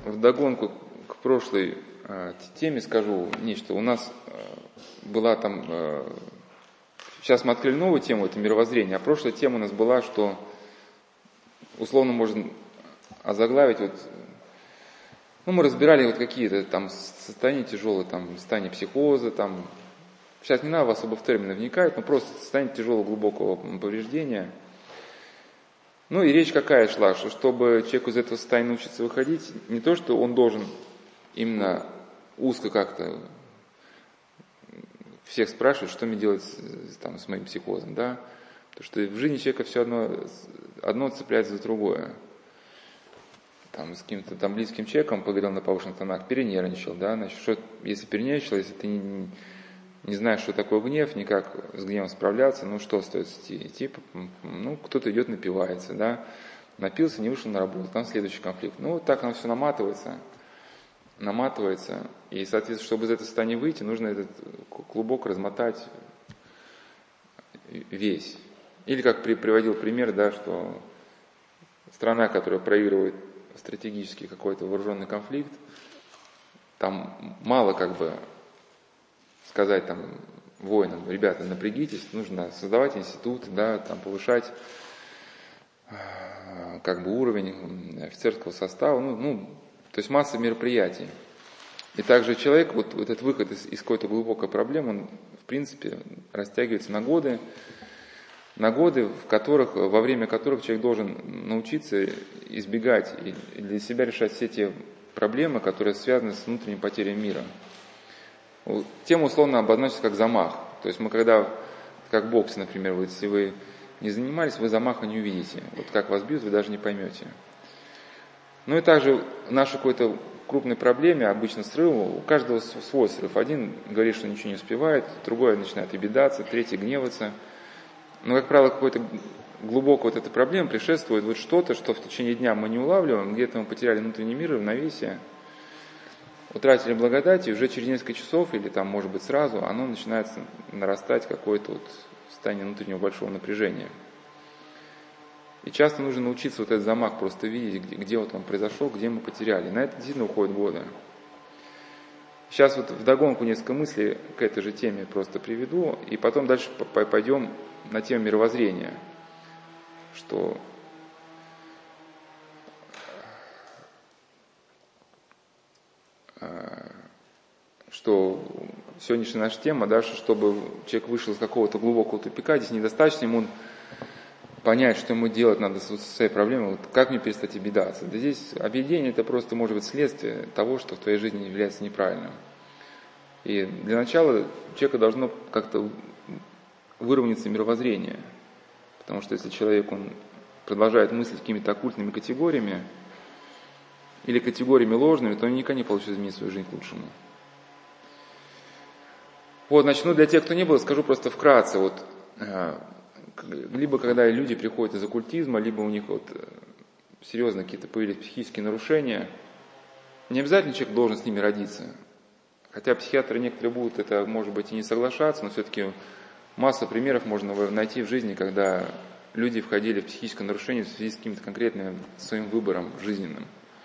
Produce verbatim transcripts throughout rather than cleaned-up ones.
вдогонку к прошлой э, теме скажу нечто. У нас э, была там... Э, сейчас мы открыли новую тему, это мировоззрение, а прошлая тема у нас была, что условно можно озаглавить, вот, ну, мы разбирали вот какие-то там состояния тяжелые, там, состояние психоза, там, сейчас не надо особо в термины вникать, но просто состояние тяжелого глубокого повреждения. Ну и речь какая шла, что чтобы человеку из этого состояния научиться выходить, не то, что он должен именно узко как-то всех спрашивать, что мне делать с, там, с моим психозом, да, потому что в жизни человека все одно, одно цепляется за другое. Там, с каким-то там близким человеком поговорил на повышенных тонах, перенервничал, да, значит, что, если перенервничал, если ты не, не знаешь, что такое гнев, никак с гневом справляться, ну что остается идти? Идти, ну, кто-то идет, напивается, да, напился, не вышел на работу, там следующий конфликт. Ну, вот так оно все наматывается, наматывается, и, соответственно, чтобы из этого состояния выйти, нужно этот клубок размотать весь. Или, как при, приводил пример, да, что страна, которая проигрывает стратегический какой-то вооруженный конфликт, там мало как бы сказать там воинам, ребята, напрягитесь, нужно создавать институты, да, там повышать как бы уровень офицерского состава, ну, ну, то есть масса мероприятий. И также человек, вот, вот этот выход из, из какой-то глубокой проблемы, он в принципе растягивается на годы, на годы, в которых, во время которых человек должен научиться избегать и для себя решать все те проблемы, которые связаны с внутренней потерей мира. Тема условно обозначится как замах. То есть мы когда, как в боксе, например, вот, если вы не занимались, вы замаха не увидите. Вот как вас бьют, вы даже не поймете. Ну и также в нашей какой-то крупной проблеме, обычно срыву, у каждого свой срыв. Один говорит, что ничего не успевает, другой начинает обидаться, третий гневаться. Но, как правило, какой-то глубокой вот этой проблемы предшествует вот что-то, что в течение дня мы не улавливаем, где-то мы потеряли внутренний мир, равновесие, утратили благодать, и уже через несколько часов, или там, может быть, сразу, оно начинает нарастать какое-то вот состояние внутреннего большого напряжения. И часто нужно научиться вот этот замах просто видеть, где, где вот он произошел, где мы потеряли. На это действительно уходят годы. Сейчас вот вдогонку несколько мыслей к этой же теме просто приведу, и потом дальше пойдем на тему мировоззрения, что что сегодняшняя наша тема, да, что чтобы человек вышел из какого-то глубокого тупика, здесь недостаточно ему понять, что ему делать надо со своей проблемой, вот как мне перестать обидаться. Да здесь объедение это просто может быть следствие того, что в твоей жизни является неправильным. И для начала у человека должно как-то выровняться мировоззрение. Потому что если человек он продолжает мыслить какими-то оккультными категориями или категориями ложными, то он никогда не получит изменить свою жизнь к лучшему. Вот, начну для тех, кто не был, скажу просто вкратце. Вот, либо когда люди приходят из оккультизма, либо у них вот серьезно какие-то появились психические нарушения, не обязательно человек должен с ними родиться. Хотя психиатры некоторые будут это, может быть, и не соглашаться, но все-таки масса примеров можно найти в жизни, когда люди входили в психическое нарушение в связи с каким-то конкретным своим выбором жизненным.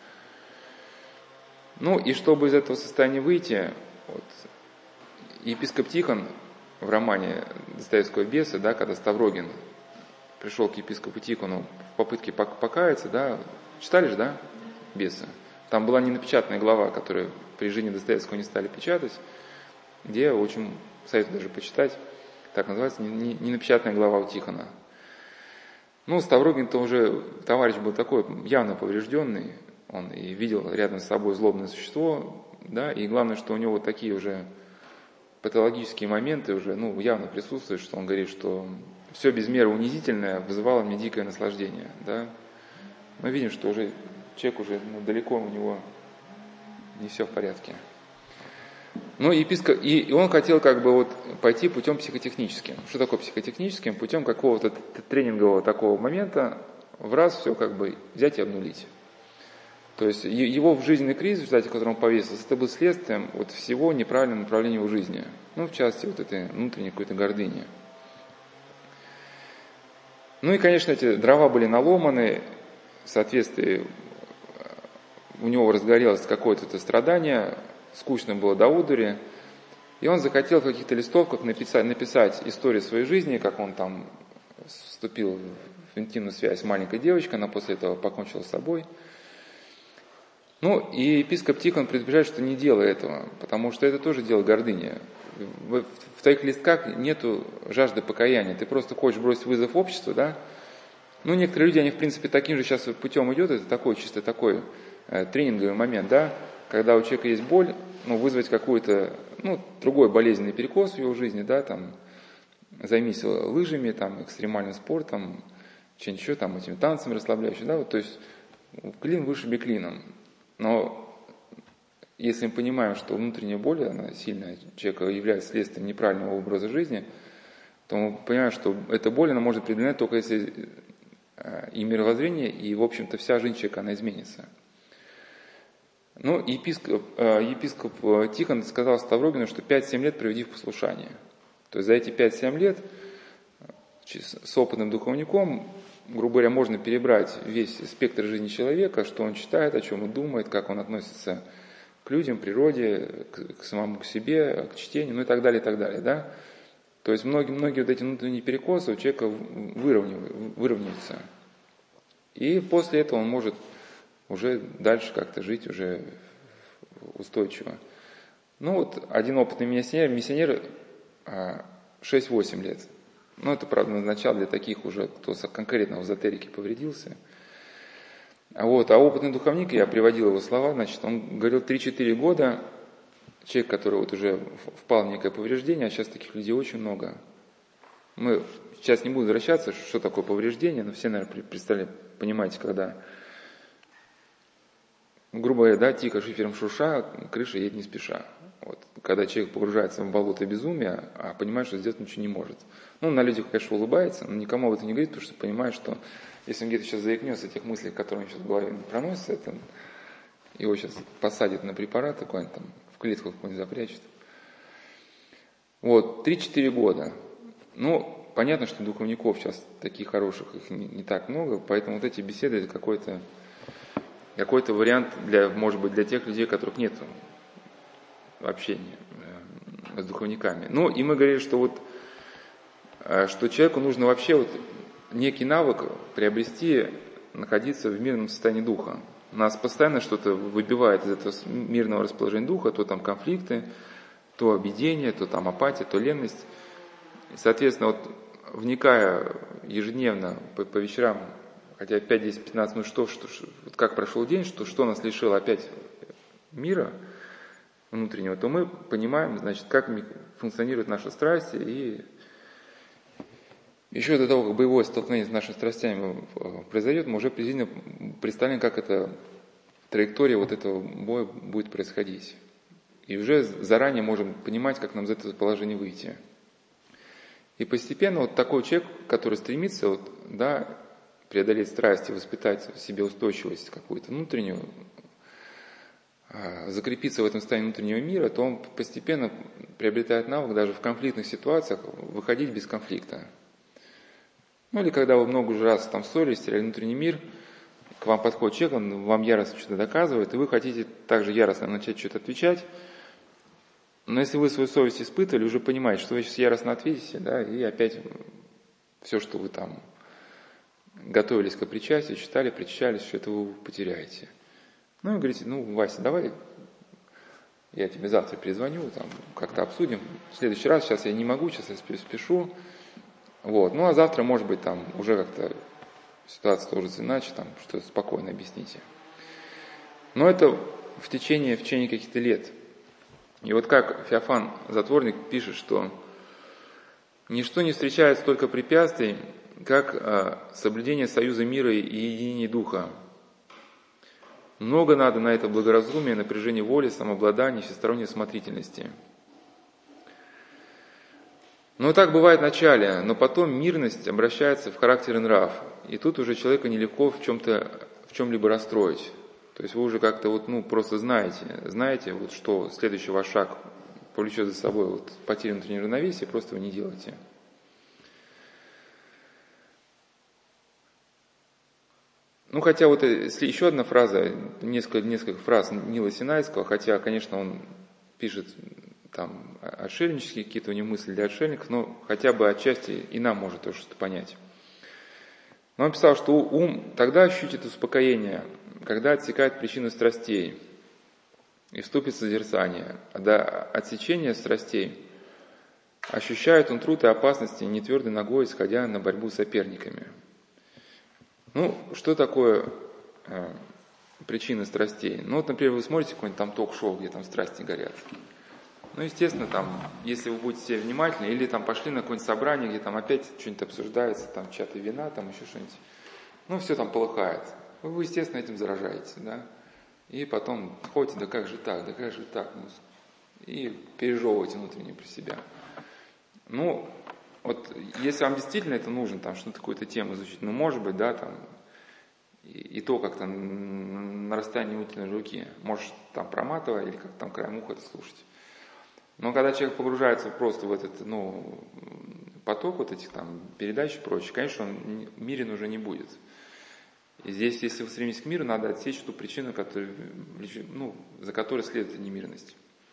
Ну и чтобы из этого состояния выйти, вот, епископ Тихон в романе Достоевского «Бесы», да, когда Ставрогин пришел к епископу Тихону в попытке покаяться, да, читали же, да, «Бесы»? Там была ненапечатанная глава, которую при жизни Достоевского не стали печатать, где очень советую даже почитать, так называется, ненапечатанная глава у Тихона. Ну, Ставрогин-то уже товарищ был такой явно поврежденный, он и видел рядом с собой злобное существо, да, и главное, что у него вот такие уже патологические моменты уже, ну, явно присутствуют, что он говорит, что все без меры унизительное вызывало мне дикое наслаждение, да. Мы видим, что уже человек уже ну, далеко у него не все в порядке. Ну, епископ, и, и он хотел как бы вот пойти путем психотехническим. Что такое психотехническим? Путем какого-то тренингового такого момента в раз все как бы взять и обнулить. То есть его в жизненный кризис, в результате которого он повесился, это был следствием вот всего неправильного направления его жизни. Ну, в частности, вот этой внутренней какой-то гордыни. Ну и, конечно, эти дрова были наломаны в соответствии у него разгорелось какое-то страдание, скучно было до одури, и он захотел в каких-то листовках написать, написать историю своей жизни, как он там вступил в интимную связь с маленькой девочкой, она после этого покончила с собой. Ну, и епископ Тихон предупреждает, что не делай этого, потому что это тоже дело гордыни. В, в твоих листках нету жажды покаяния, ты просто хочешь бросить вызов обществу, да? Ну, некоторые люди, они, в принципе, таким же сейчас путем идут, это такой, чисто такой э, тренинговый момент, да? Когда у человека есть боль, ну, вызвать какой-то, ну, другой болезненный перекос в его жизни, да, там, займись лыжами, там, экстремальным спортом, чем-нибудь еще, там, этими танцами расслабляющими, да, вот, то есть клин вышиби клином. Но если мы понимаем, что внутренняя боль, она сильная, человека является следствием неправильного образа жизни, то мы понимаем, что эта боль, она может преодолеть только если и мировоззрение, и, в общем-то, вся жизнь человека, она изменится. Ну, епископ, епископ Тихон сказал Ставрогину, что пять-семь лет проведи в послушании. То есть за эти пять-семь лет с опытным духовником, грубо говоря, можно перебрать весь спектр жизни человека, что он читает, о чем он думает, как он относится к людям, природе, к, к самому к себе, к чтению, ну и так далее, и так далее, да. То есть многие-многие вот эти внутренние перекосы у человека выровняются. И после этого он может уже дальше как-то жить уже устойчиво. Ну вот один опытный миссионер, миссионер шесть-восемь лет. Ну это, правда, назначал для таких уже, кто конкретно в эзотерике повредился. А вот, а опытный духовник, я приводил его слова, значит, он говорил три-четыре года, человек, который вот уже впал в некое повреждение, а сейчас таких людей очень много. Мы сейчас не будем возвращаться, что такое повреждение, но все, наверное, представляете, понимаете, когда, грубо говоря, да, тихо, шифером шурша, крыша едет не спеша. Вот. Когда человек погружается в болото безумия, а понимает, что сделать ничего не может. Ну, на людях, конечно, улыбается, но никому об этом не говорит, потому что понимает, что если он где-то сейчас заикнется этих мыслей, которые сейчас в голове проносятся, это его сейчас посадят на препарат, какой-нибудь там, в клетку какую-нибудь запрячет. Вот, три-четыре года. Ну, понятно, что духовников сейчас таких хороших, их не, не так много, поэтому вот эти беседы, это какой-то, какой-то вариант, для, может быть, для тех людей, у которых нет общения с духовниками. Ну, и мы говорили, что вот, что человеку нужно вообще вот некий навык приобрести, находиться в мирном состоянии духа. Нас постоянно что-то выбивает из этого мирного расположения духа, то там конфликты, то объедение, то там апатия, то ленность. И, соответственно, вот вникая ежедневно по, по вечерам, хотя пять, десять, пятнадцать минут, что, что, что, вот как прошел день, что, что нас лишило опять мира внутреннего, то мы понимаем, значит, как функционирует наша страсть, и еще до того, как боевое столкновение с нашими страстями произойдет, мы уже приблизительно представляем, как эта траектория вот этого боя будет происходить. И уже заранее можем понимать, как нам из этого положения выйти. И постепенно вот такой человек, который стремится вот, да, преодолеть страсть и воспитать в себе устойчивость какую-то внутреннюю, закрепиться в этом состоянии внутреннего мира, то он постепенно приобретает навык даже в конфликтных ситуациях выходить без конфликта. Ну или когда вы много раз там ссорились, теряли внутренний мир, к вам подходит человек, он вам яростно что-то доказывает, и вы хотите также яростно начать что-то отвечать. Но если вы свою совесть испытывали, уже понимаете, что вы сейчас яростно ответите, да, и опять все, что вы там готовились к причастию, читали, причащались, все это вы потеряете. Ну и говорите, ну, Вася, давай я тебе завтра перезвоню, там как-то обсудим. В следующий раз, сейчас я не могу, сейчас я спешу. Вот. Ну а завтра, может быть, там уже как-то ситуация сложится иначе, там что-то спокойно объясните. Но это в течение, в течение каких-то лет. И вот как Феофан Затворник пишет, что ничто не встречает столько препятствий, как а, соблюдение союза мира и единения духа. Много надо на это благоразумие, напряжение воли, самообладания, всесторонней осмотрительности. Но так бывает в начале, но потом мирность обращается в характер и нрав. И тут уже человека нелегко в чем-то, в чем-либо расстроить. То есть вы уже как-то вот, ну, просто знаете, знаете, вот, что следующий ваш шаг повлечет за собой вот, потерю внутреннего равновесия, просто вы не делаете. Ну, хотя вот если еще одна фраза, несколько, несколько фраз Нила Синайского, хотя, конечно, он пишет там отшельнические какие-то у него мысли для отшельников, но хотя бы отчасти и нам может тоже что-то понять. Но он писал, что ум тогда ощутит успокоение, когда отсекает причины страстей и вступит в созерцание, а до отсечения страстей ощущает он труд и опасности не твердой ногой, исходя на борьбу с соперниками. Ну, что такое э, причины страстей? Ну, вот, например, вы смотрите какой-нибудь там ток-шоу, где там страсти горят. Ну, естественно, там, если вы будете все внимательны, или там пошли на какое-нибудь собрание, где там опять что-нибудь обсуждается, там чаты вина, там еще что-нибудь, ну, все там полыхает. Вы, естественно, этим заражаете, да? И потом ходите, да как же так, да как же так, ну, и пережевываете внутренне про себя. Ну, вот если вам действительно это нужно, там, что-то, какую-то тему изучить, ну, может быть, да, там, и, и то как-то на расстоянии вытянутой руки, может, там, проматывая, или как-то там краем уха это слушать. Но когда человек погружается просто в этот, ну, поток вот этих там передач и прочее, конечно, он мирен уже не будет. И здесь, если вы стремитесь к миру, надо отсечь ту причину, которая, ну, за которой следует немирность.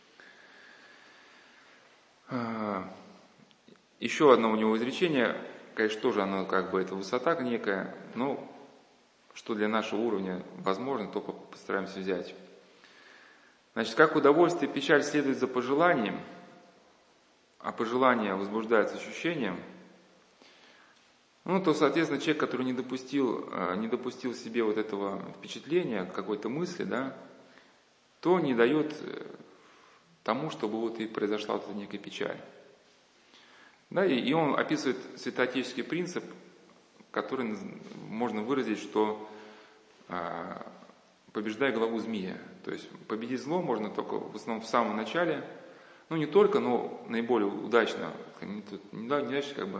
Еще одно у него изречение, конечно, тоже оно как бы это высота некая, но что для нашего уровня возможно, то постараемся взять. Значит, как удовольствие и печаль следует за пожеланием, а пожелание возбуждается ощущением, ну, то, соответственно, человек, который не допустил, не допустил себе вот этого впечатления, какой-то мысли, да, то не дает тому, чтобы вот и произошла вот эта некая печаль. Да, и, и он описывает святоотеческий принцип, который можно выразить, что а, побеждай главу змея. То есть победить зло можно только в основном в самом начале, ну не только, но наиболее удачно, не, не удачно как бы,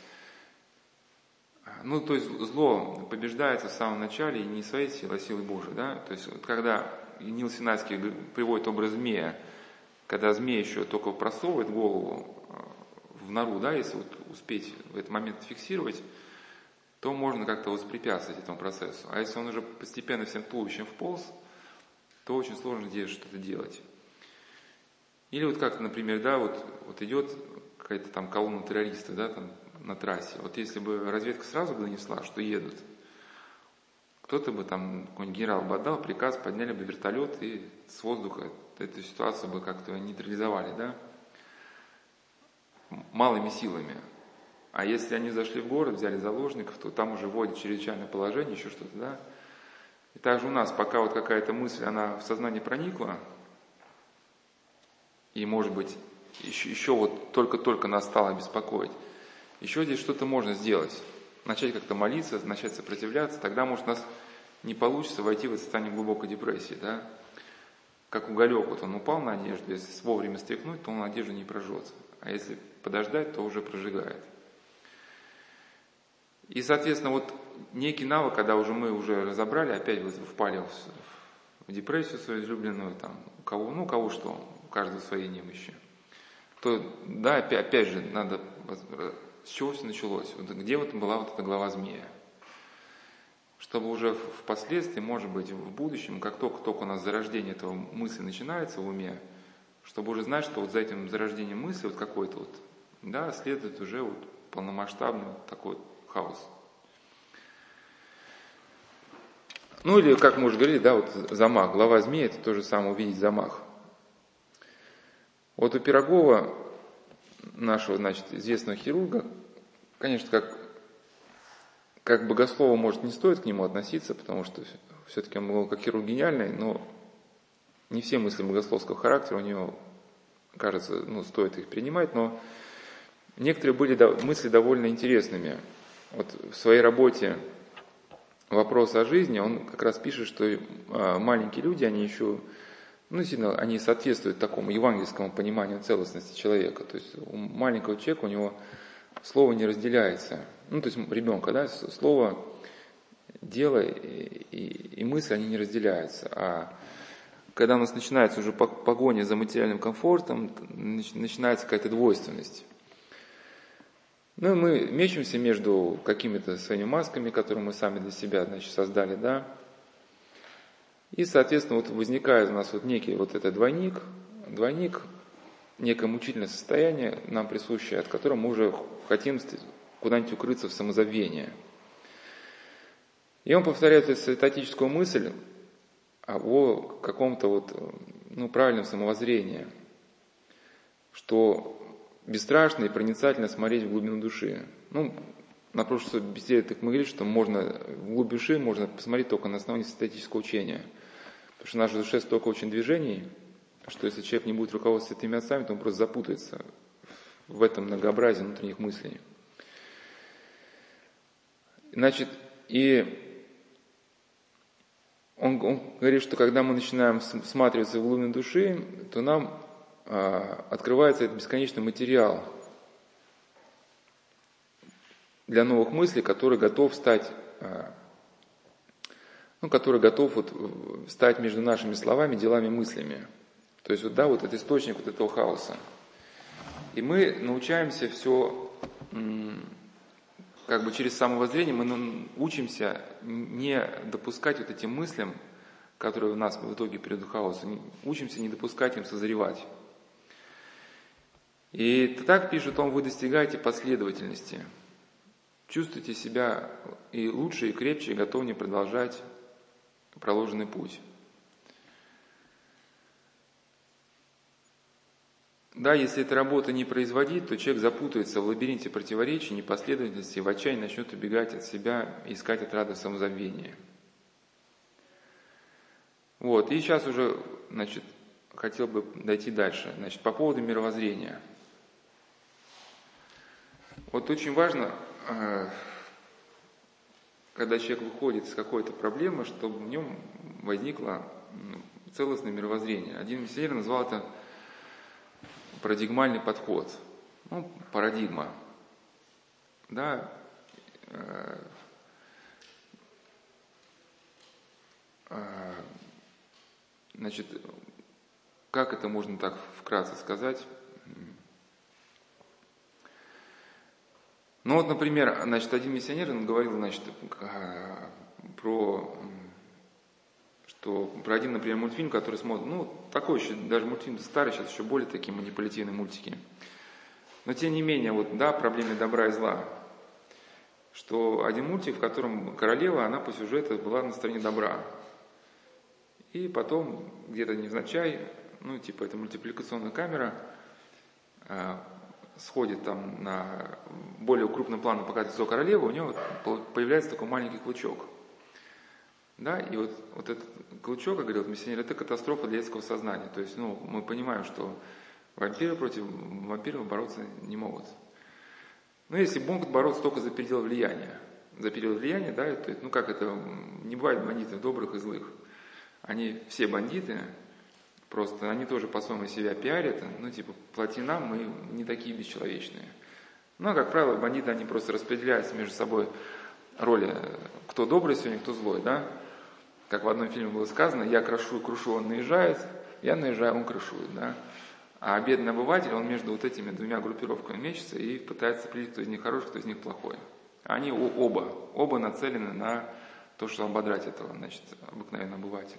ну то есть зло побеждается в самом начале и не своей силой, а силой Божией, да. То есть когда Нил Синайский приводит образ змея, когда змея еще только просовывает голову в нору, да, если вот успеть в этот момент фиксировать, то можно как-то воспрепятствовать этому процессу. А если он уже постепенно всем туловищем вполз, то очень сложно здесь что-то делать. Или вот как, например, да, вот, вот идет какая-то там колонна террористов, да, там на трассе. Вот если бы разведка сразу бы донесла, что едут, кто-то бы там, какой-нибудь генерал бы отдал приказ, подняли бы вертолет и с воздуха эту ситуацию бы как-то нейтрализовали, да, малыми силами. А если они зашли в город, взяли заложников, то там уже вводят чрезвычайное положение, еще что-то, да. И также у нас, пока вот какая-то мысль, она в сознание проникла, и, может быть, еще, еще вот только-только нас стало беспокоить, еще здесь что-то можно сделать. Начать как-то молиться, начать сопротивляться, тогда, может, у нас не получится войти в это состояние глубокой депрессии, да. Как уголек, вот он упал на одежду, если вовремя стряхнуть, то он одежду не прожжется. А если подождать, то уже прожигает. И, соответственно, вот некий навык, когда уже мы уже разобрали, опять вот впали в, в депрессию свою излюбленную, там, у кого, ну, у кого что, у каждого свои немощи, то, да, опять, опять же, надо, с чего все началось, вот, где вот была вот эта глава змея, чтобы уже впоследствии, может быть, в будущем, как только, только у нас зарождение этого мысли начинается в уме, чтобы уже знать, что вот за этим зарождением мысли вот какой-то вот, да, следует уже вот полномасштабный вот такой вот хаос. Ну или, как мы уже говорили, да, вот замах, глава змеи, это то же самое увидеть замах. Вот у Пирогова, нашего, значит, известного хирурга, конечно, как, как богослову, может, не стоит к нему относиться, потому что все-таки он был как хирург гениальный, но не все мысли богословского характера у него, кажется, ну, стоит их принимать, но некоторые были мысли довольно интересными. Вот в своей работе «Вопрос о жизни» он как раз пишет, что маленькие люди, они еще, ну, действительно, они соответствуют такому евангельскому пониманию целостности человека. То есть у маленького человека, у него слово не разделяется. Ну, то есть ребенка, да, слово, дело и, и, и мысль, они не разделяются. А когда у нас начинается уже погоня за материальным комфортом, начинается какая-то двойственность. Ну, мы мечемся между какими-то своими масками, которые мы сами для себя, значит, создали, да. И, соответственно, вот возникает у нас вот некий вот этот двойник, двойник, некое мучительное состояние нам присущее, от которого мы уже хотим куда-нибудь укрыться в самозабвение. И он повторяет эту статическую мысль о каком-то вот, ну, правильном самовоззрении, что бесстрашно и проницательно смотреть в глубину души. Ну, на прошлой беседе так мы говорили, что можно в глубь души можно посмотреть только на основании статического учения. Потому что в нашей душе столько очень движений, что если человек не будет руководствоваться этими отцами, то он просто запутается в этом многообразии внутренних мыслей. Значит, и он, он говорит, что когда мы начинаем всматриваться в глубину души, то нам а, открывается этот бесконечный материал для новых мыслей, который готов стать, а, ну, который готов вот стать между нашими словами, делами, мыслями. То есть вот, да, вот этот источник вот этого хаоса. И мы научаемся все, как бы через самовоззрение, мы учимся не допускать вот этим мыслям, которые у нас в итоге перейдут к хаосу, учимся не допускать им созревать. И так пишет он, вы достигаете последовательности. Чувствуйте себя и лучше, и крепче, и готовнее продолжать проложенный путь. Да, если эта работа не производить, то человек запутается в лабиринте противоречий, непоследовательности, и в отчаянии начнет убегать от себя и искать отрады самозабвения. Вот, и сейчас уже, значит, хотел бы дойти дальше. Значит, по поводу мировоззрения. Вот очень важно, когда человек выходит из какой-то проблемы, чтобы в нем возникло целостное мировоззрение. Один миссионер назвал это парадигмальный подход. Ну, парадигма. Да. Э, э, значит, как это можно так вкратце сказать? Ну вот, например, значит, один миссионер, он говорил, значит, про, что, про один, например, мультфильм, который смотрит, ну, такой еще, даже мультфильм старый, сейчас еще более такие манипулятивные мультики. Но, тем не менее, вот, да, проблеме добра и зла, что один мультик, в котором королева, она по сюжету была на стороне добра. И потом, где-то невзначай, ну, типа, это мультипликационная камера, сходит там на более крупным планом, показывает лицо королевы, у нее вот появляется такой маленький клычок. Да, и вот, вот этот клычок, как говорил миссионер, это катастрофа для детского сознания. То есть, ну, мы понимаем, что вампиры против вампиров бороться не могут. Ну, если могут бороться только за передел влияния. За период влияния, да, то есть, ну, как это, не бывает бандитов добрых и злых. Они все бандиты, просто они тоже по-своему себя пиарят, ну, типа, плати нам, мы не такие бесчеловечные. Ну, а, как правило, бандиты, они просто распределяются между собой роли, кто добрый сегодня, кто злой, да. Как в одном фильме было сказано, я крошу, крушу, он наезжает, я наезжаю, он крушует, да. А бедный обыватель, он между вот этими двумя группировками мечется и пытается определить, кто из них хороший, кто из них плохой. Они оба, оба нацелены на то, чтобы ободрать этого, значит, обыкновенного обывателя.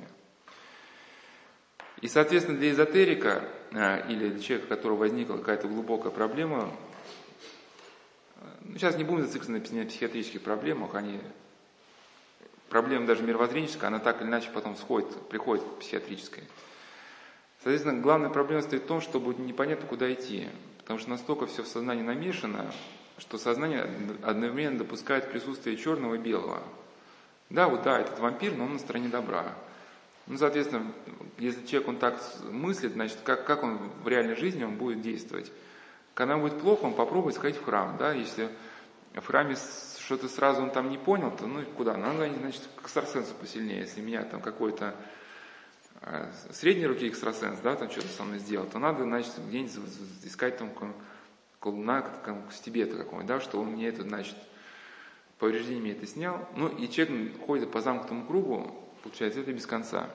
И, соответственно, для эзотерика э, или для человека, у которого возникла какая-то глубокая проблема, ну, сейчас не будем зацикливаться на психиатрических проблемах, они, проблема даже мировоззренческая, она так или иначе потом сходит, приходит к психиатрической. Соответственно, главная проблема стоит в том, что будет непонятно, куда идти, потому что настолько все в сознании намешано, что сознание одновременно допускает присутствие черного и белого. Да, вот да, этот вампир, но он на стороне добра. Ну, соответственно, если человек, он так мыслит, значит, как, как он в реальной жизни он будет действовать. Когда ему будет плохо, он попробует сходить в храм, да, если в храме что-то сразу он там не понял, то ну куда? Надо, значит, к экстрасенсу посильнее. Если меня там какой-то э, средней руки экстрасенс, да, там что-то со мной сделал, то надо, значит, где-нибудь искать там колдуна, с Тибета какого-нибудь, да, что он мне это, значит, повреждение мне это снял. Ну, и человек ходит по замкнутому кругу, получается, это без конца.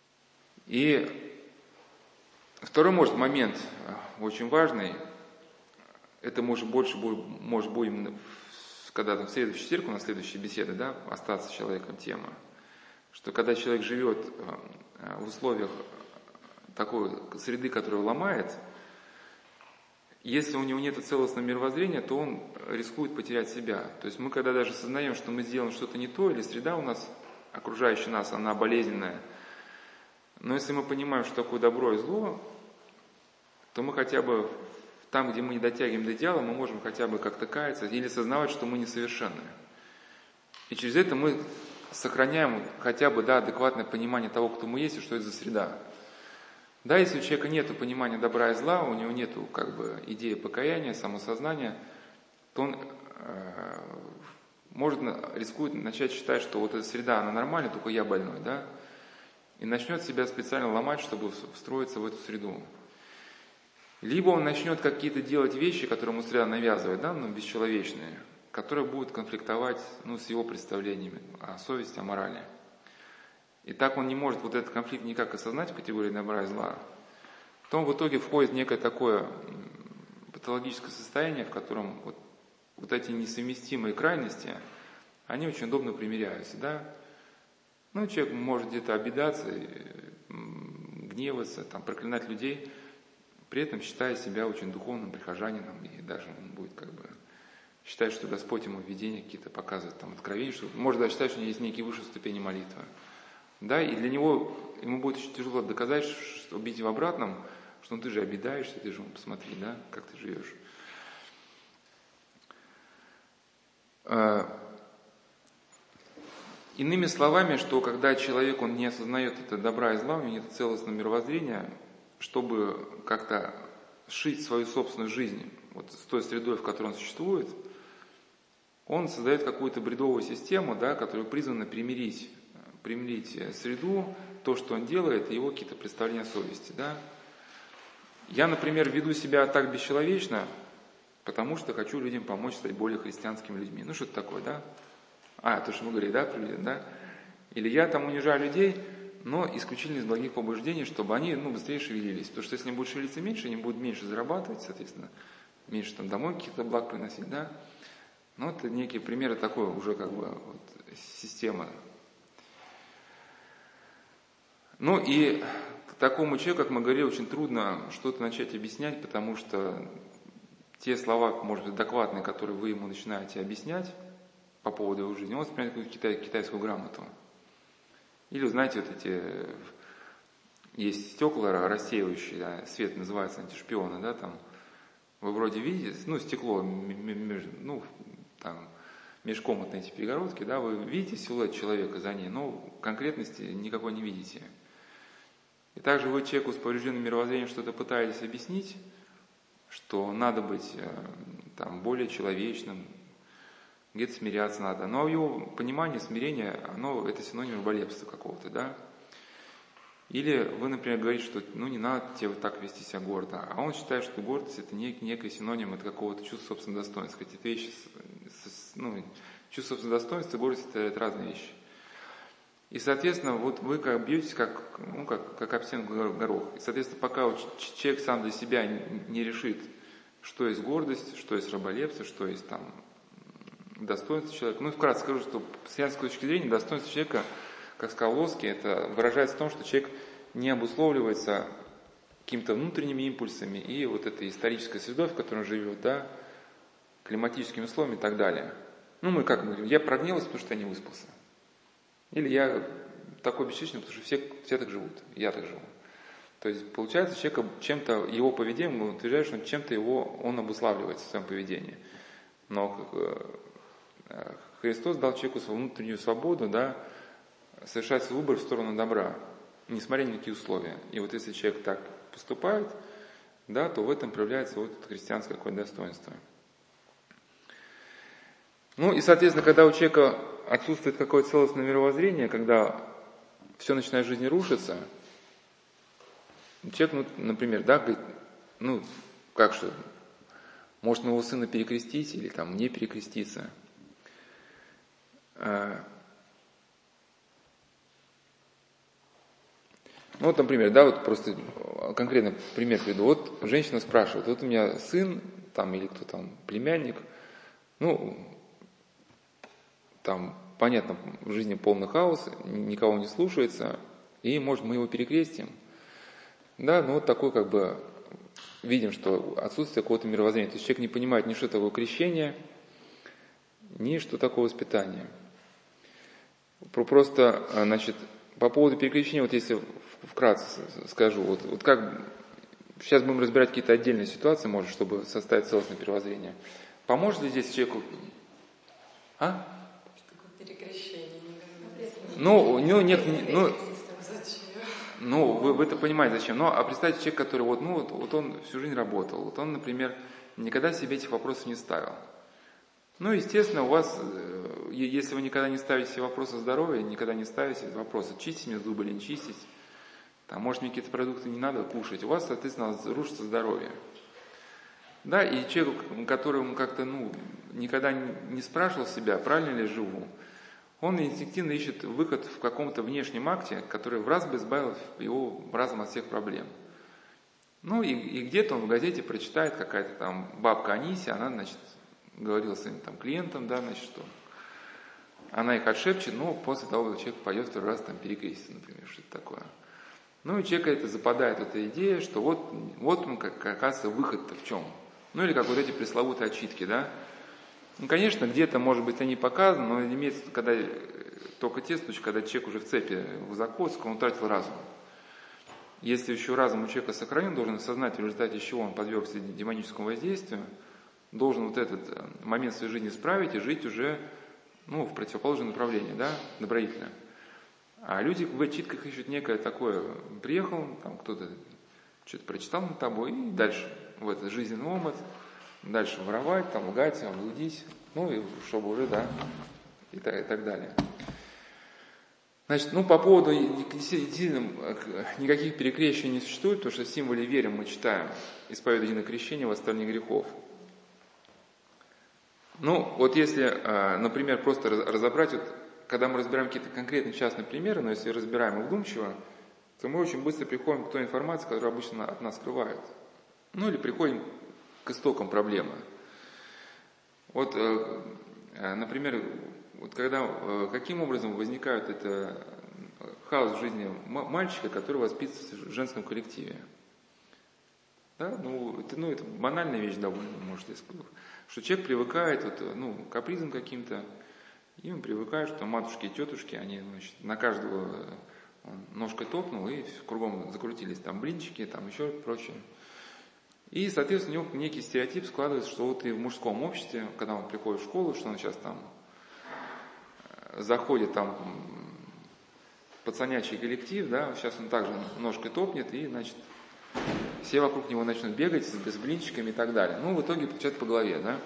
И второй, может, момент очень важный. это может больше может будем, когда там в среду, в четверг у нас следующие беседы, да, остаться с человеком тема, что когда человек живет в условиях такой среды, которая ломает, если у него нет целостного мировоззрения, то он рискует потерять себя. То есть мы когда даже осознаем, что мы сделаем что-то не то, или среда у нас, окружающая нас, она болезненная, но если мы понимаем, что такое добро и зло, то мы хотя бы там, где мы не дотягиваем до идеала, мы можем хотя бы как-то каяться или осознавать, что мы несовершенны. И через это мы сохраняем хотя бы да, адекватное понимание того, кто мы есть и что это за среда. Да, если у человека нет понимания добра и зла, у него нет как бы, идеи покаяния, самосознания, то он э, может, рискует начать считать, что вот эта среда, она нормальная, только я больной, да, и начнет себя специально ломать, чтобы встроиться в эту среду. Либо он начнет какие-то делать вещи, которые ему среда навязывает, да, ну, бесчеловечные, которые будут конфликтовать ну, с его представлениями о совести, о морали. И так он не может вот этот конфликт никак осознать в категории добра и зла. То он в итоге входит в некое такое патологическое состояние, в котором вот, вот эти несовместимые крайности, они очень удобно примиряются, да. Ну, человек может где-то обидаться, гневаться, там, проклинать людей, при этом считая себя очень духовным прихожанином, и даже он будет как бы считать, что Господь ему видения какие-то показывает, там, откровения, что может даже считать, что у него есть некие высшие ступени молитвы. Да, и для него, ему будет очень тяжело доказать, что убить в обратном, что ну, ты же обидаешься, ты же, посмотри, да, как ты живешь. Иными словами, что когда человек, он не осознает это добра и зла, у него нет целостного мировоззрения, чтобы как-то сшить свою собственную жизнь вот с той средой, в которой он существует, он создает какую-то бредовую систему, да, которая призвана примирить, примирить среду, то, что он делает, и его какие-то представления о совести. Да. Я, например, веду себя так бесчеловечно, потому что хочу людям помочь стать более христианскими людьми. Ну, что-то такое, да? А, то, что мы говорили, да, да? Или я там унижаю людей, но исключительно из благих побуждений, чтобы они ну, быстрее шевелились. Потому что если они будут шевелиться меньше, они будут меньше зарабатывать, соответственно, меньше там домой каких-то благ приносить, да? Ну, это некие примеры такой уже как бы вот, системы. Ну и к такому человеку, как мы говорили, очень трудно что-то начать объяснять, потому что те слова, может быть, адекватные, которые вы ему начинаете объяснять по поводу его жизни, он воспринимает какую-то китай, китайскую грамоту. Или, знаете, вот эти, есть стекла рассеивающие, да, свет называется антишпионы, да, там, вы вроде видите, ну, стекло, ну, там, межкомнатные эти перегородки, да, вы видите силуэт человека за ней, но конкретности никакой не видите. И также вы человеку с поврежденным мировоззрением что-то пытаетесь объяснить, что надо быть там, более человечным, где-то смиряться надо. Но в его понимании смирение, оно это синоним раболепства какого-то, да. Или вы, например, говорите, что ну не надо тебе вот так вести себя гордо, а он считает, что гордость это нек, некий синоним от какого-то чувства собственного достоинства. Эти вещи, ну, чувство собственного достоинства и гордость это, это разные вещи. И, соответственно, вот вы как бьетесь, как, ну, как, как об стену горох. И, соответственно, пока вот человек сам для себя не решит, что есть гордость, что есть раболепство, что есть там достоинство человека. Ну, вкратце скажу, что с христианской точки зрения достоинство человека, как сказал Лоски, это выражается в том, что человек не обусловливается какими-то внутренними импульсами и вот этой исторической средой, в которой он живет, да, климатическими условиями и так далее. Ну, мы как мы говорим, я прогневался, потому что я не выспался. Или я такой бесчувственный, потому что все, все так живут, я так живу. То есть, получается, человек чем-то, его поведением, мы утверждаем, что чем-то его, он обуславливается в своем поведении. Но Христос дал человеку свою внутреннюю свободу, да, совершать свой выбор в сторону добра, несмотря ни на какие условия. И вот если человек так поступает, да, то в этом проявляется вот это христианское какое-то достоинство. Ну и, соответственно, когда у человека отсутствует какое-то целостное мировоззрение, когда все начинает в жизни рушиться, человек, ну, например, да, говорит, ну, как что, может моего сына перекрестить или там не перекреститься. Ну вот, например, да, вот просто конкретно пример приведу. Вот женщина спрашивает, вот у меня сын там, или кто там, племянник, ну, там, понятно, в жизни полный хаос, никого не слушается, и, может, мы его перекрестим. Да, ну вот такой, как бы, видим, что отсутствие какого-то мировоззрения. То есть человек не понимает ни что такое крещение, ни что такое воспитание. Просто, значит, по поводу перекрещения, вот если вкратце скажу, вот, вот как, сейчас будем разбирать какие-то отдельные ситуации, может, чтобы составить целостное мировоззрение. Поможет ли здесь человеку... А? Что такое перекрещение? Ну, ну, нет, ну, ну вы, вы это понимаете, зачем. Ну, а представьте человек, который вот, ну, вот, вот он всю жизнь работал, вот он, например, никогда себе этих вопросов не ставил. Ну, естественно, у вас, если вы никогда не ставите себе вопросы здоровья, никогда не ставите вопросы, чистить мне зубы или не чистить, там, может, мне какие-то продукты не надо кушать, у вас, соответственно, рушится здоровье. Да, и человек, который как-то, ну, никогда не спрашивал себя, правильно ли я живу, он инстинктивно ищет выход в каком-то внешнем акте, который в раз бы избавил его разом от всех проблем. Ну, и, и где-то он в газете прочитает, какая-то там бабка Анисия, она, значит, говорила своим там клиентам, да, значит, что она их отшепчет, но после того, как человек пойдет второй раз там перекреститься, например, что-то такое. Ну, и человека это западает, эта идея, что вот, вот он, как, оказывается, выход-то в чем. Ну, или как вот эти пресловутые отчитки, да. Ну, конечно, где-то, может быть, они показаны, но имеется, когда только те случаи, когда человек уже в цепи в закоску, он утратил разум. Если еще разум у человека сохранен, должен осознать, в результате чего он подвергся демоническому воздействию, должен вот этот момент своей жизни исправить и жить уже, ну, в противоположном направлении, да, добродетельно. А люди в отчитках ищут некое такое, приехал, там кто-то что-то прочитал над тобой, и дальше в этот жизненный омут, дальше воровать, там, лгать, блудить, ну, и чтобы уже, да, и так, и так далее. Значит, ну, по поводу, действительно, никаких перекрещений не существует, потому что в символе веры мы читаем «Исповедуй единое крещение, восставление грехов». Ну, вот если, например, просто разобрать, вот, когда мы разбираем какие-то конкретные частные примеры, но если разбираем их вдумчиво, то мы очень быстро приходим к той информации, которую обычно от нас скрывают. Ну, или приходим к истокам проблемы. Вот, например, вот когда, каким образом возникает это хаос в жизни мальчика, который воспитывается в женском коллективе? Да, ну, это, ну, это банальная вещь довольно, может, я скажу. Что человек привыкает вот, ну, к капризам каким-то, и он привыкает, что матушки и тетушки, они, значит, на каждого ножкой топнул, и кругом закрутились там блинчики, там еще прочее. И, соответственно, у него некий стереотип складывается, что вот и в мужском обществе, когда он приходит в школу, что он сейчас там заходит там пацанячий коллектив, да, сейчас он также ножкой топнет, и, значит, все вокруг него начнут бегать с блинчиками и так далее. Ну, в итоге получают по голове, да.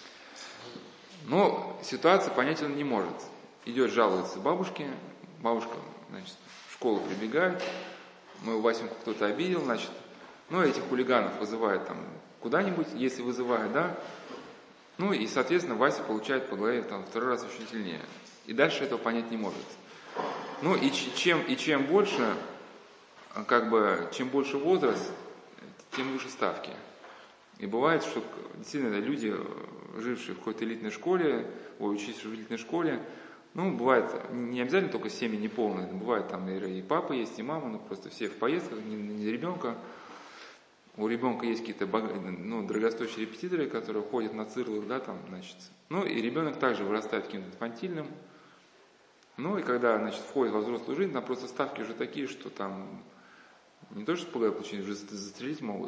Но ситуация понять он не может. Идет жалуется бабушке, бабушка, значит, в школу прибегает, моего Васеньку кто-то обидел, значит, ну, этих хулиганов вызывает там куда-нибудь, если вызывает, да. Ну, и, соответственно, Вася получает по голове там второй раз еще сильнее. И дальше этого понять не может. Ну, и чем, и чем больше, как бы, чем больше возраст, тем выше ставки. И бывает, что действительно люди, жившие в какой-то элитной школе, ой, учившиеся в элитной школе, ну, бывает, не обязательно только семьи неполные, бывает там и папа есть, и мама, ну, просто все в поездках, не, не ребенка. У ребенка есть какие-то, ну, дорогостоящие репетиторы, которые ходят на цирлах, да, там, значит. Ну, и ребенок также вырастает каким-то инфантильным. Ну, и когда, значит, входит во взрослую жизнь, там просто ставки уже такие, что там не то, что пугай получить, уже застрелить могут.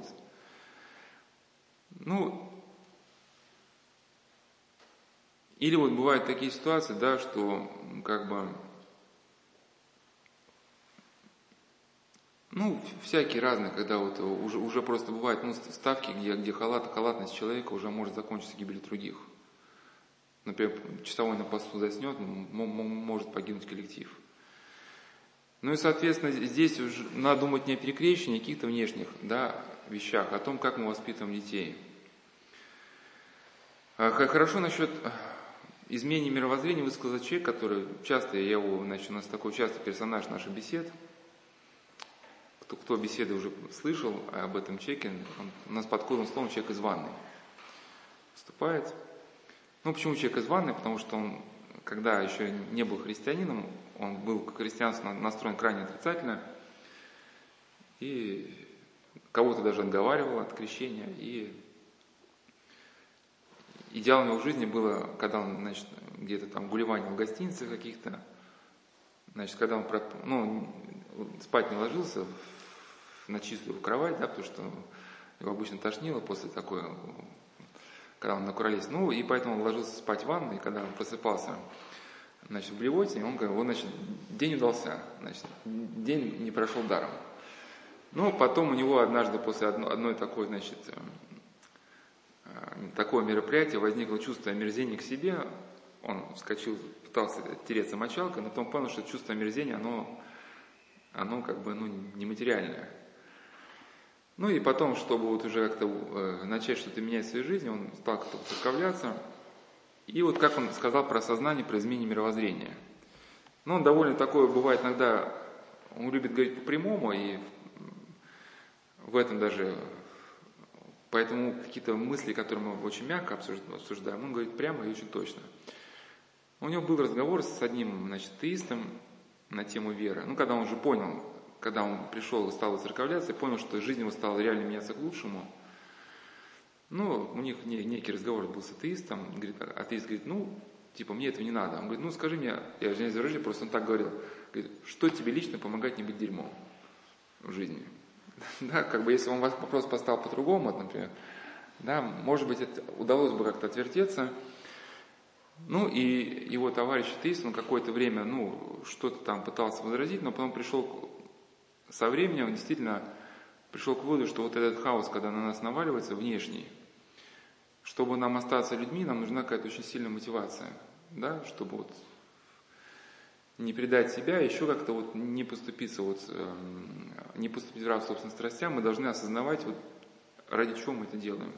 Ну, или вот бывают такие ситуации, да, что как бы, ну, всякие разные, когда вот уже, уже просто бывают, ну, ставки, где, где халат, халатность человека уже может закончиться гибелью других. Например, часовой на посту заснет, может погибнуть коллектив. Ну и, соответственно, здесь уже надо думать не о перекрещении, а о каких-то внешних, да, вещах, о том, как мы воспитываем детей. Хорошо насчет изменения мировоззрения высказал человек, который часто, я его, значит, у нас такой частый персонаж наших бесед. Кто, кто беседы уже слышал об этом человеке, он, у нас под кодовым словом человек из ванной. вступает. Ну, почему человек из ванны? Потому что он, когда еще не был христианином, он был к христианству настроен крайне отрицательно, и кого-то даже отговаривал от крещения, и идеалом его в жизни было, когда он, значит, где-то там гулеванил в гостиницах каких-то, значит, когда он, ну, спать не ложился на чистую кровать, да, потому что его обычно тошнило после такой, когда он накуролесил. Ну, и поэтому он ложился спать в ванной, и когда он просыпался, значит, в блевоте, он говорит, вот, значит, день удался, значит, день не прошел даром. Ну, потом у него однажды после одной, одной такой, значит, такое мероприятие возникло чувство омерзения к себе. Он вскочил, пытался тереться мочалкой, но потом понял, что чувство омерзения, оно, оно как бы, ну, нематериальное. Ну и потом, чтобы вот уже как-то э, начать что-то менять в своей жизни, он стал как-то церковляться. И вот как он сказал про сознание, про изменение мировоззрения. Ну, он довольно такое бывает иногда, он любит говорить по-прямому, и в этом даже, поэтому какие-то мысли, которые мы очень мягко обсуждаем, он говорит прямо и очень точно. У него был разговор с одним, значит, атеистом на тему веры. Ну, когда он уже понял, когда он пришел и стал воцерковляться, и понял, что жизнь его стала реально меняться к лучшему. Ну, у них некий разговор был с атеистом. Говорит, атеист говорит, ну, типа, мне этого не надо. Он говорит, ну, скажи мне, я же не изображаю, просто он так говорил, говорит, что тебе лично помогает не быть дерьмом в жизни? Да, как бы, если он вас вопрос поставил по-другому, например, да, может быть, это удалось бы как-то отвертеться. Ну, и его товарищ атеист, он какое-то время, ну, что-то там пытался возразить, но потом пришел со временем, он действительно пришел к выводу, что вот этот хаос, когда на нас наваливается, внешний, чтобы нам остаться людьми, нам нужна какая-то очень сильная мотивация, да, чтобы вот не предать себя, еще как-то вот не поступиться вот, э, не поступить в рабство собственным страстям, мы должны осознавать, вот, ради чего мы это делаем.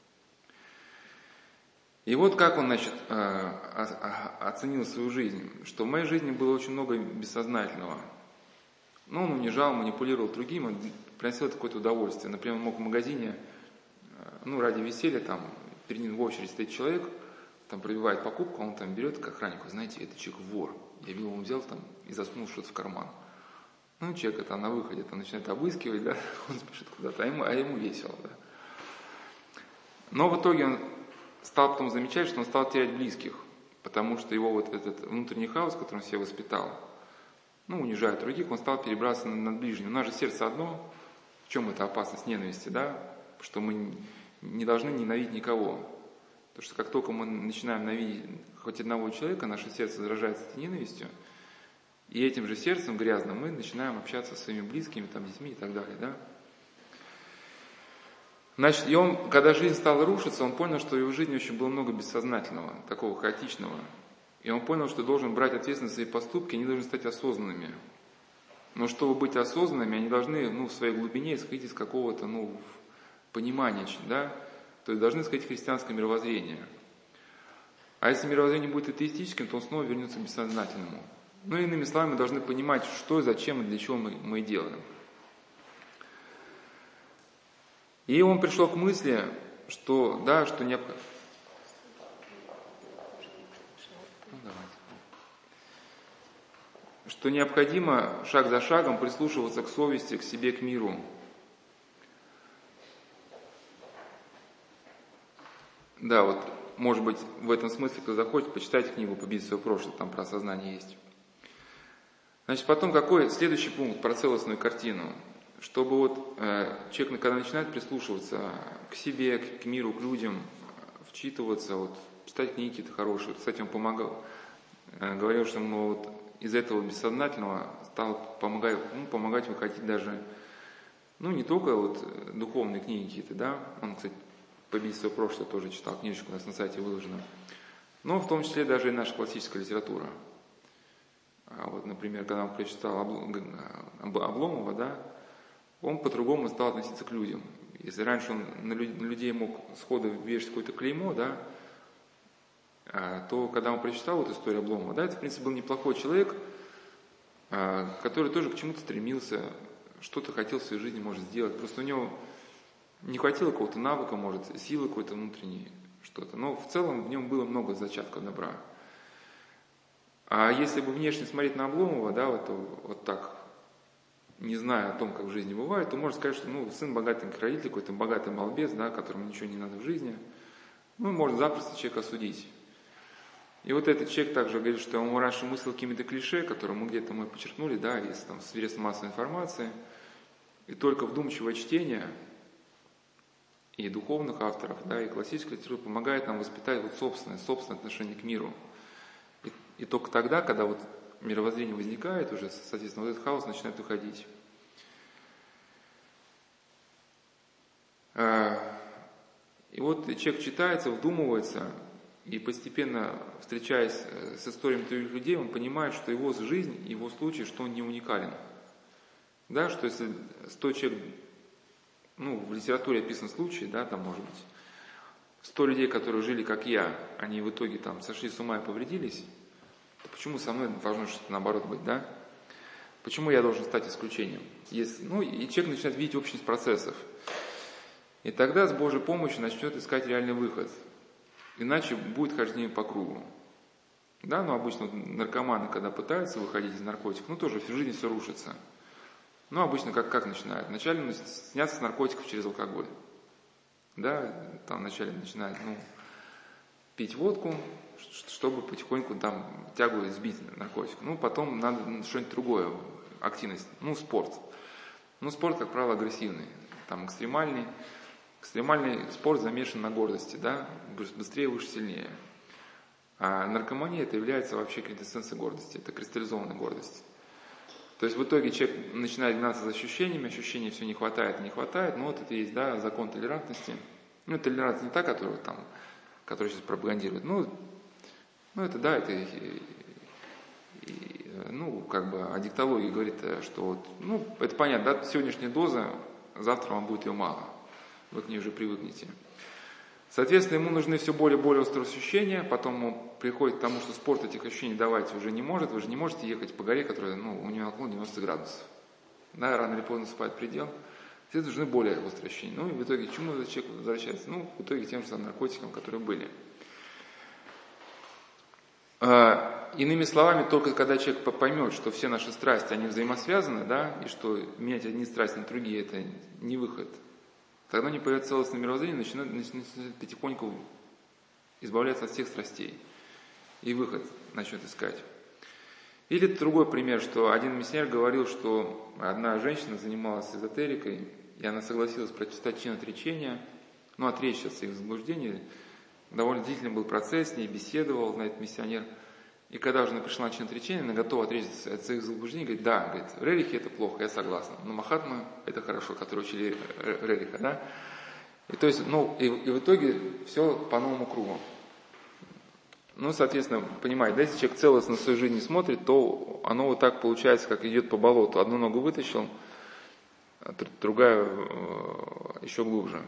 И вот как он, значит, оценил свою жизнь, что в моей жизни было очень много бессознательного. Ну, он унижал, манипулировал другим, он приносил какое-то удовольствие. Например, он мог в магазине, ну, ради веселья, там, перед ним в очередь стоит человек, там, пробивает покупку, он там берет к охраннику, знаете, это человек вор. Я видел, он взял там и засунул что-то в карман. Ну, человек это на выходе там начинает обыскивать, да, он спешит куда-то, а ему, а ему весело, да. Но в итоге он стал потом замечать, что он стал терять близких, потому что его вот этот внутренний хаос, который он себя воспитал, ну, унижая других, он стал перебрасываться над ближним. У нас же сердце одно, в чем эта опасность ненависти, да, что мы не должны ненавидеть никого. Потому что как только мы начинаем ненавидеть хоть одного человека, наше сердце заражается этой ненавистью, и этим же сердцем грязным мы начинаем общаться со своими близкими, там, детьми и так далее, да. Значит, и он, когда жизнь стала рушиться, он понял, что в его жизни очень было много бессознательного, такого хаотичного. И он понял, что должен брать ответственность за свои поступки, они должны стать осознанными. Но чтобы быть осознанными, они должны, ну, в своей глубине исходить из какого-то, ну, понимания, да, то есть должны исходить христианское мировоззрение. А если мировоззрение будет атеистическим, то он снова вернется к бессознательному. Ну, иными словами, мы должны понимать, что, зачем и для чего мы, мы делаем. И он пришел к мысли, что, да, что необходимо... что необходимо шаг за шагом прислушиваться к совести, к себе, к миру. Да, вот, может быть, в этом смысле, кто захочет, почитайте книгу «Победить свое прошлое», там про осознание есть. Значит, потом какой следующий пункт про целостную картину? Чтобы вот э, человек, когда начинает прислушиваться к себе, к, к миру, к людям, вчитываться, вот, читать книги какие-то хорошие. Кстати, он помогал, э, говорил, что ему вот из этого бессознательного стал помогать, ну, помогать выходить даже, ну, не только вот духовные книги какие-то, да, он, кстати, «Победить свое прошлое» тоже читал, книжечку у нас на сайте выложена, но в том числе даже и наша классическая литература. А вот, например, когда он прочитал Обломова, да, он по-другому стал относиться к людям. Если раньше он на людей мог сходу вешать какое-то клеймо, да, то когда он прочитал вот историю Обломова, да, это, в принципе, был неплохой человек, который тоже к чему-то стремился, что-то хотел в своей жизни, может, сделать. Просто у него не хватило какого-то навыка, может, силы какой-то внутренней, что-то. Но в целом в нем было много зачатков добра. А если бы внешне смотреть на Обломова, да, вот, вот так, не зная о том, как в жизни бывает, то можно сказать, что ну, сын богатых родителей, какой-то богатый балбес, да, которому ничего не надо в жизни, ну, можно запросто человека осудить. И вот этот человек также говорит, что он раньше мыслил какими-то клише, которые мы где-то мы подчеркнули, да, из там, средств массовой информации, и только вдумчивое чтение и духовных авторов, да, и классической литературы помогает нам воспитать вот собственное, собственное отношение к миру. И, и только тогда, когда вот мировоззрение возникает уже, соответственно, вот этот хаос начинает уходить. И вот человек читается, вдумывается, и постепенно, встречаясь с историями других людей, он понимает, что его жизнь, его случай, что он не уникален. Да, что если сто человек, ну, в литературе описан случай, да, там может быть сто людей, которые жили как я, они в итоге там сошли с ума и повредились, то почему со мной должно что-то наоборот быть, да? Почему я должен стать исключением? Если, ну, и человек начинает видеть общность процессов. И тогда с Божьей помощью начнет искать реальный выход. Иначе будет хождение по кругу. Да, но обычно наркоманы, когда пытаются выходить из наркотиков, ну тоже в жизни все рушится. Ну, обычно как, как начинают? Вначале сняться с наркотиков через алкоголь. Да, там вначале начинают, ну, пить водку, чтобы потихоньку там тягу сбить наркотик. Ну, потом надо что-нибудь другое, активность, ну, спорт. Ну, спорт, как правило, агрессивный, там экстремальный. Экстремальный спорт замешан на гордости, да, быстрее, выше, сильнее. А наркомания это является вообще квинтэссенцией гордости, это кристаллизованная гордость. То есть в итоге человек начинает гнаться за ощущениями, ощущений все не хватает, не хватает, но вот это есть, да, закон толерантности. Ну, толерантность не та, которую там, которую сейчас пропагандируют. Ну, ну это да, это, и, и, ну, как бы, о диктологии говорит, что вот, ну, это понятно, да, сегодняшняя доза, завтра вам будет ее мало. Вы к ней уже привыкнете. Соответственно, ему нужны все более и более острые ощущения, потом он приходит к тому, что спорт этих ощущений давать уже не может, вы же не можете ехать по горе, которая, ну, у нее наклон девяносто градусов. Да, рано или поздно наступает предел. Здесь нужны более острые ощущения. Ну и в итоге к чему этот человек возвращается? Ну, в итоге тем же самым наркотикам, которые были. А, иными словами, только когда человек поймет, что все наши страсти, они взаимосвязаны, да, и что менять одни страсти на другие, это не выход. Тогда не появится целостное мировоззрение, начинает, начинает потихоньку избавляться от всех страстей. И выход начнет искать. Или другой пример, что один миссионер говорил, что одна женщина занималась эзотерикой, и она согласилась прочитать чин отречения, ну, отречься от своих заблуждений. Довольно длительный был процесс, с ней беседовал на этот миссионер. И когда уже она пришла на чин отречения, она готова отречься от своих заблуждений, говорит, да, говорит, Рерихи это плохо, я согласна, но Махатма это хорошо, которые учили Рериха, да. И то есть, ну, и, и в итоге все по новому кругу. Ну, соответственно, понимаете, да, если человек целостно свою жизнь не смотрит, то оно вот так получается, как идет по болоту. Одну ногу вытащил, а другая еще глубже.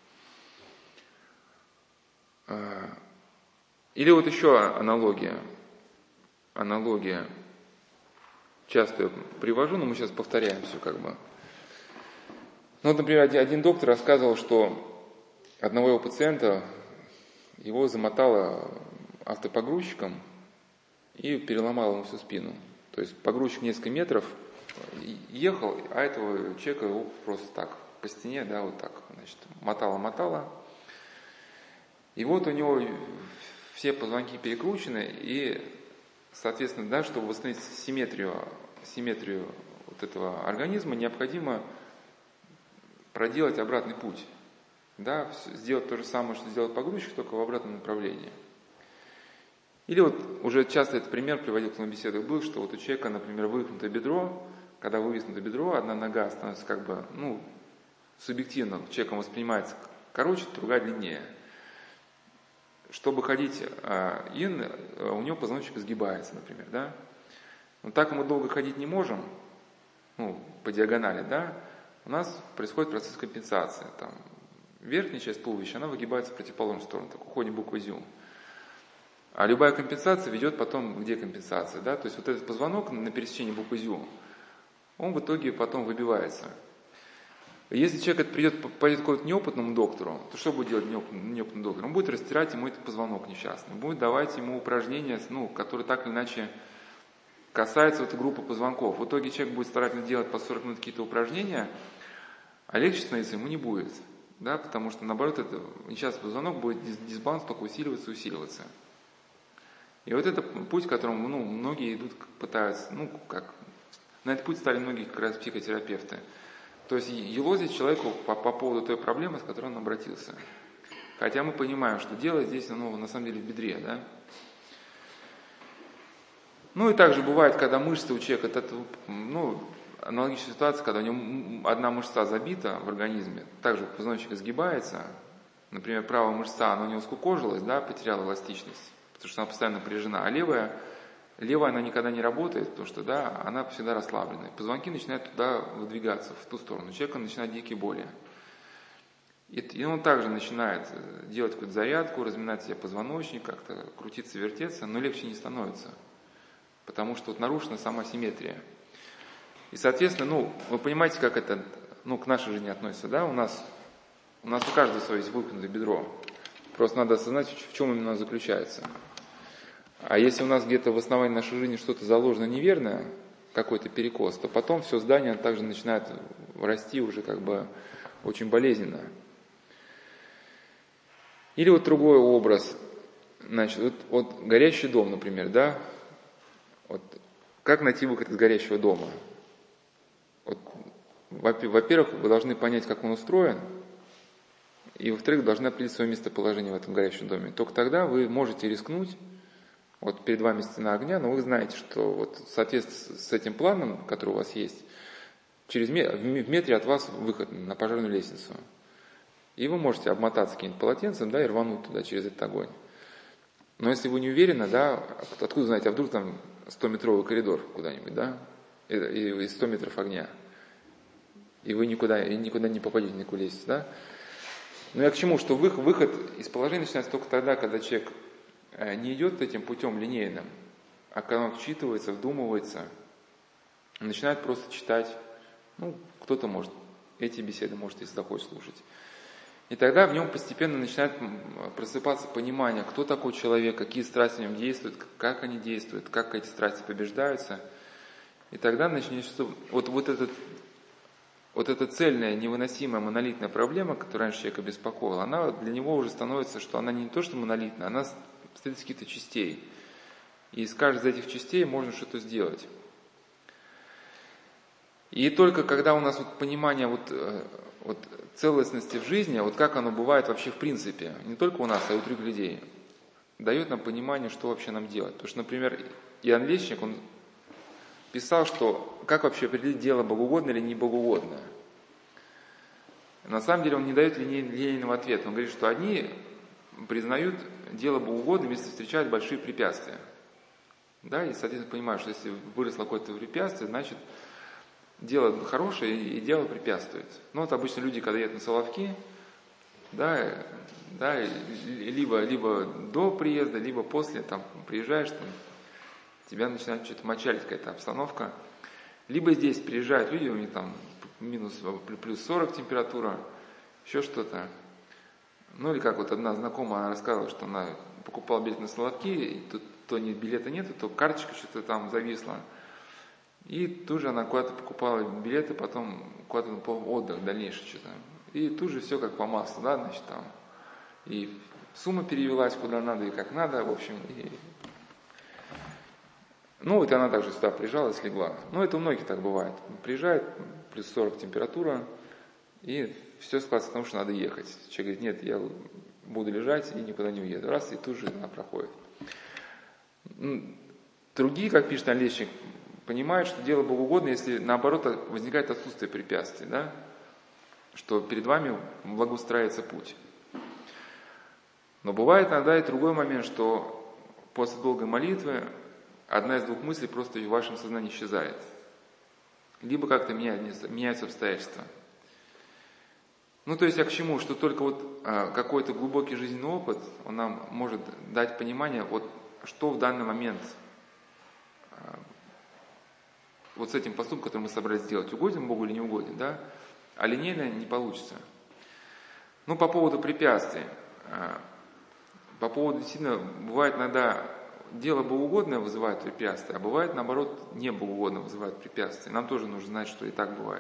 Или вот еще аналогия. Аналогия. Часто я привожу, но мы сейчас повторяем все как бы. Ну, вот, например, один доктор рассказывал, что одного его пациента его замотало автопогрузчиком и переломало ему всю спину. То есть погрузчик несколько метров ехал, а этого человека его просто так по стене, да, вот так, значит, мотало-мотало. И вот у него все позвонки перекручены, и, соответственно, да, чтобы восстановить симметрию, симметрию вот этого организма, необходимо проделать обратный путь. Да, сделать то же самое, что сделал погрузчик, только в обратном направлении. Или вот уже часто этот пример приводил к нам в беседах был, что вот у человека, например, вывихнутое бедро, когда вывихнуто бедро, одна нога становится как бы, ну, субъективно человеком воспринимается короче, другая длиннее. Чтобы ходить а, ин, у него позвоночник сгибается, например, да. Но так мы долго ходить не можем, ну, по диагонали, да. У нас происходит процесс компенсации. Там, верхняя часть туловища, она выгибается в противоположную сторону, так уходит буква зю. А любая компенсация ведет потом к декомпенсации, да. То есть вот этот позвонок на пересечении буквы зю, он в итоге потом выбивается. Если человек придет, пойдет к какому-то неопытному доктору, то что будет делать неопытный, неопытный доктор? Он будет растирать ему этот позвонок несчастный, будет давать ему упражнения, ну, которые так или иначе касаются этой группы позвонков. В итоге человек будет старательно делать по сорок минут какие-то упражнения, а легче становиться ему не будет. Да, потому что, наоборот, это несчастный позвонок будет дисбаланс только усиливаться и усиливаться. И вот это путь, к которому ну, многие идут, пытаются, ну, как, на этот путь стали многие как раз психотерапевты. То есть елозить человеку по, по поводу той проблемы, с которой он обратился. Хотя мы понимаем, что дело здесь, ну, на самом деле в бедре, да. Ну и также бывает, когда мышцы у человека, это, ну, аналогичная ситуация, когда у него одна мышца забита в организме, также позвоночник изгибается, например, правая мышца, она у него скукожилась, да, потеряла эластичность, потому что она постоянно напряжена, а левая, левая она никогда не работает, потому что, да, она всегда расслаблена. Позвонки начинают туда выдвигаться, в ту сторону, у человека начинают дикие боли. И, и он также начинает делать какую-то зарядку, разминать себе позвоночник, как-то крутиться, вертеться, но легче не становится, потому что вот нарушена сама симметрия. И, соответственно, ну, вы понимаете, как это, ну, к нашей жизни относится, да? У нас, у нас у каждого свое есть выпнутое бедро. Просто надо осознать, в чем именно оно заключается. А если у нас где-то в основании нашей жизни что-то заложено неверное, какой-то перекос, то потом все здание также начинает расти уже как бы очень болезненно. Или вот другой образ, значит, вот, вот горящий дом, например, да? Вот, как найти выход из горящего дома? Вот, во-первых, вы должны понять, как он устроен, и, во-вторых, должны определить свое местоположение в этом горящем доме. Только тогда вы можете рискнуть, вот перед вами стена огня, но вы знаете, что вот в соответствии с этим планом, который у вас есть, через мет- в метре от вас выход на пожарную лестницу. И вы можете обмотаться каким-нибудь полотенцем, да, и рвануть туда через этот огонь. Но если вы не уверены, да, откуда знаете, а вдруг там стометровый коридор куда-нибудь, да, и, и сто метров огня, и вы никуда, и никуда не попадете, никуда лезете, да. Но я к чему, что выход из положения начинается только тогда, когда человек не идет этим путем линейным, а когда он вчитывается, вдумывается, начинает просто читать, ну, кто-то может эти беседы, может, если захочет слушать. И тогда в нем постепенно начинает просыпаться понимание, кто такой человек, какие страсти в нем действуют, как они действуют, как эти страсти побеждаются. И тогда начнется вот, вот, этот, вот эта цельная, невыносимая, монолитная проблема, которая раньше человека беспокоила, она для него уже становится, что она не то что монолитная, она состоит из каких-то частей. И из каждой из этих частей можно что-то сделать. И только когда у нас вот понимание вот, вот целостности в жизни, вот как оно бывает вообще в принципе, не только у нас, а и у других людей, дает нам понимание, что вообще нам делать. Потому что, например, Иоанн Лещик, он писал, что как вообще определить дело богоугодное или не богоугодное. На самом деле он не дает линейного ответа. Он говорит, что одни признают дело богоугодным, если встречают большие препятствия. Да, и, соответственно, понимают, что если выросло какое-то препятствие, значит, дело хорошее и дело препятствует. Ну вот обычно люди, когда едут на Соловки, да, да, либо, либо до приезда, либо после, там, приезжаешь, там, тебя начинает что-то мочалить какая-то обстановка. Либо здесь приезжают люди, у них там минус, плюс сорок температура, еще что-то. Ну или как вот одна знакомая, она рассказывала, что она покупала билет на Соловки, и тут то ни билета нету, то карточка что-то там зависла. И тут же она куда-то покупала билеты, потом куда-то на отдых дальнейший что-то. И тут же все как по маслу, да, значит, там. И сумма перевелась куда надо и как надо, в общем. И... Ну, вот она также сюда приезжала, слегла. Ну, это у многих так бывает. Приезжает, плюс сорок температура, и все складывается к тому, что надо ехать. Человек говорит, нет, я буду лежать и никуда не уеду. Раз, и тут же она проходит. Другие, как пишет Иоанн Лещик, понимают, что дело богоугодно, если наоборот возникает отсутствие препятствий, да? Что перед вами благоустраивается путь. Но бывает иногда и другой момент, что после долгой молитвы одна из двух мыслей просто в вашем сознании исчезает. Либо как-то меняются, меняются обстоятельства. Ну, то есть, а к чему? Что только вот а, какой-то глубокий жизненный опыт, он нам может дать понимание, вот что в данный момент а, вот с этим поступком, который мы собрались сделать, угоден Богу или не угоден, да? А линейно не получится. Ну, по поводу препятствий. По поводу, действительно, бывает иногда дело богоугодное вызывает препятствия, а бывает, наоборот, не богоугодное вызывает препятствия. Нам тоже нужно знать, что и так бывает.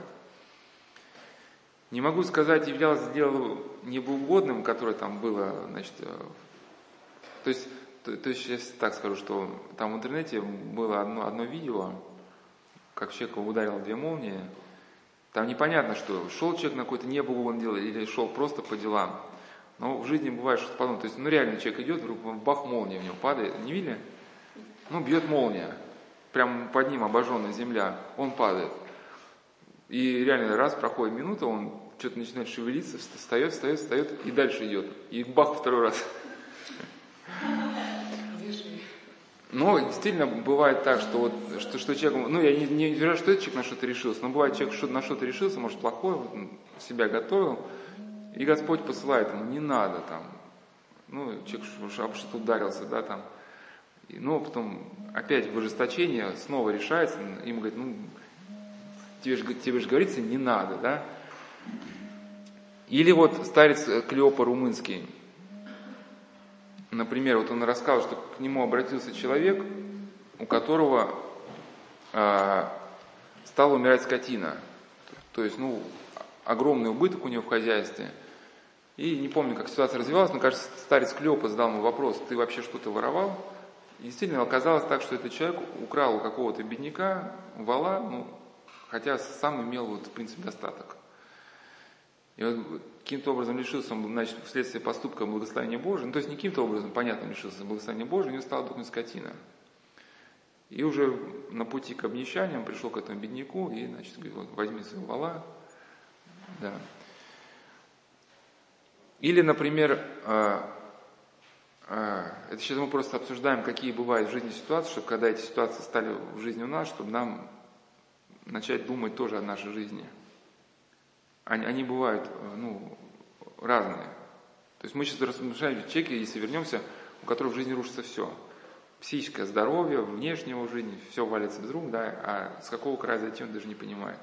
Не могу сказать, являлось дело небогоугодным, которое там было, значит, то есть, то, то есть сейчас так скажу, что там в интернете было одно, одно видео, как человека ударило две молнии. Там непонятно, что шел человек на какое-то небогоугодное дело или шел просто по делам. Но в жизни бывает что-то подобное. То есть, ну реально человек идет, вдруг бах, молния в него падает. Не видели? Ну, бьет молния. Прямо под ним обожженная земля. Он падает. И реально раз проходит минута, он что-то начинает шевелиться, встает, встает, встает и дальше идет. И бах второй раз. Но действительно бывает так, что вот что, что человек, ну я не, не уверяю, что этот человек на что-то решился, но бывает человек что, на что-то решился, может плохое, вот, он себя готовил, и Господь посылает ему, не надо там, ну человек об что-то ударился, да, там, и, ну потом опять в ожесточение снова решается, ему говорит, ну тебе же, тебе же говорится, не надо, да. Или вот старец Клеопа Румынский. Например, вот он рассказал, что к нему обратился человек, у которого э, стала умирать скотина. То есть, ну, огромный убыток у него в хозяйстве. И не помню, как ситуация развивалась, но, кажется, старец Клеопа задал ему вопрос, ты вообще что-то воровал? И действительно оказалось так, что этот человек украл у какого-то бедняка вала, ну, хотя сам имел, вот, в принципе, достаток. И вот каким-то образом лишился он, значит, вследствие поступка благословения Божия, ну, то есть не каким-то образом, понятно, лишился благословения Божия, у него стала духовная скотина. И уже на пути к обнищанию пришел к этому бедняку и, значит, говорит, вот, возьми своего вала. Да. Или, например, э, э, это сейчас мы просто обсуждаем, какие бывают в жизни ситуации, чтобы когда эти ситуации стали в жизни у нас, чтобы нам начать думать тоже о нашей жизни. Они, они бывают, ну, разные. То есть мы сейчас рассуждаем о человеке, если вернемся, у которого в жизни рушится все. Психическое здоровье, внешнее в жизни, все валится без рук, да, а с какого края зайти он даже не понимает.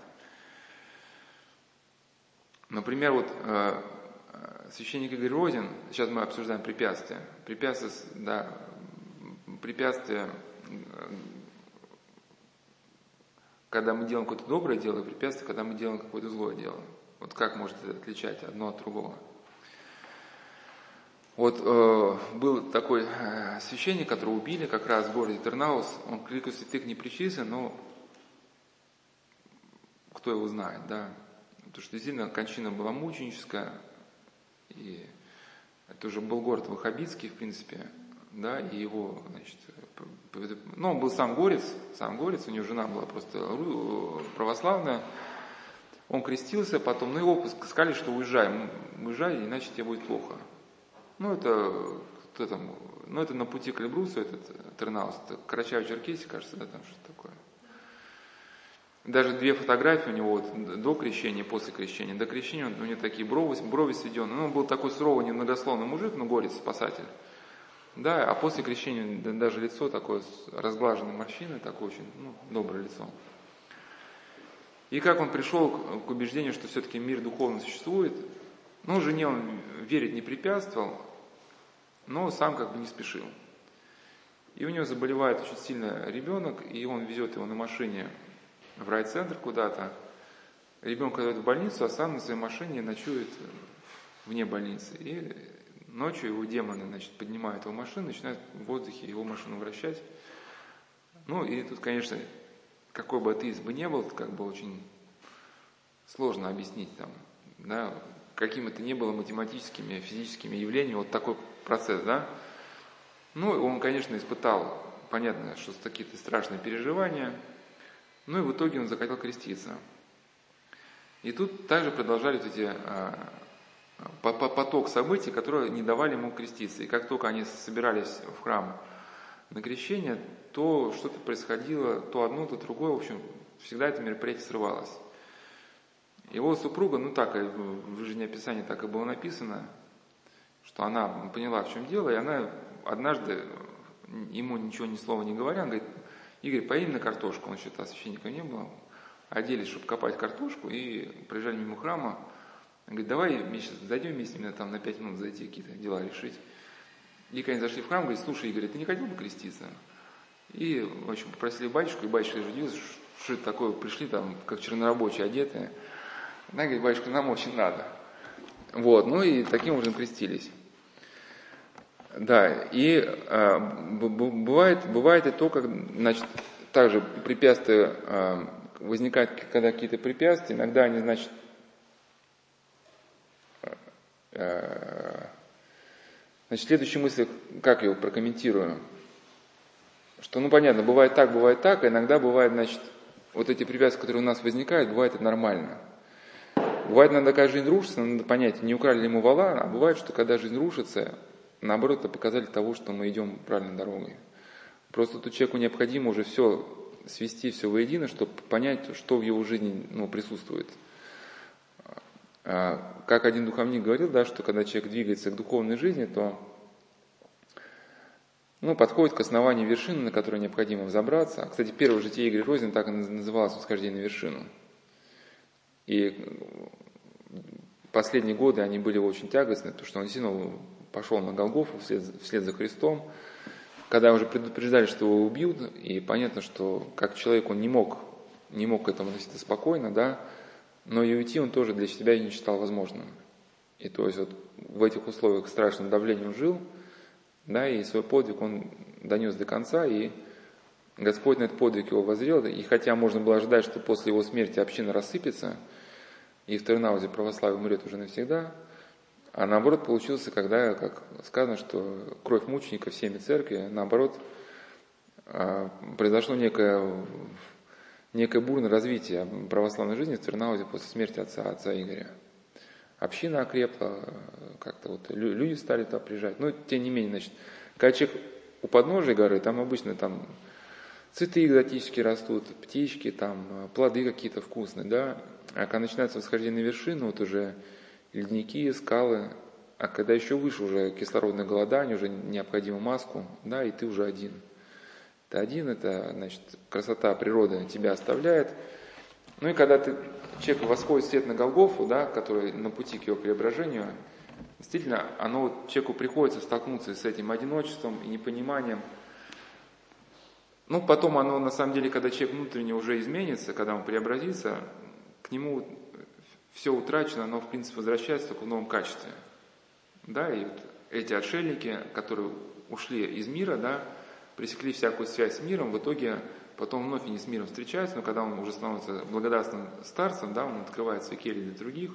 Например, вот э, священник Игорь Розин, сейчас мы обсуждаем препятствия. Препятствия, да, препятствия, когда мы делаем какое-то доброе дело, и препятствия, когда мы делаем какое-то злое дело. Вот как может это отличать одно от другого? Вот э, был такой э, священник, которого убили как раз в городе Тернаус. Он к лику святых не причислен, но кто его знает, да? Потому что действительно кончина была мученическая, и это уже был город Ваххабитский, в принципе, да, и его, значит, ну, он был сам горец, сам горец, у него жена была просто православная. Он крестился, потом, ну, его сказали, что уезжай, уезжай, иначе тебе будет плохо. Ну, это, кто там, ну, это на пути к Эльбрусу, этот Тернаус, это Карачаево-Черкесия, кажется, да, там что-то такое. Даже две фотографии у него вот, до крещения, после крещения. До крещения у него такие брови, брови сведенные. Ну, он был такой суровый, немногословный мужик, но горец, спасатель. Да, а после крещения даже лицо такое, разглаженное морщины, такое очень, ну, доброе лицо. И как он пришел к убеждению, что все-таки мир духовно существует, ну, жене он верить не препятствовал, но сам как бы не спешил. И у него заболевает очень сильно ребенок, и он везет его на машине в райцентр куда-то. Ребенка идет в больницу, а сам на своей машине ночует вне больницы. И ночью его демоны, значит, поднимают его машину, начинают в воздухе его машину вращать. Ну, и тут, конечно, какой бы атеист бы не был, как бы очень сложно объяснить там, да, какими то ни было математическими, физическими явлениями, вот такой процесс, да. Ну, он, конечно, испытал, понятно, что какие-то страшные переживания, ну и в итоге он захотел креститься. И тут также продолжались эти а, поток событий, которые не давали ему креститься. И как только они собирались в храм на крещение, то что-то происходило, то одно, то другое, в общем, всегда это мероприятие срывалось. Его супруга, ну так, в жизнеописании так и было написано, что она поняла, в чем дело, и она однажды, ему ничего, ни слова не говоря, она говорит, Игорь, поедем на картошку, он считал, священника не было, оделись, чтобы копать картошку, и проезжали мимо храма. Он говорит, давай мы сейчас зайдем вместе, мне там на пять минут зайти, какие-то дела решить. И когда они зашли в храм, говорит, слушай, Игорь, ты не хотел бы креститься? И, в общем, попросили батюшку, и батюшка удивился, что это такое, пришли там, как чернорабочие одетые. Она говорит, батюшка, нам очень надо. Вот, ну и таким образом крестились. Да, и а, бывает, бывает и то, как, значит, также препятствия, а, возникают, когда какие-то препятствия, иногда они, значит, а, значит, следующая мысль, как я его прокомментирую, что, ну, понятно, бывает так, бывает так, а иногда бывает, значит, вот эти препятствия, которые у нас возникают, бывает это нормально. Бывает, иногда, когда жизнь рушится, надо понять, не украли ли мы вала, а бывает, что когда жизнь рушится, наоборот, это показатель того, что мы идем правильной дорогой. Просто тут человеку необходимо уже все свести, все воедино, чтобы понять, что в его жизни, ну, присутствует. Как один духовник говорил, да, что когда человек двигается к духовной жизни, то, ну, подходит к основанию вершины, на которую необходимо взобраться. Кстати, первое житие Игоря Розина так и называлось «Восхождение на вершину». И последние годы они были очень тягостны, потому что он действительно пошел на Голгофу вслед, вслед за Христом, когда уже предупреждали, что его убьют, и понятно, что как человек он не мог, не мог к этому относиться спокойно, да, но и уйти он тоже для себя не считал возможным. И то есть вот в этих условиях страшным давлением он жил, да, и свой подвиг он донес до конца, и Господь на этот подвиг его воззрел, и хотя можно было ожидать, что после его смерти община рассыпется, и в Тырнаузе православие умрет уже навсегда, а наоборот получился, когда, как сказано, что кровь мученика всеми церкви, наоборот, произошло некое, некое бурное развитие православной жизни в Тырнаузе после смерти отца, отца Игоря. Община окрепла, как-то вот люди стали туда приезжать. Но тем не менее, значит, когда человек у подножия горы, там обычно там цветы экзотические растут, птички, там плоды какие-то вкусные, да. А когда начинается восхождение на вершину, вот уже ледники, скалы, а когда еще выше уже кислородное голодание, уже необходимо маску, да, и ты уже один. Ты один, это, значит, красота природы тебя оставляет. Ну и когда ты, человек восходит вслед на Голгофу, да, который на пути к его преображению, действительно, оно вот, человеку приходится столкнуться с этим одиночеством и непониманием. Ну, потом оно, на самом деле, когда человек внутренне уже изменится, когда он преобразится, к нему все утрачено, оно, в принципе, возвращается только в новом качестве. Да, и вот эти отшельники, которые ушли из мира, да, пресекли всякую связь с миром, в итоге потом вновь они с миром встречаются, но когда он уже становится благодатным старцем, да, он открывает свои кельи для других.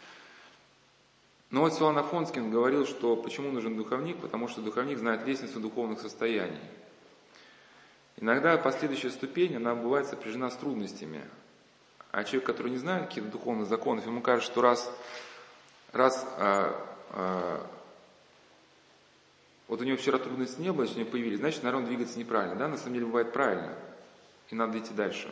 Но вот Силуан Афонский говорил, что почему нужен духовник, потому что духовник знает лестницу духовных состояний. Иногда последующая ступень, она бывает сопряжена с трудностями. А человек, который не знает каких-то духовных законов, ему кажется, что раз, раз а, а, вот у него вчера трудностей не было, если у него появились, значит, наверное, он двигается неправильно. Да, на самом деле бывает правильно, и надо идти дальше.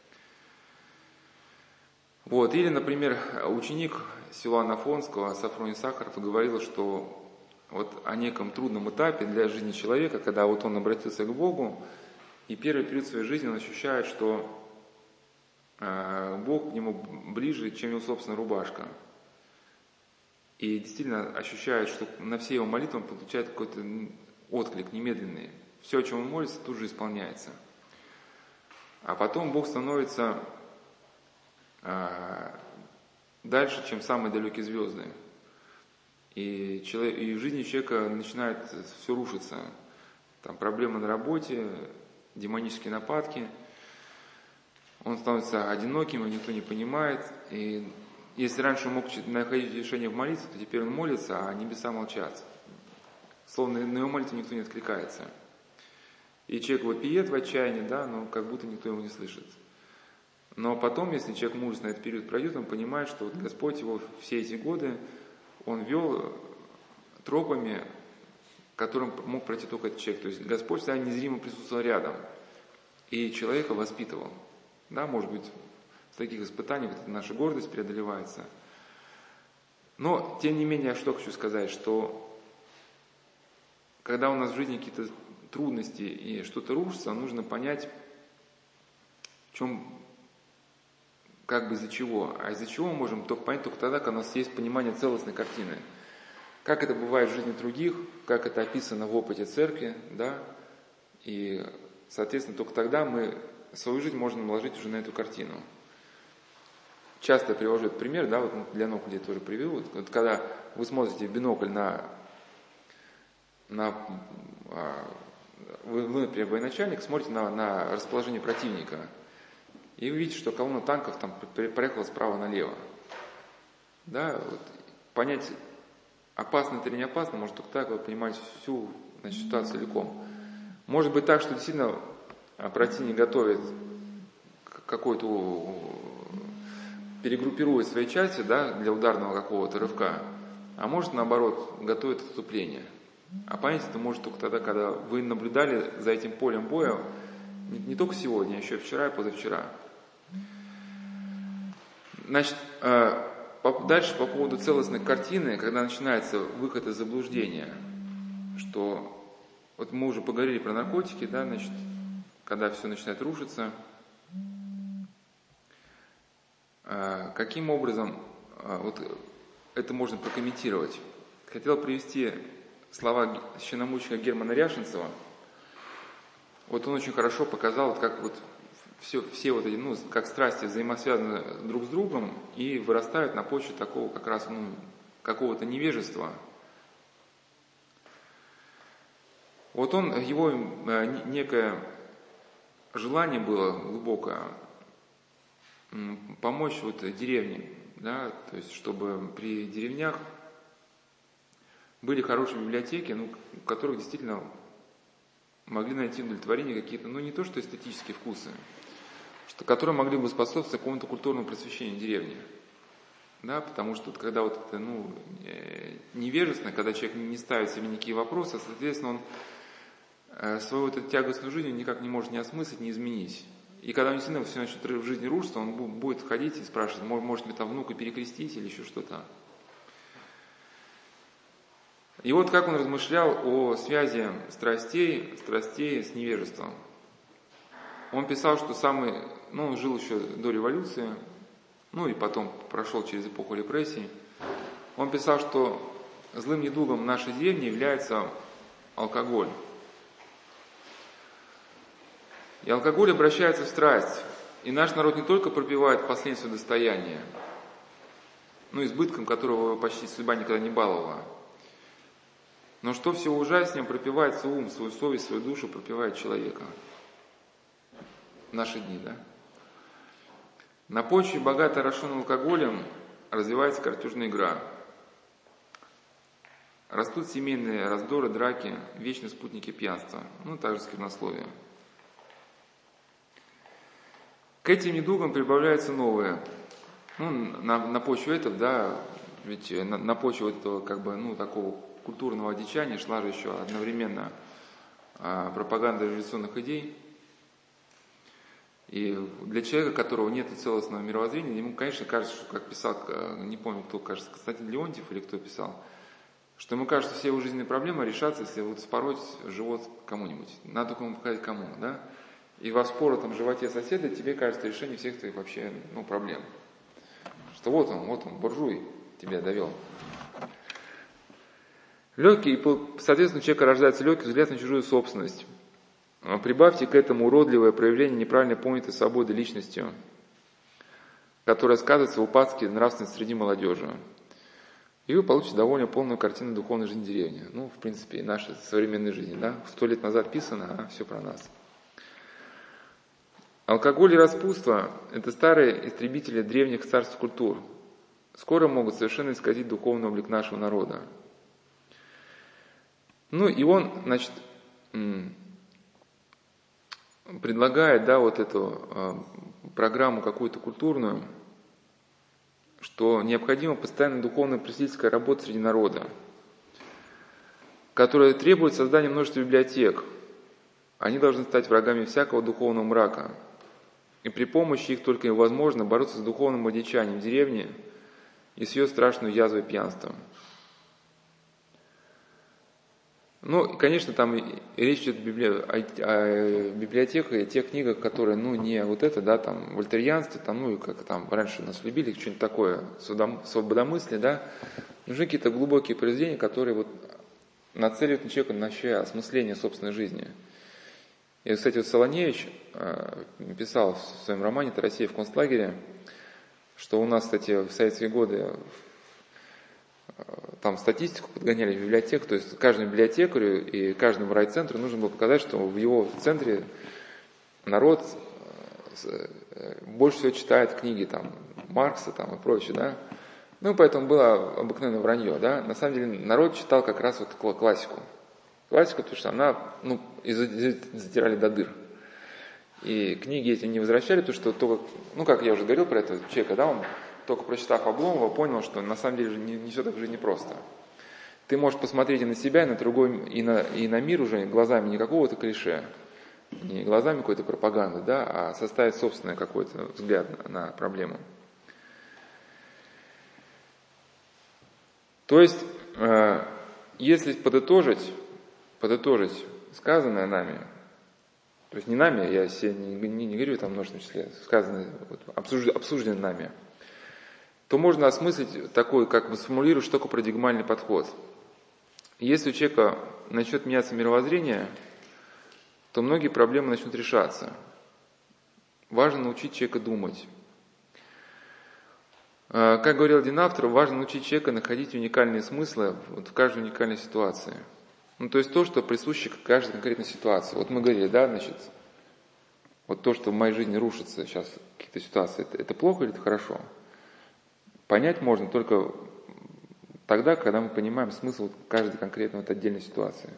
Вот. Или, например, ученик Силуана Афонского, Сафроний Сахаров, говорил, что вот о неком трудном этапе для жизни человека, когда вот он обратился к Богу, и первый период своей жизни он ощущает, что Бог к нему ближе, чем его собственная рубашка. И действительно ощущает, что на все его молитвы он получает какой-то отклик немедленный. Все, о чем он молится, тут же исполняется. А потом Бог становится дальше, чем самые далекие звезды. И, человек, и в жизни человека начинает все рушиться. Там проблемы на работе, демонические нападки. Он становится одиноким, его никто не понимает. И если раньше он мог находить решение в молитве, то теперь он молится, а небеса молчат. Словно на его молитву никто не откликается. И человек вопиет в отчаянии, да, но как будто никто его не слышит. Но потом, если человек мужественно этот период пройдет, он понимает, что вот Господь его все эти годы, он вел тропами, которым мог пройти только этот человек. То есть Господь всегда незримо присутствовал рядом и человека воспитывал. Да, может быть, в таких испытаниях вот наша гордость преодолевается. Но, тем не менее, я что хочу сказать, что когда у нас в жизни какие-то трудности и что-то рушится, нужно понять, в чем как бы из-за чего. А из-за чего мы можем только понять только тогда, когда у нас есть понимание целостной картины. Как это бывает в жизни других, как это описано в опыте церкви, да, и, соответственно, только тогда мы свою жизнь можем наложить уже на эту картину. Часто я привожу этот пример, да, вот для ног я тоже приведу. Вот, вот когда вы смотрите в бинокль на, на вы, вы, например, военачальник, смотрите на, на расположение противника, и вы видите, что колонна танков там проехала справа налево. Да, вот, понять, опасно это или не опасно, может только так, вы понимаете всю, значит, ситуацию целиком. Может быть так, что действительно противник готовит какой-то, перегруппирует свои части, да, для ударного какого-то рывка, а может, наоборот, готовит отступление. А понять это может только тогда, когда вы наблюдали за этим полем боя не, не только сегодня, а еще и вчера и позавчера. Значит, дальше по поводу целостной картины, когда начинается выход из заблуждения, что вот мы уже поговорили про наркотики, да, значит, когда все начинает рушиться, каким образом вот это можно прокомментировать? Хотел привести слова священномученика Германа Ряшенцева. Вот он очень хорошо показал, как вот все, все вот эти, ну, как страсти взаимосвязаны друг с другом и вырастают на почве такого как раз, ну, какого-то невежества. Вот он, его некое желание было глубокое помочь вот деревне, да, то есть чтобы при деревнях были хорошие библиотеки, ну, в которых действительно могли найти удовлетворение какие-то, ну не то что эстетические вкусы, что, которые могли бы способствовать какому-то культурному просвещению деревни. Да, потому что когда вот это, ну, невежественно, когда человек не ставит себе никакие вопросы, соответственно, он свою вот эту тягостную жизнь никак не может ни осмыслить, ни изменить. И когда он действительно все начнет в жизни рушиться, он будет ходить и спрашивать, может мне там внука перекрестить или еще что-то. И вот как он размышлял о связи страстей, страстей с невежеством. Он писал, что самый, ну, он жил еще до революции, ну и потом прошел через эпоху репрессий. Он писал, что злым недугом нашей деревни является алкоголь. И алкоголь обращается в страсть. И наш народ не только пропивает последнее свое достояние, ну, избытком которого почти судьба никогда не баловала, но что всего ужаснее, пропивает свой ум, свою совесть, свою душу, пропивает человека. В наши дни, да? На почве, богато орошенной алкоголем, развивается картежная игра. Растут семейные раздоры, драки, вечные спутники пьянства, ну, также сквернословие. К этим недугам прибавляются новые. Ну, на, на почве этого, да, ведь на, на почве этого, как бы, ну, такого культурного одичания шла же еще одновременно а, пропаганда революционных идей. И для человека, у которого нет целостного мировоззрения, ему, конечно, кажется, что, как писал, не помню, кто, кажется, Константин Леонтьев или кто писал, что ему кажется, все его жизненные проблемы решатся, если вот спороть живот кому-нибудь. Надо только ему показать кому, да? И во вспоротом животе соседа тебе кажется решение всех твоих вообще, ну, проблем. Что вот он, вот он, буржуй тебя довел. Легкий, соответственно, у человека рождается легкий взгляд на чужую собственность. Прибавьте к этому уродливое проявление неправильно понятой свободы личностью, которая сказывается в упадке нравственности среди молодежи. И вы получите довольно полную картину духовной жизни деревни. Ну, в принципе, и нашей современной жизни, да? Сто лет назад писано, а все про нас. Алкоголь и распутство – это старые истребители древних царств культур. Скоро могут совершенно исказить духовный облик нашего народа. Ну, и он, значит, предлагает, да, вот эту э, программу какую-то культурную, что необходима постоянная духовная просветительская работа среди народа, которая требует создания множества библиотек. Они должны стать врагами всякого духовного мрака. И при помощи их только и возможно бороться с духовным одичанием деревни и с ее страшной язвой пьянства. Ну, конечно, там и речь идет о, библи... о библиотеках и тех книгах, которые, ну, не вот это, да, там, вольтерианство, там, ну, и как там раньше нас любили, что-нибудь такое, свободомыслие, да. Нужны какие-то глубокие произведения, которые вот нацеливают на человека на вообще осмысление собственной жизни. И, кстати, вот Солоневич э, писал в своем романе «Россия в концлагере», что у нас, кстати, в советские годы э, там статистику подгоняли в библиотеку, то есть каждому библиотекарю и каждому райцентру нужно было показать, что в его центре народ э, больше всего читает книги там, Маркса там, и прочее, да. Ну, поэтому было обыкновенное вранье, да. На самом деле народ читал как раз вот классику. Классику, потому что она, ну, затирали до дыр. И книги эти не возвращали, потому что только, ну, как я уже говорил про этого человека, да, он только прочитав Обломова, понял, что на самом деле не, не все так в жизни просто. Ты можешь посмотреть и на себя, и на другой, и на, и на мир уже глазами не какого-то клише, не глазами какой-то пропаганды, да, а составить собственный какой-то взгляд на, на проблему. То есть, э, если подытожить, подытожить сказанное нами, то есть не нами, я себе не, не, не говорю там в множественном числе, сказанное, вот, обсужденное, обсужденное нами, то можно осмыслить такой, как бы сформулировать, что такое парадигмальный подход. Если у человека начнет меняться мировоззрение, то многие проблемы начнут решаться. Важно научить человека думать. Как говорил один автор, важно научить человека находить уникальные смыслы вот в каждой уникальной ситуации. Ну, то есть то, что присуще каждой конкретной ситуации. Вот мы говорили, да, значит, вот то, что в моей жизни рушится сейчас, какие-то ситуации, это, это плохо или это хорошо? Понять можно только тогда, когда мы понимаем смысл каждой конкретной вот отдельной ситуации.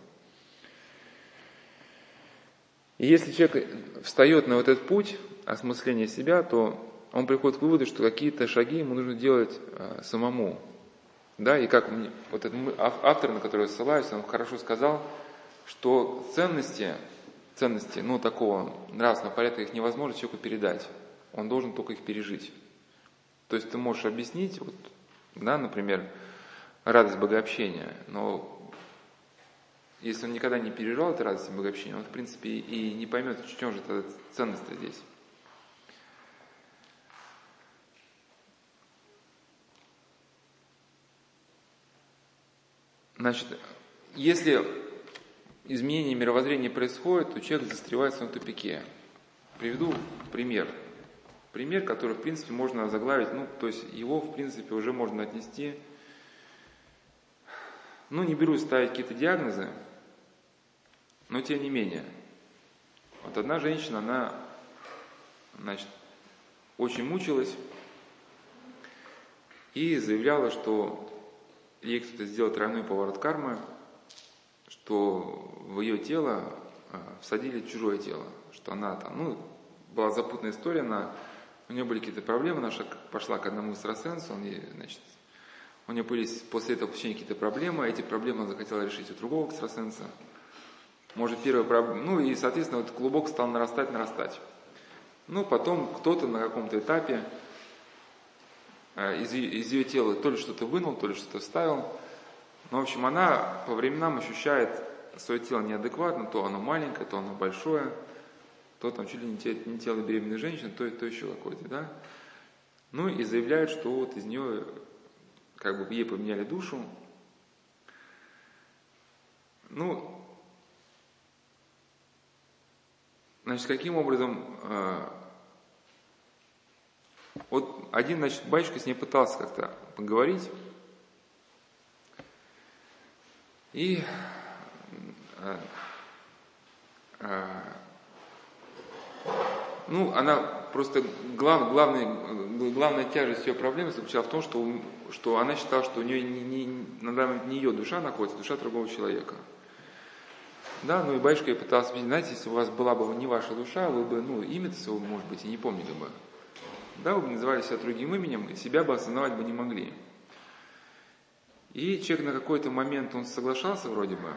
И если человек встает на вот этот путь осмысления себя, то он приходит к выводу, что какие-то шаги ему нужно делать э, самому. Да, и как мне, вот этот автор, на который я ссылаюсь, он хорошо сказал, что ценности, ценности, ну, такого нравственного порядка, их невозможно человеку передать. Он должен только их пережить. То есть ты можешь объяснить, вот, да, например, радость богообщения, но если он никогда не пережил эту радость богообщения, он, в принципе, и не поймет, в чем же эта ценность здесь. Значит, если изменение мировоззрения происходит, то человек застревает в своем тупике. Приведу пример. Пример, который, в принципе, можно заглавить, ну, то есть его, в принципе, уже можно отнести, ну, не берусь ставить какие-то диагнозы, но тем не менее. Вот одна женщина, она, значит, очень мучилась и заявляла, что ей кто-то сделал тройной поворот кармы, что в ее тело всадили чужое тело, что она там, ну, была запутанная история, она, у нее были какие-то проблемы, она пошла к одному экстрасенсу, он ей, значит, у нее появились после этого посещения какие-то проблемы, а эти проблемы она захотела решить у другого экстрасенса. Может, первая проблема, ну и, соответственно, вот клубок стал нарастать, нарастать. Ну, потом кто-то на каком-то этапе Из, из ее тела то ли что-то вынул, то ли что-то вставил. Но, в общем, она по временам ощущает свое тело неадекватно, то оно маленькое, то оно большое, то там чуть ли не, те, не тело беременной женщины, то, то еще какое-то, да. Ну и заявляет, что вот из нее, как бы ей поменяли душу. Ну, значит, каким образом... Вот один, значит, батюшка с ней пытался как-то поговорить. И э, э, ну, она просто глав, главный, главная тяжесть ее проблемы заключалась в том, что, что она считала, что у нее не, не, на данный момент не ее душа находится, душа другого человека. Да, ну и батюшка ей пытался объяснить, знаете, если у вас была бы не ваша душа, вы бы, ну, имя-то своего, может быть, и не помнили бы. Да, вы бы называли себя другим именем, и себя бы осознавать бы не могли. И человек на какой-то момент, он соглашался вроде бы,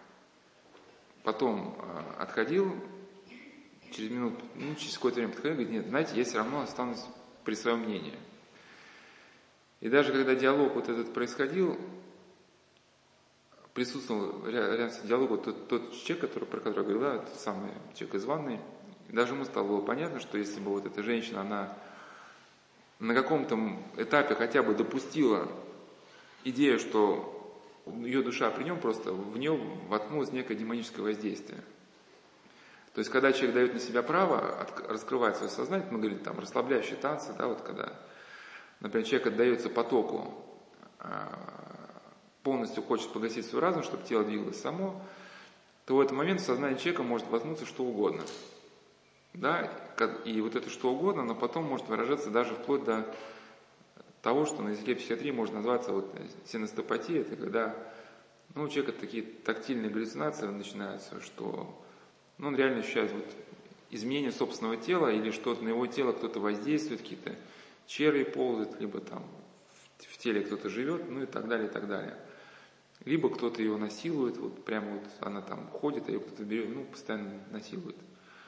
потом э, отходил, через минуту, ну, через какое-то время подходил, говорит, нет, знаете, я все равно останусь при своем мнении. И даже когда диалог вот этот происходил, присутствовал рядом с диалогом тот, тот человек, который, про который я говорил, да, тот самый человек из ванной. И даже ему стало было понятно, что если бы вот эта женщина, она на каком-то этапе хотя бы допустила идею, что ее душа при нем, просто в нее воткнулось некое демоническое воздействие. То есть, когда человек дает на себя право от, раскрывать свое сознание, мы говорим, там, расслабляющие танцы, да, вот когда, например, человек отдается потоку, полностью хочет погасить свой разум, чтобы тело двигалось само, то в этот момент в сознании человека может воткнуться что угодно. Да? И вот это что угодно, но потом может выражаться даже вплоть до того, что на языке психиатрии можно назваться вот синестопатия, это когда ну, у человека такие тактильные галлюцинации начинаются, что ну, он реально ощущает вот изменение собственного тела или что-то на его тело кто-то воздействует, какие-то черви ползают, либо там в теле кто-то живет, ну и так далее, и так далее. Либо кто-то ее насилует, вот прямо вот она там ходит, а ее кто-то берет, ну, постоянно насилует.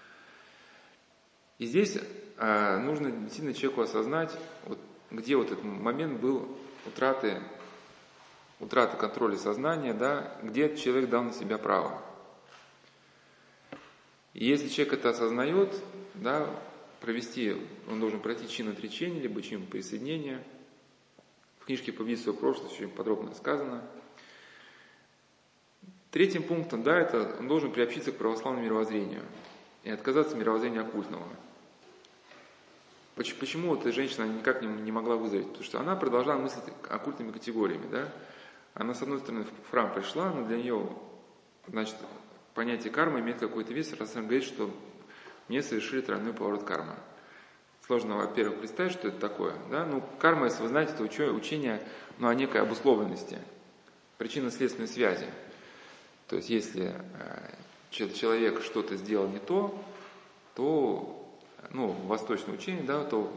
И здесь э, нужно действительно человеку осознать, вот, где вот этот момент был утраты, утраты контроля сознания, да, где человек дал на себя право. И если человек это осознает, да, провести, он должен пройти чин отречения, либо чин присоединения. В книжке «Победить свое прошлое» очень подробно сказано. Третьим пунктом, да, это он должен приобщиться к православному мировоззрению и отказаться от мировоззрения оккультного. Почему эта женщина никак не могла выздороветь? Потому что она продолжала мыслить оккультными категориями, да. Она, с одной стороны, в храм пришла, но для нее, значит, понятие кармы имеет какой-то вес, раз она говорит, что мне совершили тройной поворот кармы. Сложно, во-первых, представить, что это такое, да. Ну, карма, если вы знаете, это учение, ну, о некой обусловленности, причинно-следственной связи. То есть, если э, человек что-то сделал не то, то, ну, в восточном учении, да, то,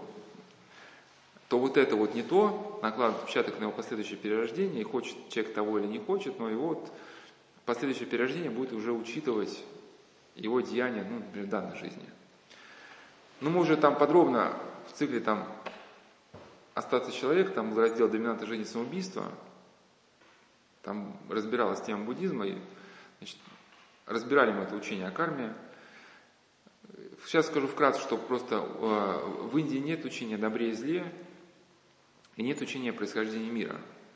то вот это вот не то накладывает отпечаток на его последующее перерождение, и хочет человек того или не хочет, но его вот последующее перерождение будет уже учитывать его деяния, ну, например, в данной жизни. Ну, мы уже там подробно в цикле там «Остаться человек», там был раздел «Доминанты жизни и самоубийства», там разбиралась тема буддизма, и, значит, разбирали мы это учение о карме. Сейчас скажу вкратце, что просто э, в Индии нет учения о добре и зле, и нет учения о происхождении мира.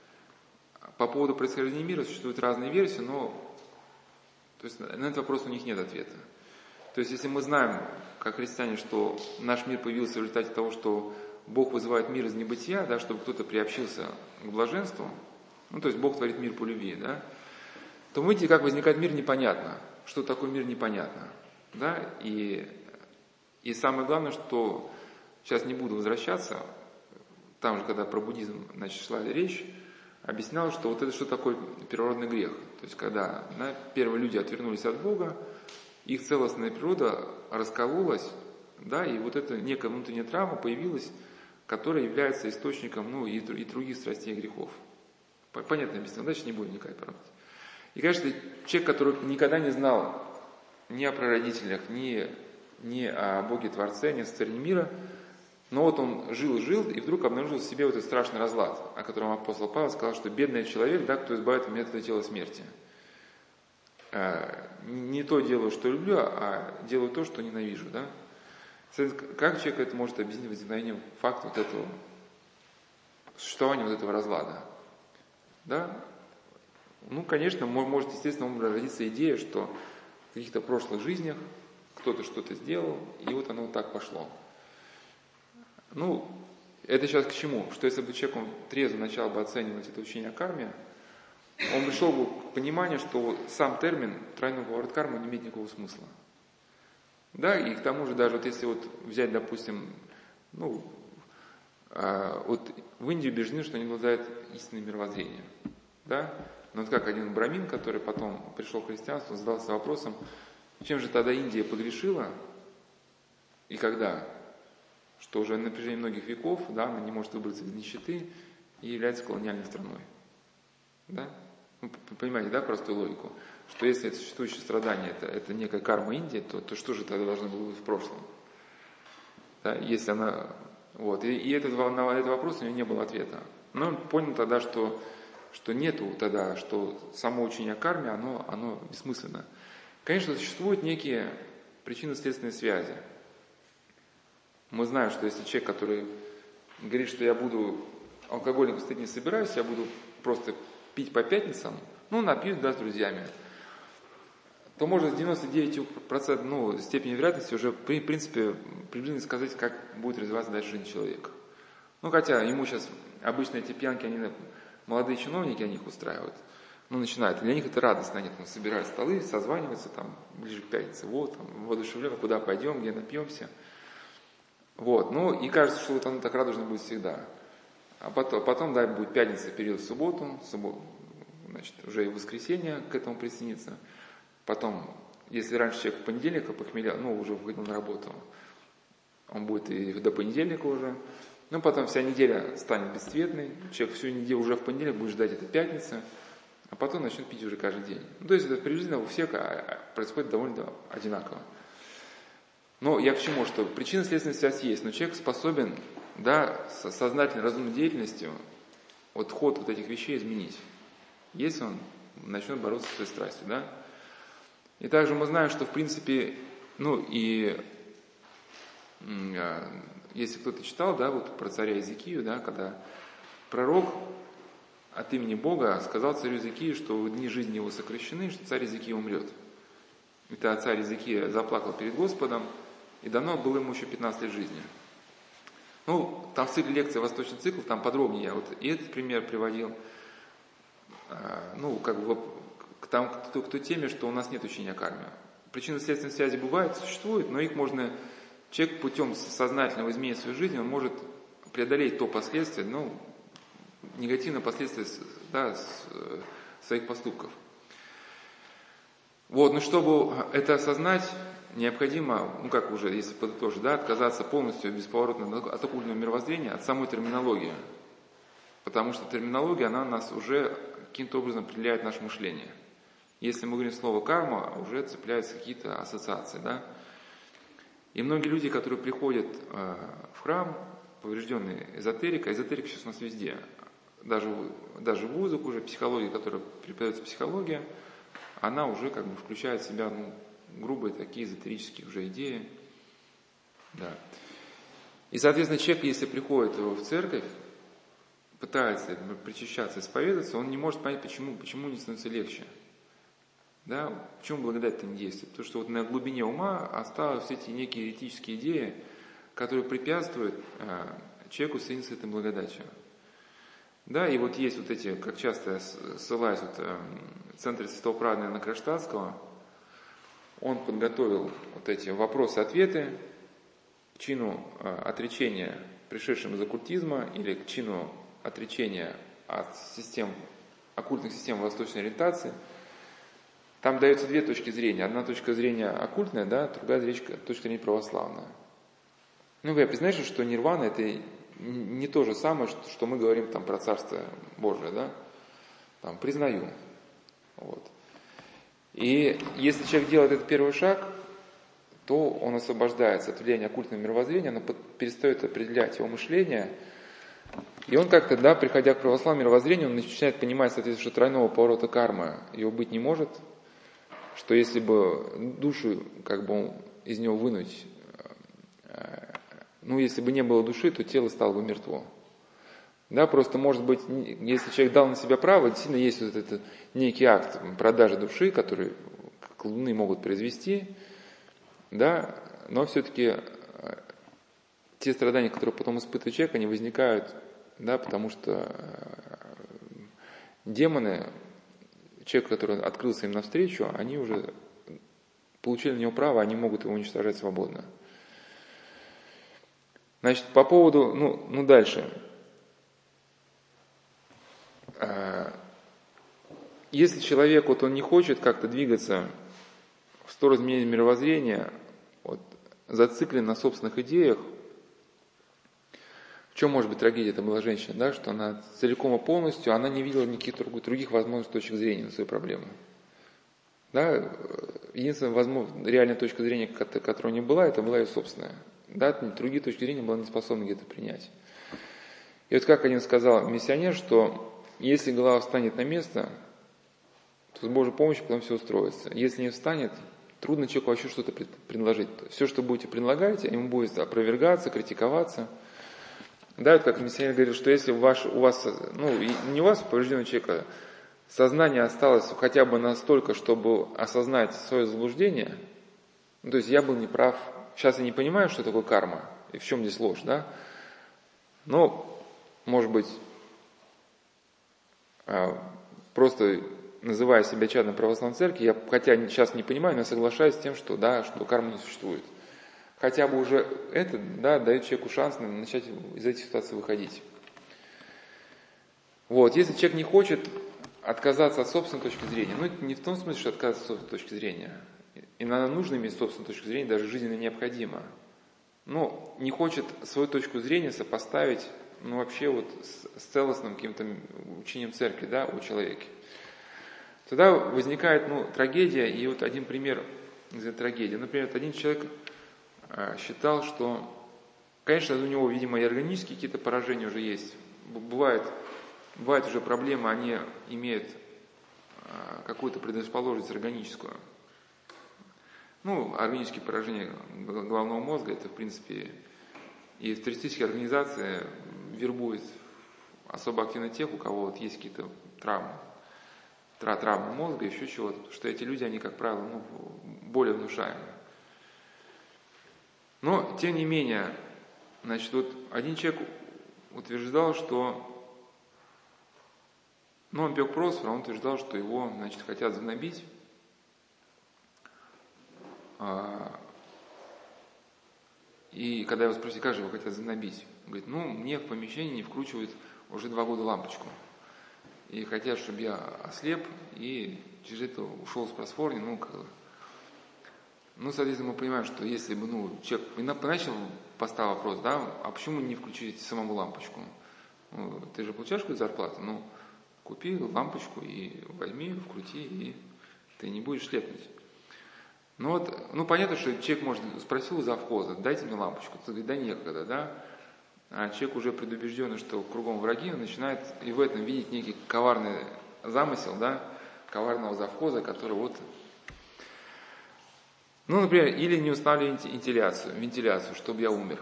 По поводу происхождения мира существуют разные версии, но то есть, на этот вопрос у них нет ответа. То есть, если мы знаем, как христиане, что наш мир появился в результате того, что Бог вызывает мир из небытия, да, чтобы кто-то приобщился к блаженству, ну, то есть Бог творит мир по любви, да, то мы видите, как возникает мир, непонятно. Что такое мир, непонятно. Да? И, и самое главное, что сейчас не буду возвращаться, там же, когда про буддизм, значит, шла речь, объяснял, что вот это что такое первородный грех. То есть, когда да, первые люди отвернулись от Бога, их целостная природа раскололась, да, и вот эта некая внутренняя травма появилась, которая является источником, ну, и, и других страстей и грехов. Понятно объяснил, дальше не будем никакой правды. И, конечно, человек, который никогда не знал ни о прародителях, ни, ни о Боге-творце, ни о сотворении мира, но вот он жил-жил, и вдруг обнаружил в себе вот этот страшный разлад, о котором апостол Павел сказал, что бедный человек, да, кто избавит меня от этого тела смерти. Не то делаю, что люблю, а делаю то, что ненавижу. Да? Как человек это может объяснить возникновением факта вот этого, существования вот этого разлада? Да? Ну, конечно, может, естественно, родиться идея, что в каких-то прошлых жизнях кто-то что-то сделал, и вот оно вот так пошло. Ну, это сейчас к чему? Что если бы человек он трезво начал бы оценивать это учение о карме, он пришел бы к пониманию, что сам термин «тройной поворот кармы» не имеет никакого смысла. Да, и к тому же даже вот если вот взять, допустим, ну, а, вот в Индии убеждены, что они обладают истинным мировоззрением. Да? Но вот как один брамин, который потом пришел к христианству, задался вопросом, чем же тогда Индия погрешила и когда? Что уже на протяжении многих веков, да, она не может выбраться из нищеты и является колониальной страной. Да? Вы понимаете, да, простую логику? Что если это существующее страдание, это, это некая карма Индии, то, то что же тогда должно было быть в прошлом? Да? Если она... Вот. И, и этот, на этот вопрос у нее не было ответа. Но он понял тогда, что что нету тогда, что само учение о карме, оно, оно бессмысленно. Конечно, существуют некие причинно-следственные связи. Мы знаем, что если человек, который говорит, что я буду алкоголиком стать не собираюсь, я буду просто пить по пятницам, ну, напьюсь, да, с друзьями, то можно с девяноста девятью процентов ну, степени вероятности уже, в принципе, приблизительно сказать, как будет развиваться дальше жизнь человека. Ну, хотя ему сейчас обычно эти пьянки, они молодые чиновники, они их устраивают. Ну, начинают. Для них это радостно. Они там собирают столы, созваниваются там ближе к пятнице. Вот, там, воодушевленно, куда пойдем, где напьемся. Вот. Ну, и кажется, что вот оно так радужно будет всегда. А потом, потом да, будет пятница, период в субботу, субботу, значит, уже и воскресенье к этому присоединится. Потом, если раньше человек в понедельник похмелял, ну, уже выходил на работу, он будет и до понедельника уже. Ну, потом вся неделя станет бесцветной, человек всю неделю уже в понедельник будет ждать этой пятницы, а потом начнет пить уже каждый день. Ну, то есть это приблизительно у всех происходит довольно одинаково. Но я к чему, что причинно-следственная связь есть, но человек способен, да, с сознательной, разумной деятельностью вот ход вот этих вещей изменить, если он начнет бороться со своей страстью, да. И также мы знаем, что в принципе, ну и если кто-то читал, да, вот про царя Иезекию, да, когда пророк от имени Бога сказал царю Иезекию, что дни жизни его сокращены, что царь Иезекия умрет. И тогда царь Иезекия заплакал перед Господом, и дано было ему еще пятнадцать лет жизни. Ну, там в цикле лекции «Восточный цикл», там подробнее я вот и этот пример приводил, ну, как бы к, там, к, к той теме, что у нас нет учения о карме. Причинно-следственные связи бывают, существуют, но их можно, человек путем сознательного изменения своей жизни, он может преодолеть то последствие, ну, негативное последствие, да, своих поступков. Вот, но чтобы это осознать, необходимо, ну как уже, если подытожить, да, отказаться полностью бесповоротно от оккультного мировоззрения, от самой терминологии. Потому что терминология, она нас уже каким-то образом определяет наше мышление. Если мы говорим слово карма, уже цепляются какие-то ассоциации, да. И многие люди, которые приходят э, в храм, поврежденные эзотерикой, эзотерика сейчас у нас везде, даже, даже в вузах уже, психология, которая преподается психология, она уже как бы включает в себя, ну, грубые такие эзотерические уже идеи. Да. И, соответственно, человек, если приходит в церковь, пытается причащаться, исповедаться, он не может понять, почему, почему не становится легче. Да? Почему благодать-то не действует? Потому что вот на глубине ума остались все эти некие еретические идеи, которые препятствуют э, человеку соединиться с этой благодатью. Да, и вот есть вот эти, как часто я ссылаюсь, вот, э, в центре Святого Праведного на Кронштадтского, он подготовил вот эти вопросы-ответы к чину э, отречения, пришедшим из оккультизма, или к чину отречения от систем, оккультных систем восточной ориентации. Там даются две точки зрения. Одна точка зрения оккультная, да, другая точка зрения православная. Ну, вы признаете, что нирвана – это не то же самое, что, что мы говорим там про Царство Божие, да? Там, признаю. Вот. И если человек делает этот первый шаг, то он освобождается от влияния оккультного мировоззрения, оно перестает определять его мышление, и он как-то, да, приходя к православному мировоззрению, он начинает понимать, соответственно, что тройного поворота кармы его быть не может, что если бы душу, как бы, из него вынуть, ну, если бы не было души, то тело стало бы мертво. Да, просто, может быть, если человек дал на себя право, действительно есть вот этот некий акт продажи души, который колдуны могут произвести, да, но все-таки те страдания, которые потом испытывает человек, они возникают, да, потому что демоны, человек, который открылся им навстречу, они уже получили на него право, они могут его уничтожать свободно. Значит, по поводу, ну, ну дальше. Если человек, вот он не хочет как-то двигаться в сторону изменения мировоззрения, вот, зациклен на собственных идеях, в чем может быть трагедия? Это была женщина, да, что она целиком и полностью, она не видела никаких других возможных точек зрения на свою проблему. Да, единственная возможная, реальная точка зрения, которая не была, это была ее собственная. Да, другие точки зрения была не способна где-то принять. И вот как один сказал миссионер, что Если голова встанет на место, то с Божьей помощью потом все устроится. Если не встанет, трудно человеку вообще что-то предложить. Все, что будете предлагать, ему будет опровергаться, критиковаться. Да, вот как миссионер говорит, что если ваш, у вас, ну, не у вас, поврежденного человека, сознание осталось хотя бы настолько, чтобы осознать свое заблуждение, ну, то есть я был неправ, сейчас я не понимаю, что такое карма, и в чем здесь ложь, да, но, может быть, просто называя себя чадом православной церкви, я хотя сейчас не понимаю, но я соглашаюсь с тем, что да, что карма не существует. Хотя бы уже это, да, дает человеку шанс начать из этих ситуаций выходить. Вот, если человек не хочет отказаться от собственной точки зрения, ну, это не в том смысле, что отказаться от собственной точки зрения. Иногда нужно иметь собственную точку зрения, даже жизненно необходимо. Но не хочет свою точку зрения сопоставить, ну, вообще вот с, с целостным каким-то учением церкви, да, у человека. Тогда возникает, ну, трагедия, и вот один пример из этой трагедии. Например, вот один человек считал, что, конечно, у него, видимо, и органические какие-то поражения уже есть. Бывает, бывают уже проблемы, они имеют какую-то предрасположенность органическую. Ну, органические поражения головного мозга, это, в принципе, и в туристические организации вербуют особо активно тех, у кого вот есть какие-то травмы, травмы мозга, еще чего-то, потому что эти люди, они, как правило, ну, более внушаемые. Но, тем не менее, значит, вот один человек утверждал, что, ну, он пек просфор, он утверждал, что его, значит, хотят загнобить. И когда его спросили, как же его хотят загнобить, он говорит, ну, мне в помещении не вкручивают уже два года лампочку. И хотят, чтобы я ослеп и через это ушел с просфорни, ну, как бы. Ну, соответственно, мы понимаем, что если бы, ну, человек поначалу поставил вопрос, да, а почему не включить самому лампочку? Ну, ты же получаешь какую-то зарплату, ну, купи лампочку и возьми, вкрути, и ты не будешь слепнуть. Ну, вот, ну, понятно, что человек, может, спросил у завхоза, дайте мне лампочку, ты говорит, да некогда, да, а человек уже предубежденный, что кругом враги, он начинает и в этом видеть некий коварный замысел, да, коварного завхоза, который вот. Ну, например, или не устанавливали вентиляцию, вентиляцию, чтобы я умер.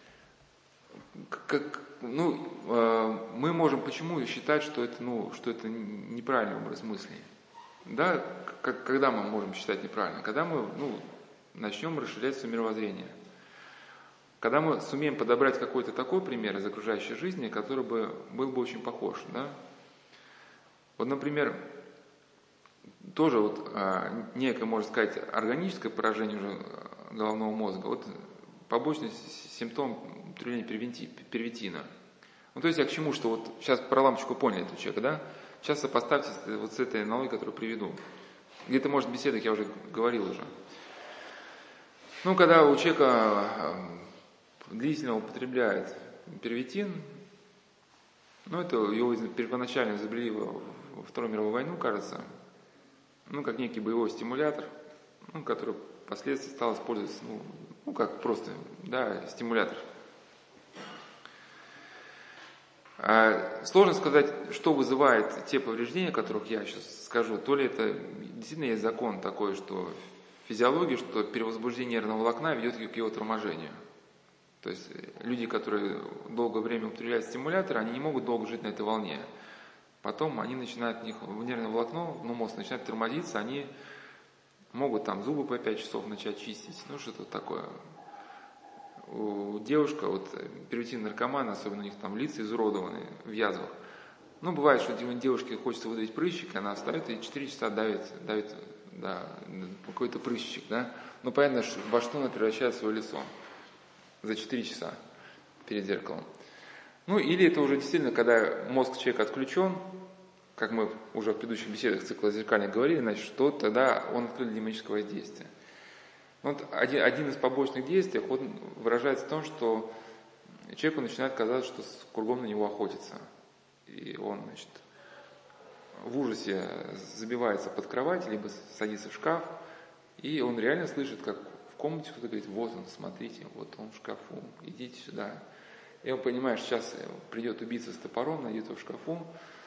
Как, ну, э, мы можем почему считать, что это, ну, что это неправильный образ мыслей? Да, как, когда мы можем считать неправильно? Когда мы, ну, начнем расширять свое мировоззрение. Когда мы сумеем подобрать какой-то такой пример из окружающей жизни, который бы был бы очень похож, да? Вот, например, тоже вот а, некое, можно сказать, органическое поражение уже головного мозга, вот побочный симптом тревеления первитина. Ну, то есть я к чему, что вот сейчас про лампочку поняли этого человека, да? Сейчас сопоставьте вот с этой аналогией, которую приведу. Где-то, может, в беседах я уже говорил уже. Ну, когда у человека длительно употребляет первитин, ну, это его первоначально изобрели во Вторую мировую войну, кажется, ну, как некий боевой стимулятор, ну, который впоследствии стал использоваться, ну, ну, как просто, да, стимулятор. А сложно сказать, что вызывает те повреждения, о которых я сейчас скажу. То ли это действительно есть закон такой, что в физиологии, что перевозбуждение нервного волокна ведет к его торможению. То есть люди, которые долгое время употребляют стимуляторы, они не могут долго жить на этой волне. Потом они начинают, у них в нервное волокно, ну, мозг начинает тормозиться, они могут там зубы по пять часов начать чистить, ну, что-то такое. У девушка, вот первитин наркоман, особенно у них там лица изуродованы в язвах. Ну, бывает, что девушке хочется выдавить прыщик, она встает и четыре часа давит, давит, да, какой-то прыщик, да. Ну, понятно, во что она превращает свое лицо за четыре часа перед зеркалом. Ну, или это уже действительно, когда мозг человека отключен, как мы уже в предыдущих беседах цикла зеркальных говорили, значит, что тогда он открыт для демонического воздействия. Вот один, один из побочных действий, он выражается в том, что человеку начинает казаться, что кругом на него охотится. И он, значит, в ужасе забивается под кровать, либо садится в шкаф, и он реально слышит, как в комнате кто-то говорит, вот он, смотрите, вот он в шкафу, идите сюда. И он понимает, что сейчас придет убийца с топором, найдет его в шкафу,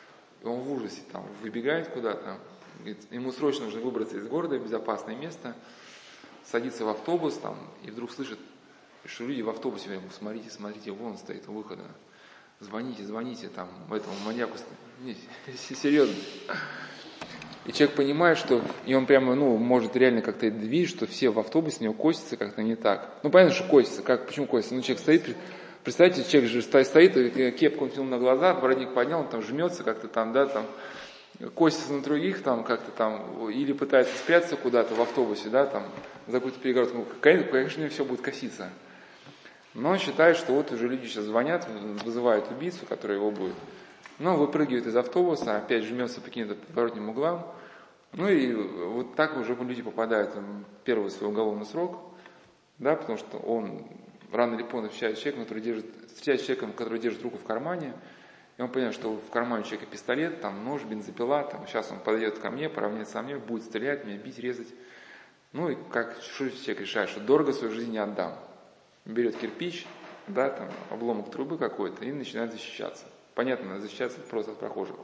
И он в ужасе там выбегает куда-то, говорит, ему срочно нужно выбраться из города в безопасное место, садится в автобус там, и вдруг слышит, что люди в автобусе говорят, смотрите, смотрите, вон стоит у выхода, звоните, звоните там этому маньяку. Не, серьезно. И человек понимает, что, и он прямо, ну, может реально как-то видеть, что все в автобусе на него косятся как-то не так. Ну, понятно, что косятся, как, почему косятся? Ну, человек стоит, представьте, человек же стоит, кепку натянул на глаза, воротник поднял, он там жмется как-то там, да, там, косится на других, там, как-то там, или пытается спрятаться куда-то в автобусе, да, там, за какую-то перегородку. Ну, конечно, конечно, у него все будет коситься. Но он считает, что вот уже люди сейчас звонят, вызывают убийцу, который его будет. Но выпрыгивает из автобуса, опять жмется по каким-то поворотным углам. Ну и вот так уже люди попадают в первый свой уголовный срок, да, потому что он рано или поздно встречается с человеком, который держит, встречается с человеком, который держит руку в кармане, и он понимает, что в кармане у человека пистолет, там нож, бензопила, там сейчас он подойдет ко мне, поравняется со мной, будет стрелять, меня бить, резать. Ну и как, что человек решает, что дорого свою жизнь не отдам. Берет кирпич, да, там, обломок трубы какой-то и начинает защищаться. Понятно, защищаться просто от прохожих.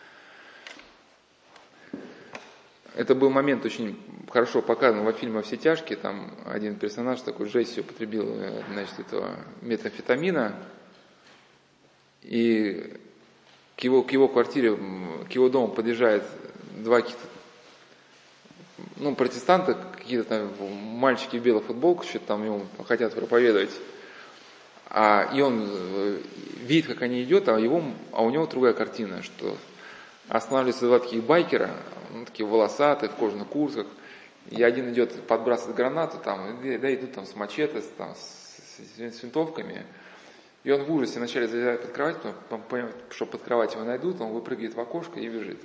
Это был момент очень хорошо показан во фильме «Во все тяжкие». Там один персонаж такой Джесси употребил, значит, этого метамфетамина. И к его, к его квартире, к его дому подъезжает два каких-то, ну, протестанта, какие-то там мальчики в белых футболках, что-то там ему хотят проповедовать. А, и он видит, как они идут, а, его, а у него другая картина, что останавливаются два таких байкера, ну, такие волосатые, в кожаных куртках, и один идет подбрасывать гранату, там, и, да, идут там с мачете, там, с, с, с винтовками, и он в ужасе вначале залезает под кровать, потом понимает, что под кровать его найдут, он выпрыгивает в окошко и бежит.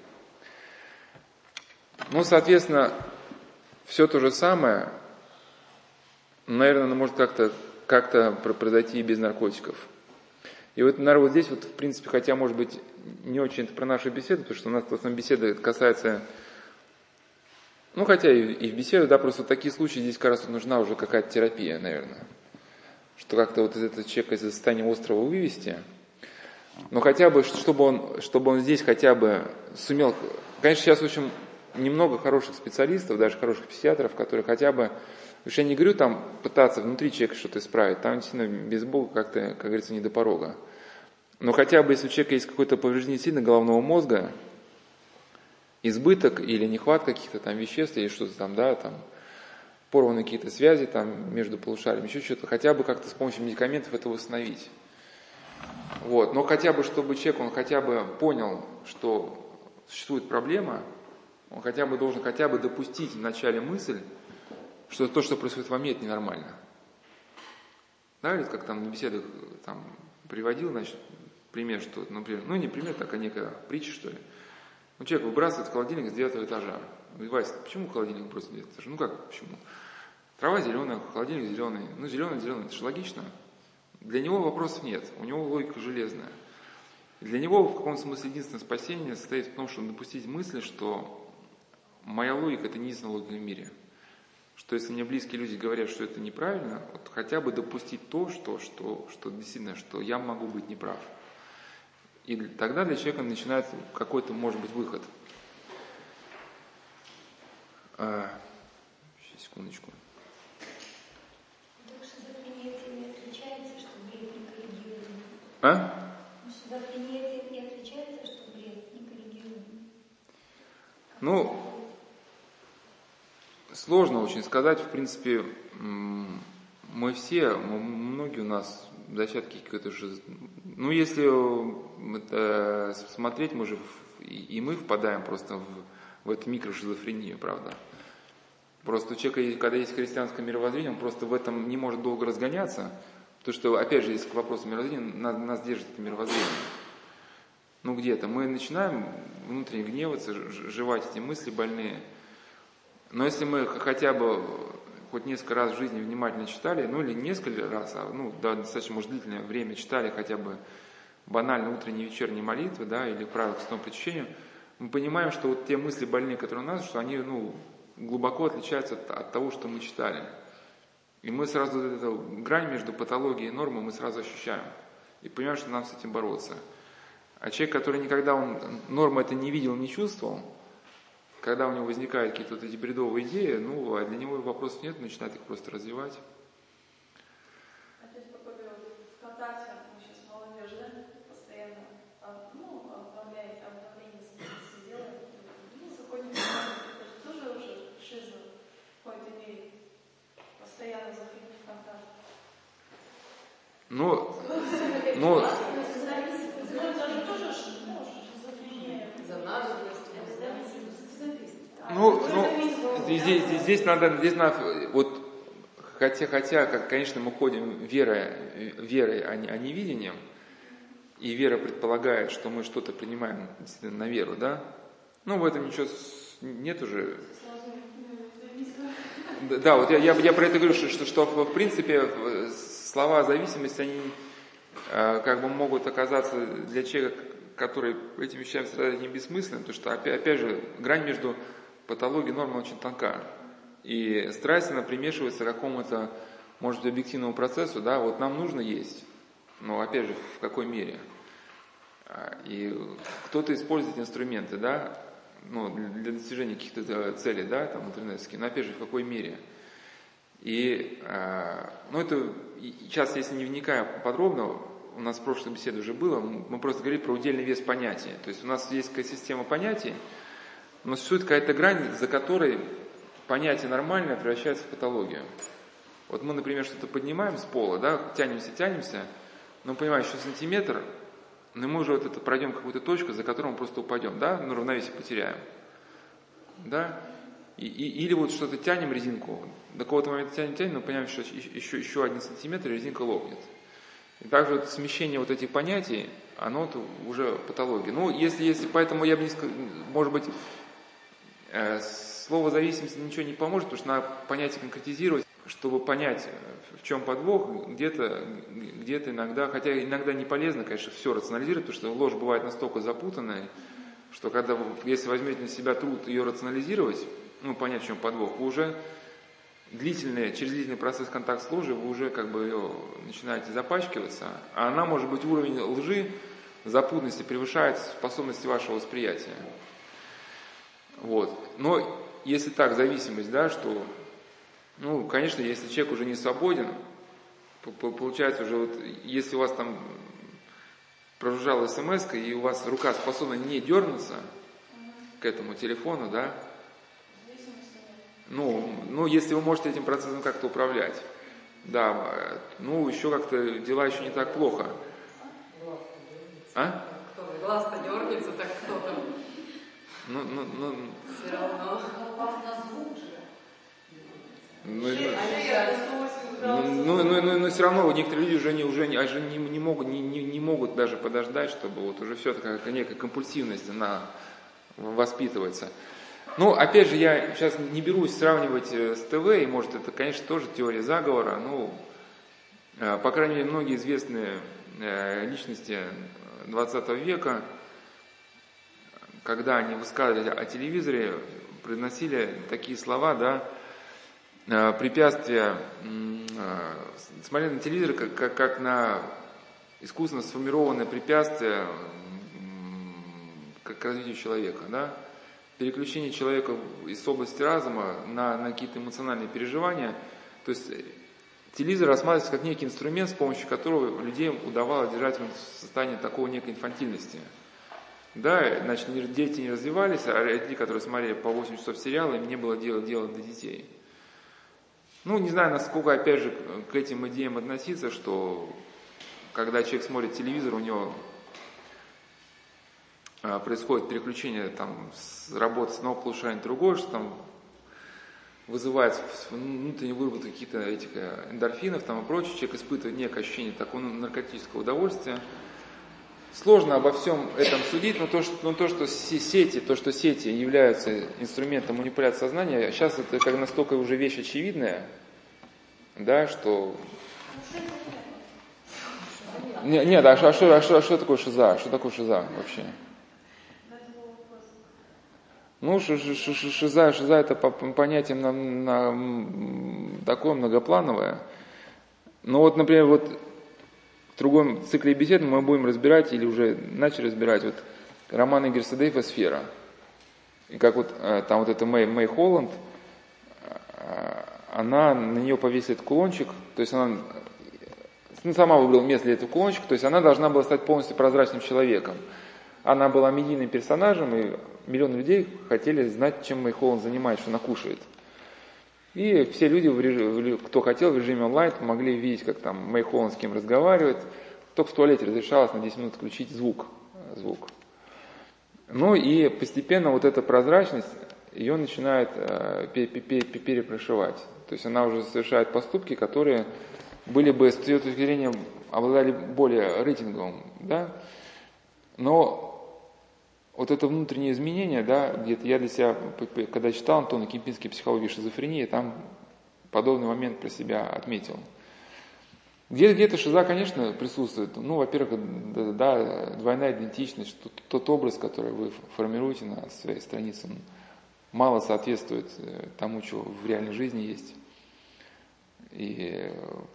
Ну, соответственно, все то же самое, наверное, может как-то как-то произойти и без наркотиков. И вот, наверное, вот здесь вот, в принципе, хотя, может быть, не очень это про нашу беседу, потому что у нас в основном беседа касается, ну, хотя и, и в беседу, да, просто в такие случаи здесь, как раз, нужна уже какая-то терапия, наверное. Что как-то вот этот человек из состояния острова вывести. Но хотя бы, чтобы он, чтобы он здесь хотя бы сумел... Конечно, сейчас, в общем, немного хороших специалистов, даже хороших психиатров, которые хотя бы... Потому что я не говорю там пытаться внутри человека что-то исправить, там действительно без Бога как-то, как говорится, не до порога. Но хотя бы если у человека есть какое-то повреждение сильно головного мозга, избыток или нехватка каких-то там веществ или что-то там, да, там, порваны какие-то связи там между полушариями, еще что-то, хотя бы как-то с помощью медикаментов это восстановить. Вот. Но хотя бы, чтобы человек, он хотя бы понял, что существует проблема, он хотя бы должен хотя бы допустить вначале мысль, что то, что происходит во мне, это ненормально. Да, или как там на беседах там, приводил, значит, пример, что, например, ну не пример, так, а некая притча, что ли. Ну, человек выбрасывает холодильник с девятого этажа. Говорит, Вася, почему холодильник бросил с девятого этажа? Ну как, почему? Трава зеленая, холодильник зеленый. Ну, зеленый, зеленый, это же логично. Для него вопросов нет, у него логика железная. И для него в каком-то смысле единственное спасение состоит в том, чтобы допустить мысль, что моя логика – это не единственная логика в мире. Что если мне близкие люди говорят, что это неправильно, вот хотя бы допустить то, что, что, что действительно, что я могу быть неправ. И тогда для человека начинается какой-то, может быть, выход. А, сейчас, секундочку. Шизофрения этим не отличается, что бред не коррегируемый. А? Шизофрения этим не отличается, что бред не коррегируемый. Ну, сложно очень сказать. В принципе, мы все, мы, многие у нас зачатки какой-то же... Ну, если это смотреть, мы же и мы впадаем просто в, в эту микрошизофрению, правда. Просто у человека, когда есть христианское мировоззрение, он просто в этом не может долго разгоняться, потому что, опять же, если к вопросу мировоззрения, нас, нас держит это мировоззрение. Ну, где-то мы начинаем внутренне гневаться, жевать эти мысли больные. Но если мы хотя бы хоть несколько раз в жизни внимательно читали, ну или несколько раз, а, ну, да, достаточно, может, длительное время читали хотя бы банально утренние и вечерние молитвы, да, или правила к святому причащению, мы понимаем, что вот те мысли больные, которые у нас, что они, ну, глубоко отличаются от, от того, что мы читали. И мы сразу эту грань между патологией и нормой мы сразу ощущаем. И понимаем, что нам с этим бороться. А человек, который никогда он нормы это не видел, не чувствовал, когда у него возникают какие-то вот эти бредовые идеи, ну, а для него вопросов нет, начинает их просто развивать. Опять попали в ВКонтакте, мы сейчас молодежь, да, постоянно, ну, обновляет, обновление с делаем. Ну, заходим в ВКонтакте, это же тоже уже шиза в какой-то мере. Постоянно заходим в ВКонтакте. Ну, ну, ну, ну здесь, здесь, здесь надо, здесь надо, вот, хотя, хотя, как, конечно, мы ходим верой, верой, а не, а не видением, и вера предполагает, что мы что-то принимаем на веру, да? Ну, в этом ничего нет уже. Да, вот я, я, я про это говорю, что, что, что в принципе слова зависимости, они э, как бы могут оказаться для человека, который этими вещами страдает, не бессмысленным, потому что, опять, опять же, грань между патологией и нормой очень тонка. И страсть, она примешивается к какому-то, может быть, объективному процессу, да, вот нам нужно есть, но, опять же, в какой мере. И кто-то использует инструменты, да, ну, для достижения каких-то целей, да, там, интернетских, но, опять же, в какой мере. И, ну, это, сейчас, если не вникая подробно, у нас в прошлой беседе уже было, мы просто говорили про удельный вес понятия. То есть у нас есть какая-то система понятий, но существует какая-то грань, за которой понятие нормальное превращается в патологию. Вот мы, например, что-то поднимаем с пола, да, тянемся, тянемся, но понимаем, еще сантиметр, но мы уже вот это пройдем какую-то точку, за которую мы просто упадем, да, ну, равновесие потеряем, да, и, и, или вот что-то тянем резинку, до какого-то момента тянем, тянем, но понимаем, что еще, еще один сантиметр, и резинка лопнет. И также вот смещение вот этих понятий, оно -то уже патология. Ну, если, если, поэтому я бы не сказал, может быть, э, слово зависимость ничего не поможет, потому что надо понятие конкретизировать, чтобы понять, в чем подвох, где-то, где-то иногда, хотя иногда не полезно, конечно, все рационализировать, потому что ложь бывает настолько запутанная, что когда, если возьмете на себя труд ее рационализировать, ну, понять, в чем подвох, вы уже длительный, через длительный процесс контакта с ложью, вы уже как бы ее начинаете запачкиваться, а она, может быть, уровень лжи, запутанности превышает способности вашего восприятия. Вот. Но если так, зависимость, да, что, ну, конечно, если человек уже не свободен, получается уже, вот, если у вас там прожужжала смс-ка, и у вас рука способна не дернуться к этому телефону, да, ну, ну, если вы можете этим процессом как-то управлять, да, ну, еще как-то дела еще не так плохо. А? Кто-то глаз-то дернется, так кто-то. Ну, ну, ну. Все равно. Ну, ну, ну, ну, но все равно некоторые люди уже не, уже не, уже не, не, могут, не, не, не могут даже подождать, чтобы вот уже все такая некая компульсивность, она воспитывается. Ну, опять же, я сейчас не берусь сравнивать с ТВ, и может это, конечно, тоже теория заговора, ну, по крайней мере, многие известные личности двадцатого века, когда они высказывали о телевизоре, произносили такие слова, да, препятствия, смотрели на телевизор как, как, как на искусственно сформированное препятствие к развитию человека, да, переключение человека из области разума на, на какие-то эмоциональные переживания. То есть телевизор рассматривается как некий инструмент, с помощью которого людей удавалось держать в состоянии такого некой инфантильности. Да, значит, дети не развивались, а родители, которые смотрели по восемь часов сериала, им не было дела делать до детей. Ну, не знаю, насколько, опять же, к этим идеям относиться, что когда человек смотрит телевизор, у него происходит переключение там, с работы с одного полушария на другое, что там вызывает внутренние выработки каких-то этих эндорфинов там, и прочее, человек испытывает некое ощущение такого наркотического удовольствия. Сложно обо всем этом судить, но то, что, но то, что сети, то, что сети являются инструментом манипуляции сознания, сейчас это как настолько уже вещь очевидная, да, что... Нет, нет, а что, а что, а что, а что такое шиза? Что такое шиза вообще? Ну, шиза, шиза это по понятиям на, на, такое многоплановое. Ну вот, например, вот в другом цикле бесед мы будем разбирать, или уже начали разбирать, вот роман Игоря Садеева «Сфера». И как вот там вот эта Мэй, Мэй Холланд, она, на нее повесили этот кулончик, то есть она ну, сама выбрала место для этого кулончика, то есть она должна была стать полностью прозрачным человеком. Она была медийным персонажем, и миллионы людей хотели знать, чем Мэй Холланд занимается, что она кушает. И все люди, в режим, кто хотел, в режиме онлайн могли видеть, как там Мэй Холланд с кем разговаривает. Только в туалете разрешалось на десять минут включить звук. звук. Ну и постепенно вот эта прозрачность, ее начинает э, перепрошивать. То есть она уже совершает поступки, которые были бы, с ее точки зрения, обладали более рейтинговым, да. Но вот это внутреннее изменение, да, где-то я для себя, когда читал Антона Кемпински «Психология шизофрении», там подобный момент про себя отметил. Где-то, где-то шиза, конечно, присутствует. Ну, во-первых, да, да, двойная идентичность, что тот образ, который вы формируете на своей странице, он мало соответствует тому, что в реальной жизни есть. И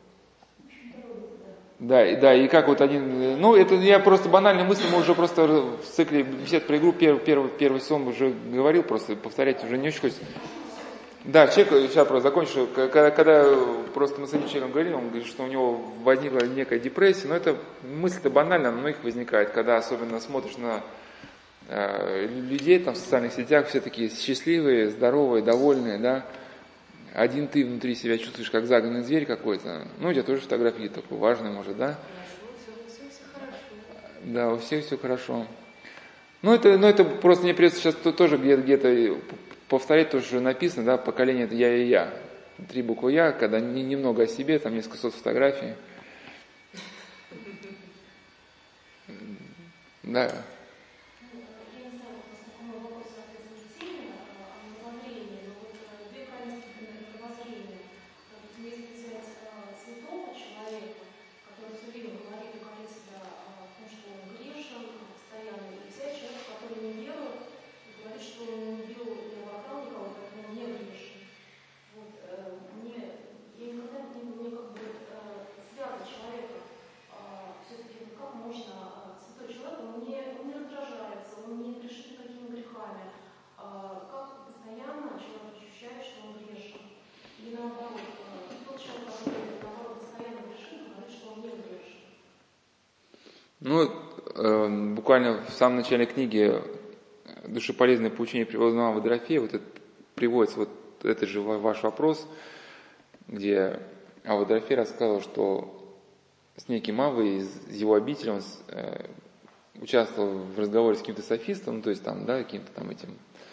да, и, да, и как вот один, ну, это я просто банальная мысль, мы уже просто в цикле бесед про игру первый, первый, первый сон уже говорил, просто повторять уже не очень хочется. Да, человек, сейчас просто закончу, когда, когда просто мы с этим человеком говорили, он говорит, что у него возникла некая депрессия, но это мысль-то банальная, но их возникает, когда особенно смотришь на э, людей там в социальных сетях, все такие счастливые, здоровые, довольные, да, один ты внутри себя чувствуешь, как загнанный зверь какой-то. Ну, у тебя тоже фотографии такой важный, может, да? Да, у всех все хорошо. Ну, это, ну, это просто мне придется сейчас тоже где-то, где-то повторять то, что написано, да, поколение это я и я. Три буквы я, когда не, немного о себе, там несколько сот фотографий. Да. Ну, э, буквально в самом начале книги «Душеполезное поучение преподобного Авва Дорофея» вот это, приводится вот этот же ваш вопрос, где Авва Дорофей рассказывал, что с неким Аввой из его обители он э, участвовал в разговоре с каким-то софистом, ну, то есть там, да, каким-то там этим,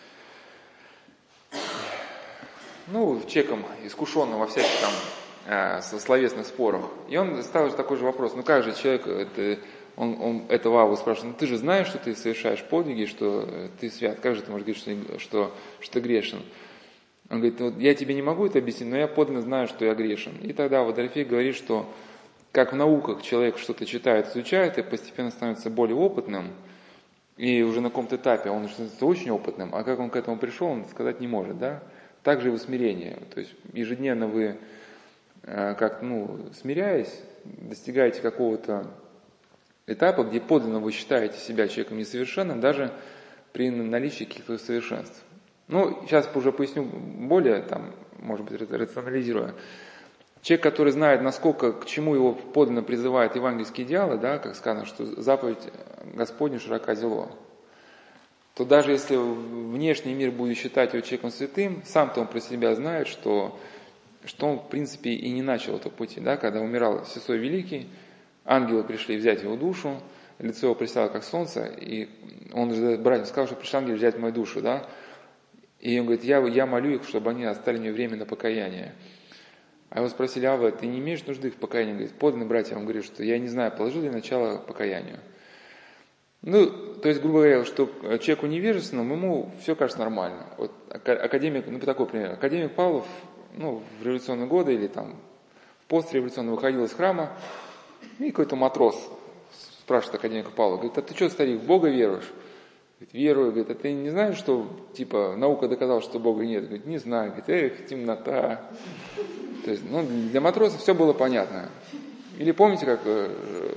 ну, человеком искушенным во всяких там э, словесных спорах. И он ставил такой же вопрос, ну как же человек, это, он, он этого Авву спрашивает, ну ты же знаешь, что ты совершаешь подвиги, что ты свят, как же ты можешь говорить, что, что, что ты грешен? Он говорит, вот я тебе не могу это объяснить, но я подлинно знаю, что я грешен. И тогда Авва Дорофей говорит, что как в науках человек что-то читает, изучает и постепенно становится более опытным, и уже на каком-то этапе он становится очень опытным, а как он к этому пришел, он сказать не может, да? Также и в смирении. То есть ежедневно вы, как, ну, смиряясь, достигаете какого-то этапа, где подлинно вы считаете себя человеком несовершенным, даже при наличии каких-то совершенств. Ну, сейчас уже поясню более, там, может быть, рационализируя. Человек, который знает, насколько, к чему его подлинно призывают евангельские идеалы, да, как сказано, что заповедь Господня широка зело, то даже если внешний мир будет считать его человеком святым, сам-то он про себя знает, что, что он, в принципе, и не начал этого пути. Да? Когда умирал Сесой Великий, ангелы пришли взять его душу, лицо его присяло как солнце, и он же братьям сказал, что пришли ангелы взять мою душу. Да? И он говорит, я, я молю их, чтобы они оставили мне время на покаяние. А его спросили, Авва, ты не имеешь нужды в покаянии? Он говорит, подлинный братья, он говорит, что я не знаю, положил ли начало покаянию. Ну, то есть, грубо говоря, что человеку невежественному, ему все кажется нормально. Вот академик, ну, такой пример. Академик Павлов, ну, в революционные годы или там в постреволюционные выходил из храма, и какой-то матрос спрашивает академика Павлова, говорит, а ты что, старик, в Бога веруешь? Говорит, верую. Говорит, а ты не знаешь, что, типа, наука доказала, что Бога нет? Говорит, не знаю. Говорит, эх, темнота. То есть, ну, для матроса все было понятно. Или помните, как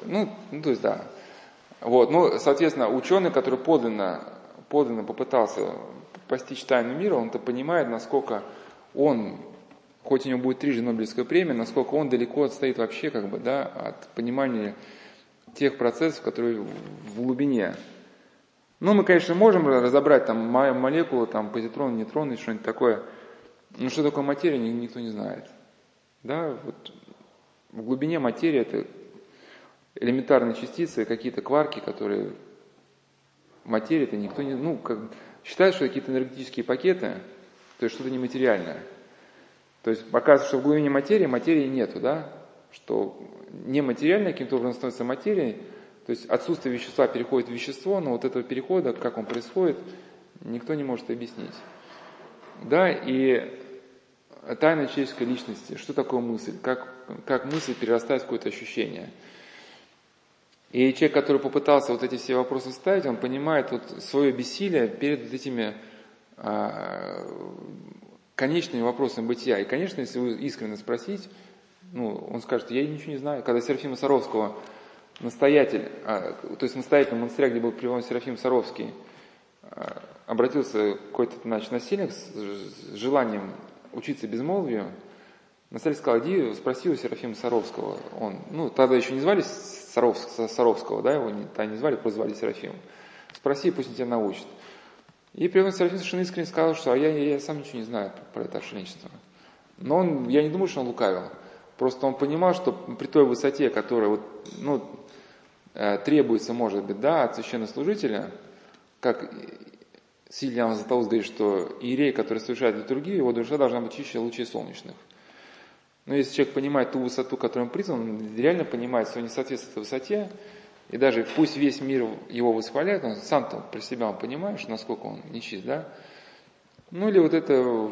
ну, ну, то есть, да. Вот, ну, соответственно, ученый, который подлинно, подлинно попытался постичь тайну мира, он-то понимает, насколько он, хоть у него будет трижды Нобелевская премия, насколько он далеко отстоит вообще, как бы, да, от понимания тех процессов, которые в глубине. Ну, мы, конечно, можем разобрать там молекулы, там, позитроны, нейтроны, что-нибудь такое, но что такое материя, никто не знает. Да, вот в глубине материи это элементарные частицы, какие-то кварки, которые материя, это никто не, ну, как считают, что какие-то энергетические пакеты, то есть что-то нематериальное. То есть оказывается, что в глубине материи материи нету, да, что нематериальное каким-то образом становится материей, то есть отсутствие вещества переходит в вещество, но вот этого перехода, как он происходит, никто не может объяснить. Да, и тайна человеческой личности, что такое мысль, как, как мысль перерастает в какое-то ощущение. И человек, который попытался вот эти все вопросы ставить, он понимает вот свое бессилие перед вот этими а, конечными вопросами бытия. И, конечно, если вы искренне спросить, ну, он скажет, я ничего не знаю. Когда Серафима Саровского настоятель, а, то есть настоятель монастыря, где был приведен Серафим Саровский, а, обратился какой-то, значит, насильник с, с желанием учиться безмолвию, настоятель сказал, иди спроси у Серафима Саровского. Он, ну, тогда еще не звали Саровского, Саровского, да, его не, тогда не звали, просто звали Серафимом. Спроси, пусть он тебя научит. И при этом Серафим совершенно искренне сказал, что а я, я, я сам ничего не знаю про это отшельничество. Но он, я не думаю, что он лукавил. Просто он понимал, что при той высоте, которая вот, ну, требуется, может быть, да, от священнослужителя, как Сильян Златоуст говорит, что иерей, который совершает литургию, его душа должна быть чище лучей солнечных. Но если человек понимает ту высоту, которой он призван, он реально понимает свое несоответствие этой высоте, и даже пусть весь мир его восхваляет, он сам-то при себя он понимает, насколько он нечист, да? Ну или вот это...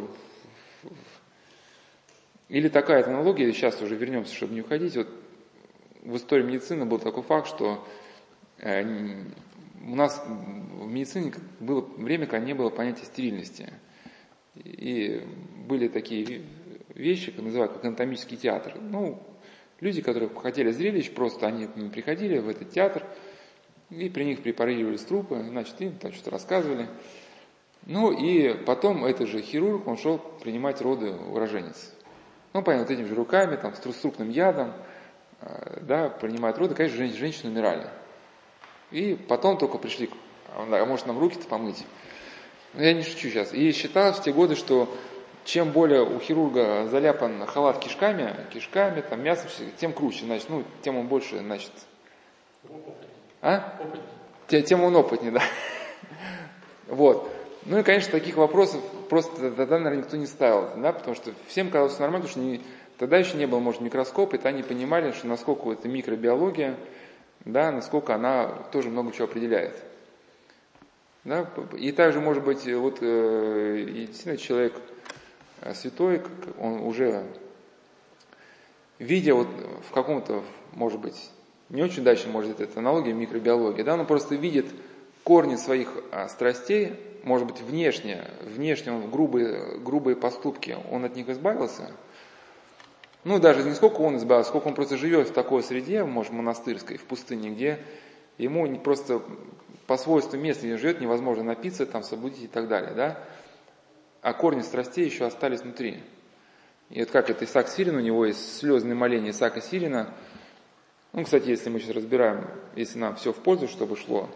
Или такая аналогия, сейчас уже вернемся, чтобы не уходить. Вот в истории медицины был такой факт, что э, у нас в медицине было время, когда не было понятия стерильности. И были такие вещи, как называют, как анатомический театр. Ну, люди, которые хотели зрелищ, просто они приходили в этот театр, и при них препарировались трупы, значит, им там что-то рассказывали. Ну, и потом этот же хирург, он шел принимать роды у рожениц. Ну, понятно, вот этими же руками, там, с трупным ядом, да, принимают роды, конечно, жен- женщины умирали. И потом только пришли, а может нам руки-то помыть? Ну, я не шучу сейчас. И считалось в те годы, что чем более у хирурга заляпан халат кишками, кишками, там, мясом, тем круче, значит, ну, тем он больше, значит... А? Тем, тем он опытнее, да. Вот. Ну и, конечно, таких вопросов просто тогда, наверное, никто не ставил, да, потому что всем казалось нормально, потому что не, тогда еще не было, может, микроскопа, и тогда они понимали, что насколько это микробиология, да, насколько она тоже много чего определяет. Да? И также, может быть, вот э, и действительно человек святой, он уже, видя вот в каком-то, может быть, не очень удачно, может, это аналогия микробиологии, да, он просто видит корни своих а, страстей, может быть, внешне, внешне он грубые, грубые поступки, он от них избавился. Ну, даже не сколько он избавился, сколько он просто живет в такой среде, может, монастырской, в пустыне, где ему просто по свойству места, где он живет, невозможно напиться, там, соблудить и так далее, да. А корни страстей еще остались внутри. И вот как это Исаак Сирин, у него есть слезные моления Исаака Сирина. Ну, кстати, если мы сейчас разбираем, если нам все в пользу, чтобы шло,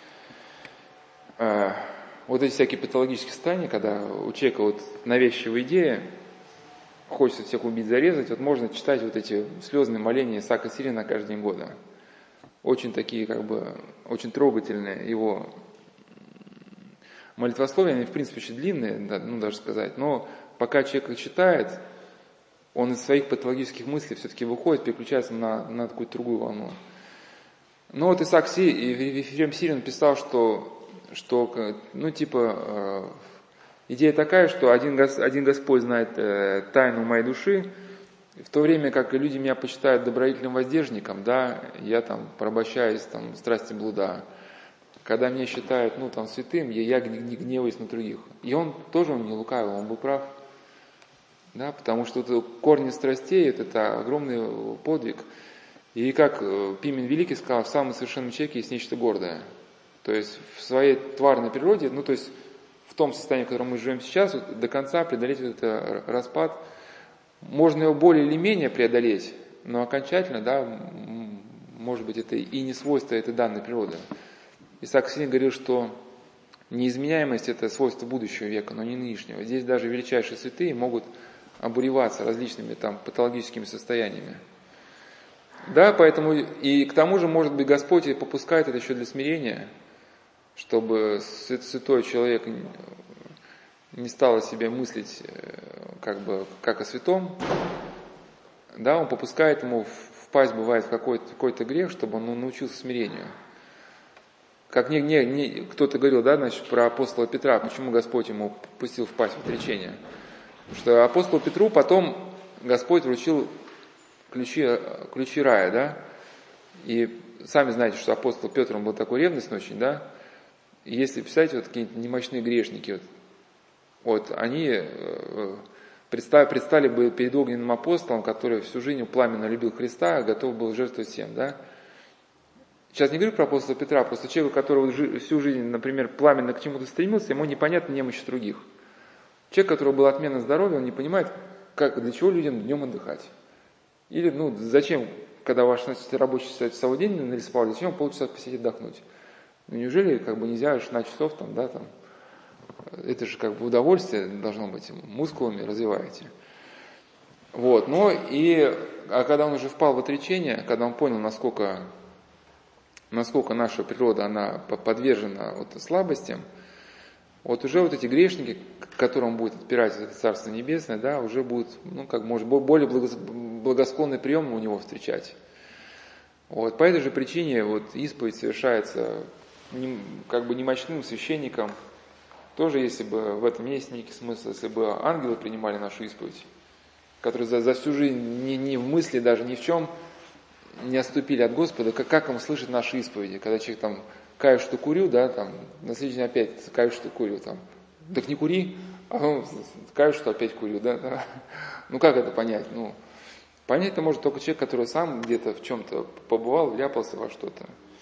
э, вот эти всякие патологические состояния, когда у человека вот навязчивая идея, хочется всех убить, зарезать, вот можно читать вот эти слезные моления Исаака Сирина каждый день года. Очень такие, как бы, очень трогательные его молитвословия, они, в принципе, очень длинные, да, ну, даже сказать, но пока человек их читает, он из своих патологических мыслей все-таки выходит, переключается на, на какую-то другую волну. Но вот Исаак Си, Ефрем Сирин писал, что, что ну, типа, э, идея такая, что один, один Господь знает э, тайну моей души, в то время как люди меня почитают добродетельным воздержником, да, я там порабощаюсь там, страсти блуда. Когда меня считают, ну, там, святым, я, я не гневаюсь на других. И он тоже он не лукавил, он был прав. Да, потому что это корни страстей, это, это огромный подвиг. И как Пимен Великий сказал, в самом совершенном человеке есть нечто гордое. То есть в своей тварной природе, ну то есть в том состоянии, в котором мы живем сейчас, вот, до конца преодолеть вот этот распад, можно его более или менее преодолеть, но окончательно, да, может быть, это и не свойство этой данной природы. Исаак Сирин говорил, что неизменяемость – это свойство будущего века, но не нынешнего. Здесь даже величайшие святые могут обуреваться различными там патологическими состояниями. Да, поэтому и к тому же, может быть, Господь и попускает это еще для смирения, чтобы святой человек не стал о себе мыслить как бы как о святом. Да, он попускает ему впасть, бывает, в какой-то, какой-то грех, чтобы он научился смирению. Как не, не, не, кто-то говорил, да, значит, про апостола Петра, почему Господь ему пустил впасть в отречение. Потому что апостолу Петру потом Господь вручил ключи, ключи рая, да, и сами знаете, что апостол Петр, он был такой ревностный очень, да, и если, представляете, вот какие-нибудь немощные грешники, вот, вот они предстали, предстали бы перед огненным апостолом, который всю жизнь пламенно любил Христа, готов был жертвовать всем, да. Сейчас не говорю про апостола Петра, просто человек, который всю жизнь, например, пламенно к чему-то стремился, ему непонятна немощь других. Человек, у которого было отменно здоровья, он не понимает, как, для чего людям днем отдыхать. Или, ну, зачем, когда ваш рабочий часовой день нарисовал, зачем полчаса посидеть отдохнуть? Ну, неужели, как бы, нельзя шестнадцать часов, там, да, там, это же, как бы, удовольствие должно быть, мускулами развиваете. Вот, но и, а когда он уже впал в отречение, когда он понял, насколько, насколько наша природа, она подвержена вот слабостям, вот уже вот эти грешники, которым будет отпирать это Царство Небесное, да, уже будут, ну, как может, более благосклонный прием у него встречать. Вот, по этой же причине вот исповедь совершается не, как бы немощным священником. Тоже, если бы в этом есть некий смысл, если бы ангелы принимали нашу исповедь, которые за, за всю жизнь ни, ни в мысли, даже ни в чем не отступили от Господа, как, как он слышит наши исповеди, когда человек там каюсь, что курю, да, там, на следующий день опять каюсь, что курю, там, так не кури, а он каюсь, что опять курю, да, да. Ну как это понять? Ну, понять это может только человек, который сам где-то в чем-то побывал, вляпался во что-то.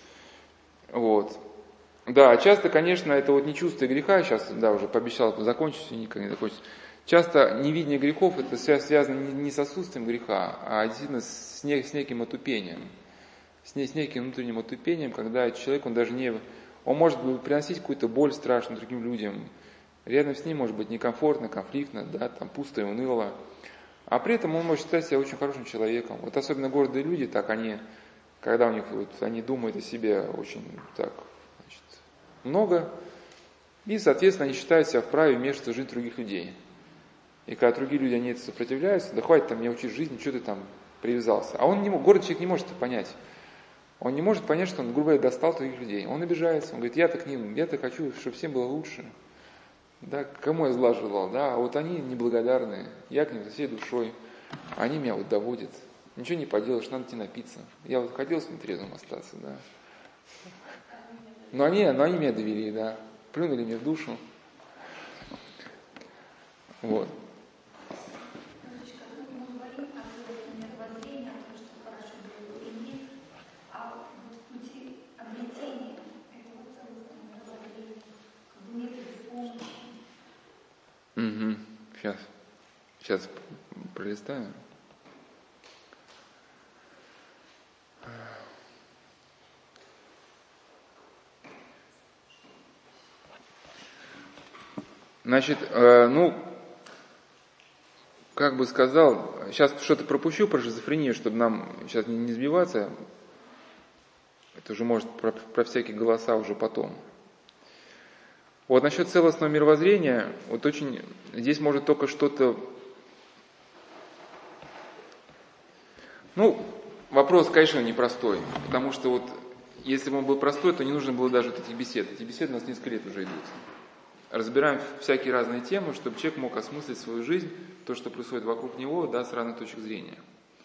Вот. Да, часто, конечно, это вот не чувство греха, сейчас, да, уже пообещал закончить, и никак не закончится. Часто невидение грехов, это связано не с отсутствием греха, а действительно с, не, с неким отупением. С, не, с неким внутренним отупением, когда человек, он даже не... Он может приносить какую-то боль страшную другим людям. Рядом с ним может быть некомфортно, конфликтно, да, там пусто и уныло. А при этом он может считать себя очень хорошим человеком. Вот особенно гордые люди, так они, когда у них, вот, они думают о себе очень так, значит, много, и, соответственно, они считают себя вправе вмешиваться в жизнь других людей. И когда другие люди, они это сопротивляются, да хватит там меня учить жизни, что ты там привязался. А он не, гордый человек не может это понять. Он не может понять, что он, грубо говоря, достал других людей. Он обижается, он говорит, я-то к ним, я-то хочу, чтобы всем было лучше. Да, кому я зла желал, да, а вот они неблагодарные, я к ним со всей душой, они меня вот доводят. Ничего не поделаешь, надо идти напиться. Я вот хотел с ним трезвым остаться, да. Но они, но они меня довели, да, плюнули мне в душу. Вот. Угу. Сейчас. Сейчас пролистаю. Значит, э, ну, как бы сказал, сейчас что-то пропущу про шизофрению, чтобы нам сейчас не, не сбиваться. Это уже может про, про всякие голоса уже потом. Вот насчет целостного мировоззрения, вот очень, здесь может только что-то, ну, вопрос, конечно, непростой, потому что вот, если бы он был простой, то не нужно было даже вот этих бесед. Эти беседы у нас несколько лет уже идут. Разбираем всякие разные темы, чтобы человек мог осмыслить свою жизнь, то, что происходит вокруг него, да, с разных точек зрения.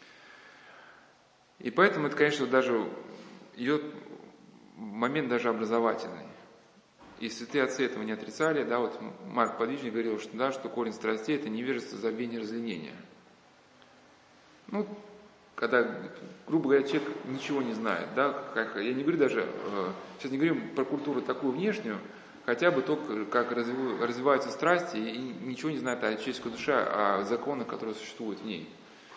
И поэтому это, конечно, даже идет момент даже образовательный. И святые отцы этого не отрицали, да, вот Марк Подвижник говорил, что, да, что корень страстей – это невежество, забвение, разленение. Ну, когда, грубо говоря, человек ничего не знает, да, как, я не говорю даже, сейчас не говорим про культуру такую внешнюю, хотя бы то, как развиваются страсти, и ничего не знает о человеческой душе, о законах, которые существуют в ней.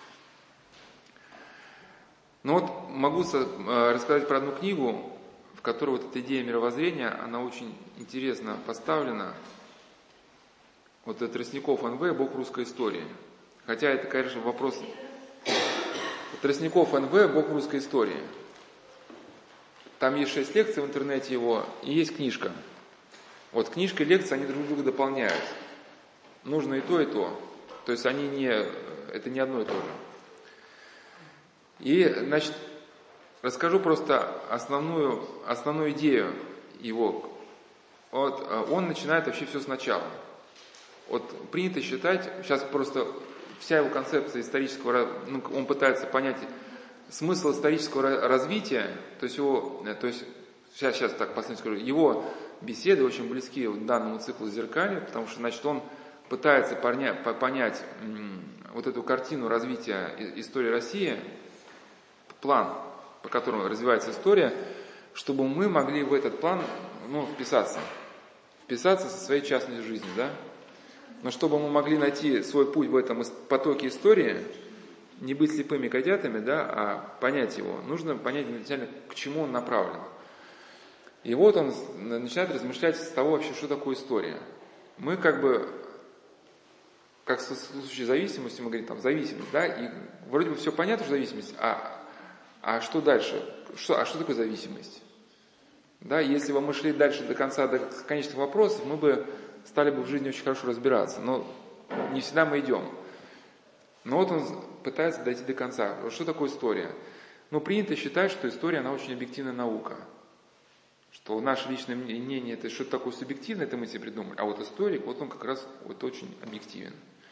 Но вот могу рассказать про одну книгу, в которой вот эта идея мировоззрения, она очень интересно поставлена. Вот это Тростников эн вэ «Бог русской истории». Хотя это, конечно, вопрос... Тростников эн вэ «Бог русской истории». Там есть шесть лекций в интернете его, и есть книжка. Вот книжка и лекции, они друг друга дополняют. Нужно и то, и то. То есть они не... Это не одно и то же. И, значит, расскажу просто основную, основную идею его. Вот, он начинает вообще все сначала. Вот принято считать, сейчас просто вся его концепция исторического, ну, он пытается понять смысл исторического развития, то есть его, то есть сейчас, сейчас так последний скажу, его беседы очень близки к данному циклу «Зеркалье», потому что, значит, он пытается поня, понять вот эту картину развития истории России, план, по которому развивается история, чтобы мы могли в этот план, ну, вписаться, вписаться со своей частной жизнью, да. Но чтобы мы могли найти свой путь в этом потоке истории, не быть слепыми котятами, да, а понять его, нужно понять изначально, к чему он направлен. И вот он начинает размышлять с того вообще, что такое история. Мы как бы, как в случае зависимости, мы говорим там зависимость, да, и вроде бы все понятно, что зависимость, а, а что дальше? Что, а что такое зависимость? Да, если бы мы шли дальше до конца, до конечных вопросов, мы бы стали бы в жизни очень хорошо разбираться, но не всегда мы идем. Но вот он пытается дойти до конца. Что такое история? Ну, принято считать, что история, она очень объективная наука. Что наше личное мнение, это что-то такое субъективное, это мы себе придумали. А вот историк, вот он как раз вот очень объективен.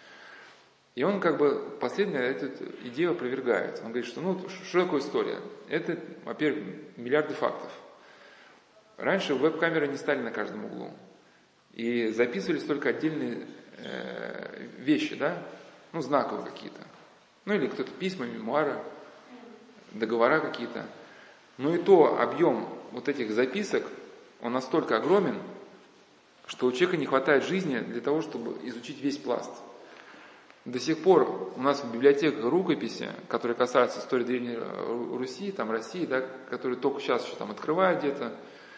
И он как бы последнее эту идею опровергает. Он говорит, что ну, что такое история? Это, во-первых, миллиарды фактов. Раньше веб-камеры не стали на каждом углу. И записывались только отдельные э, вещи, да, ну, знаковые какие-то. Ну, или кто-то письма, мемуары, договора какие-то. Но и то объем вот этих записок, он настолько огромен, что у человека не хватает жизни для того, чтобы изучить весь пласт. До сих пор у нас в библиотеках рукописи, которые касаются истории Древней Руси, там, России, да, которые только сейчас еще там открывают где-то.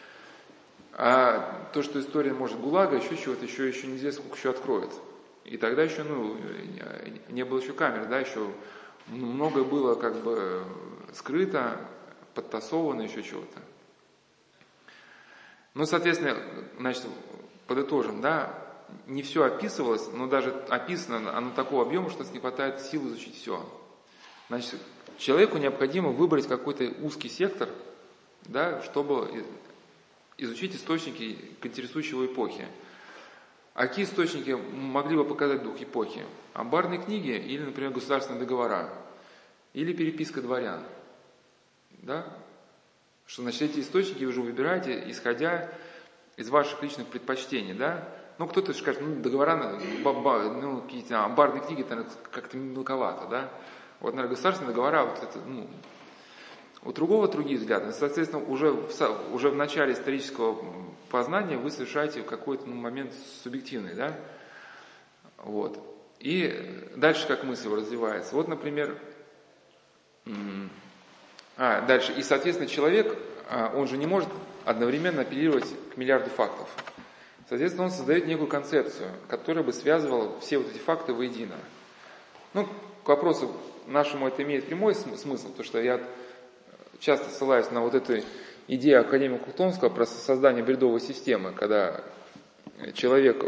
А то, что история, может, ГУЛАГа, еще чего-то, еще, еще неизвестно, сколько еще откроет. И тогда еще, ну, не было еще камер, да, еще многое было как бы скрыто, подтасовано, еще чего-то. Ну, соответственно, значит, подытожим, да, не все описывалось, но даже описано оно такого объема, что у нас не хватает сил изучить все. Значит, человеку необходимо выбрать какой-то узкий сектор, да, чтобы изучить источники к интересующей его эпохи. А какие источники могли бы показать дух эпохи? Амбарные книги или, например, государственные договора? Или переписка дворян? Да? Что, значит, эти источники вы уже выбираете, исходя из ваших личных предпочтений, да? Ну, кто-то скажет, ну, договора, ну, какие-то амбарные книги, это как-то мелковато, да? Вот, наверное, государственные договора, вот это, ну, у другого другие взгляды. Соответственно, уже в, уже в начале исторического познания вы совершаете какой-то ну, момент субъективный, да? Вот. И дальше как мысль развивается. Вот, например, а, дальше. И, соответственно, человек, он же не может одновременно апеллировать к миллиарду фактов. Соответственно, он создает некую концепцию, которая бы связывала все вот эти факты воедино. Ну, к вопросу нашему это имеет прямой смысл, потому что я часто ссылаюсь на вот эту идею академика Ухтомского про создание бредовой системы, когда человек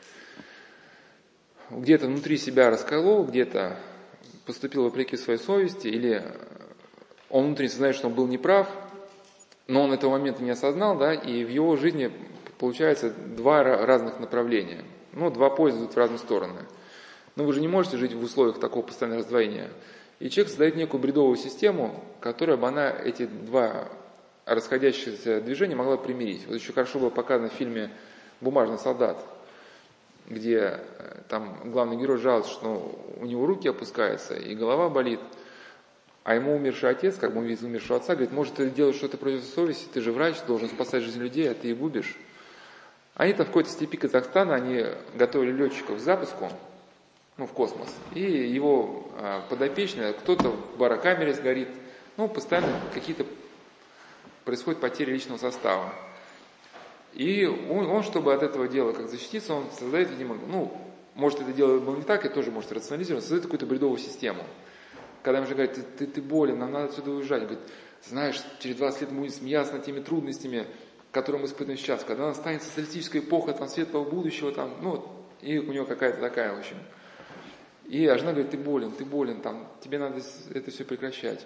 где-то внутри себя расколол, где-то поступил вопреки своей совести, или он внутренне сознает, что он был неправ, но он этого момента не осознал, да, и в его жизни получается два разных направления. Ну, два поезда идут в разные стороны. Но вы же не можете жить в условиях такого постоянного раздвоения. И человек создает некую бредовую систему, которая бы она эти два расходящихся движения могла примирить. Вот еще хорошо было показано в фильме «Бумажный солдат», где там главный герой жалуется, что у него руки опускаются и голова болит. А ему умерший отец, как бы он видит умершего отца, говорит, может, ты делаешь что-то против совести, ты же врач, должен спасать жизнь людей, а ты их губишь. Они там в какой-то степи Казахстана, они готовили летчиков к запуску, ну, в космос, и его а, подопечный, кто-то в барокамере сгорит, ну, постоянно какие-то происходят потери личного состава. И он, он, чтобы от этого дела как защититься, он создает, видимо, ну, может, это дело было не так, это тоже может рационализировать, создает какую-то бредовую систему. Когда им же говорят, ты, ты, ты болен, нам надо отсюда уезжать. Он говорит, знаешь, через двадцать лет мы будем смеяться над теми трудностями, которые мы испытываем сейчас. Когда настанет социалистическая эпоха, там, светлого будущего, там, ну, и у него какая-то такая, в общем. И а жена говорит, ты болен, ты болен, там, тебе надо это все прекращать.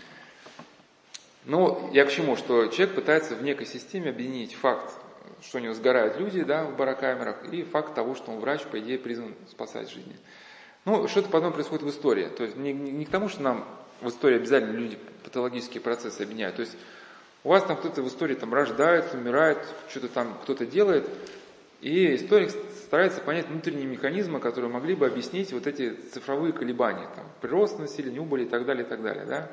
Но я к чему, что человек пытается в некой системе объединить факт, что у него сгорают люди, да, в барокамерах, и факт того, что он врач, по идее, призван спасать жизни. Ну, что-то подобное происходит в истории. То есть не, не, не к тому, что нам в истории обязательно люди патологические процессы объединяют. То есть у вас там кто-то в истории там рождается, умирает, что-то там кто-то делает, и историк старается понять внутренние механизмы, которые могли бы объяснить вот эти цифровые колебания, там, прирост населения, убыли и так далее, и так далее, да.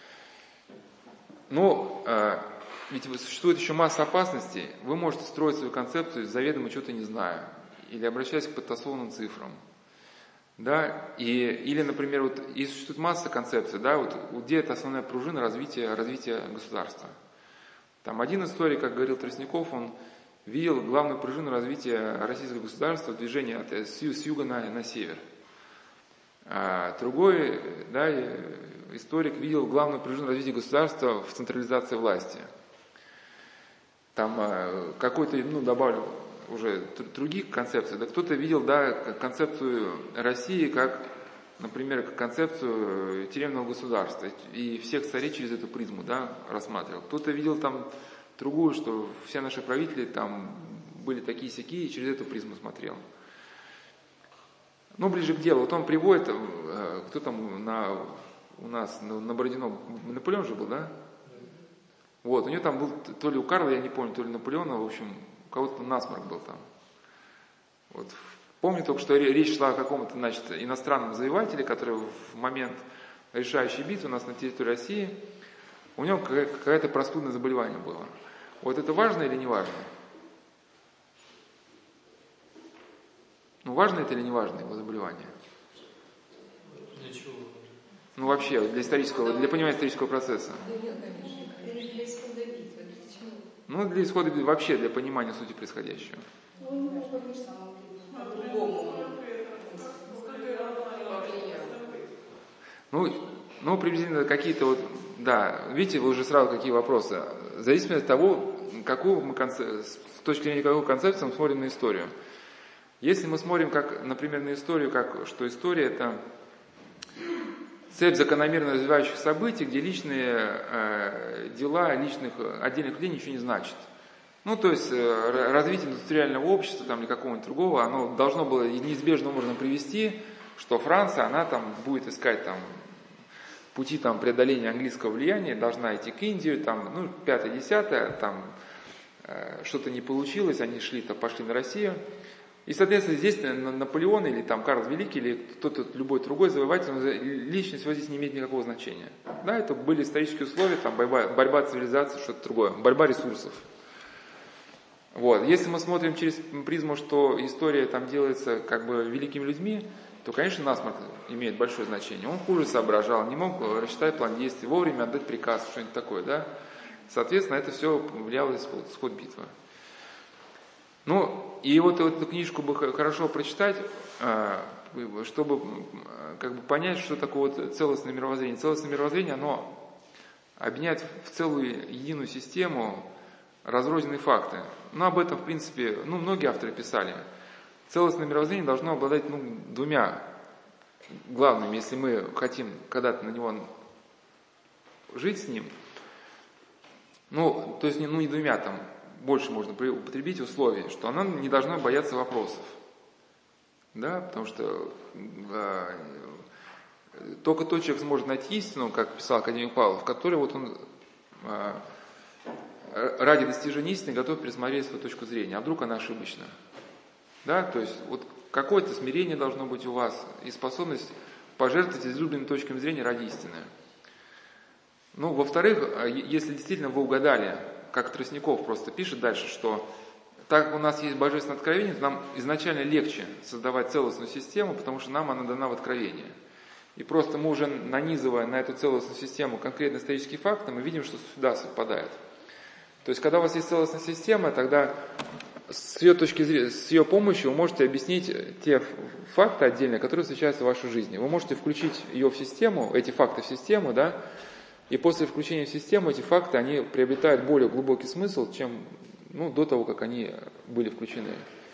Но э, ведь существует еще масса опасностей. Вы можете строить свою концепцию, заведомо что-то не зная, или обращаясь к подтасованным цифрам. Да, и, или, например, вот, и существует масса концепций, да, вот, где это основная пружина развития, развития государства. Там один историк, как говорил Тростников, он видел главную пружину развития российского государства в движении от, с, с юга на, на север. А другой, да, историк видел главную пружину развития государства в централизации власти. Там какой-то, ну, добавлю, уже других концепций, да, кто-то видел, да, концепцию России как, например, как концепцию тюремного государства, и всех царей через эту призму, да, рассматривал. Кто-то видел там другую, что все наши правители там были такие-сякие, и через эту призму смотрел. Ну, ближе к делу. Вот он приводит, кто там на, у нас на, на Бородино, Наполеон же был, да? Вот, у него там был, то ли у Карла, я не помню, то ли Наполеона, в общем, у кого-то насморк был там. Вот. Помню только, что речь шла о каком-то, значит, иностранном завоевателе, который в момент решающей битвы у нас на территории России, у него какое-то простудное заболевание было. Вот это важно или не важно? Ну, важно это или не важно его заболевание? Для чего? Ну, вообще, для исторического, для понимания исторического процесса. Да нет, конечно. Для исхода битвы. Для чего? Ну, для исхода битвы, вообще, для понимания сути происходящего. Ну, не может быть, само по-другому повлияло. Ну, ну, приблизительно какие-то вот, да, видите, вы уже сразу какие вопросы. В зависимости от того, какую мы концеп... с точки зрения какой концепции мы смотрим на историю. Если мы смотрим, как, например, на историю, как, что история – это цепь закономерно развивающих событий, где личные э, дела личных отдельных людей ничего не значат. Ну, то есть э, развитие индустриального общества там, или какого-нибудь другого, оно должно было неизбежно образом привести, что Франция, она там будет искать там, пути там, преодоления английского влияния, должна идти к Индии, там, ну, пятое-десятое, там э, что-то не получилось, они шли-то, пошли на Россию. И, соответственно, здесь Наполеон или там Карл Великий или кто-то любой другой завоеватель, личность его здесь не имеет никакого значения. Да, это были исторические условия, там борьба, борьба цивилизации, что-то другое, борьба ресурсов. Вот. Если мы смотрим через призму, что история там делается как бы великими людьми, то, конечно, насморк имеет большое значение. Он хуже соображал, не мог рассчитать план действий, вовремя отдать приказ, что-нибудь такое, да. Соответственно, это все влияло на исход битвы. Ну, и вот эту книжку бы хорошо прочитать, чтобы как бы понять, что такое вот целостное мировоззрение. Целостное мировоззрение, оно объединяет в целую единую систему разрозненные факты. Ну, об этом, в принципе, ну, многие авторы писали. Целостное мировоззрение должно обладать, ну, двумя главными, если мы хотим когда-то на него жить с ним. Ну, то есть, ну, не двумя там, больше можно употребить условий, что она не должна бояться вопросов. Да, потому что э, только тот человек сможет найти истину, как писал академик Павлов, который вот он э, ради достижения истины готов пересмотреть свою точку зрения, а вдруг она ошибочна. Да, то есть вот какое-то смирение должно быть у вас и способность пожертвовать излюбленными точками зрения ради истины. Ну, во-вторых, если действительно вы угадали, как Тростников просто пишет дальше, что так как у нас есть божественное откровение, то нам изначально легче создавать целостную систему, потому что нам она дана в откровении. И просто мы уже нанизывая на эту целостную систему конкретные исторические факты, мы видим, что сюда совпадает. То есть, когда у вас есть целостная система, тогда с ее точки зрения, с ее помощью вы можете объяснить те факты отдельные, которые встречаются в вашей жизни. Вы можете включить ее в систему, эти факты в систему, да, и после включения в систему эти факты, они приобретают более глубокий смысл, чем ну, до того, как они были включены.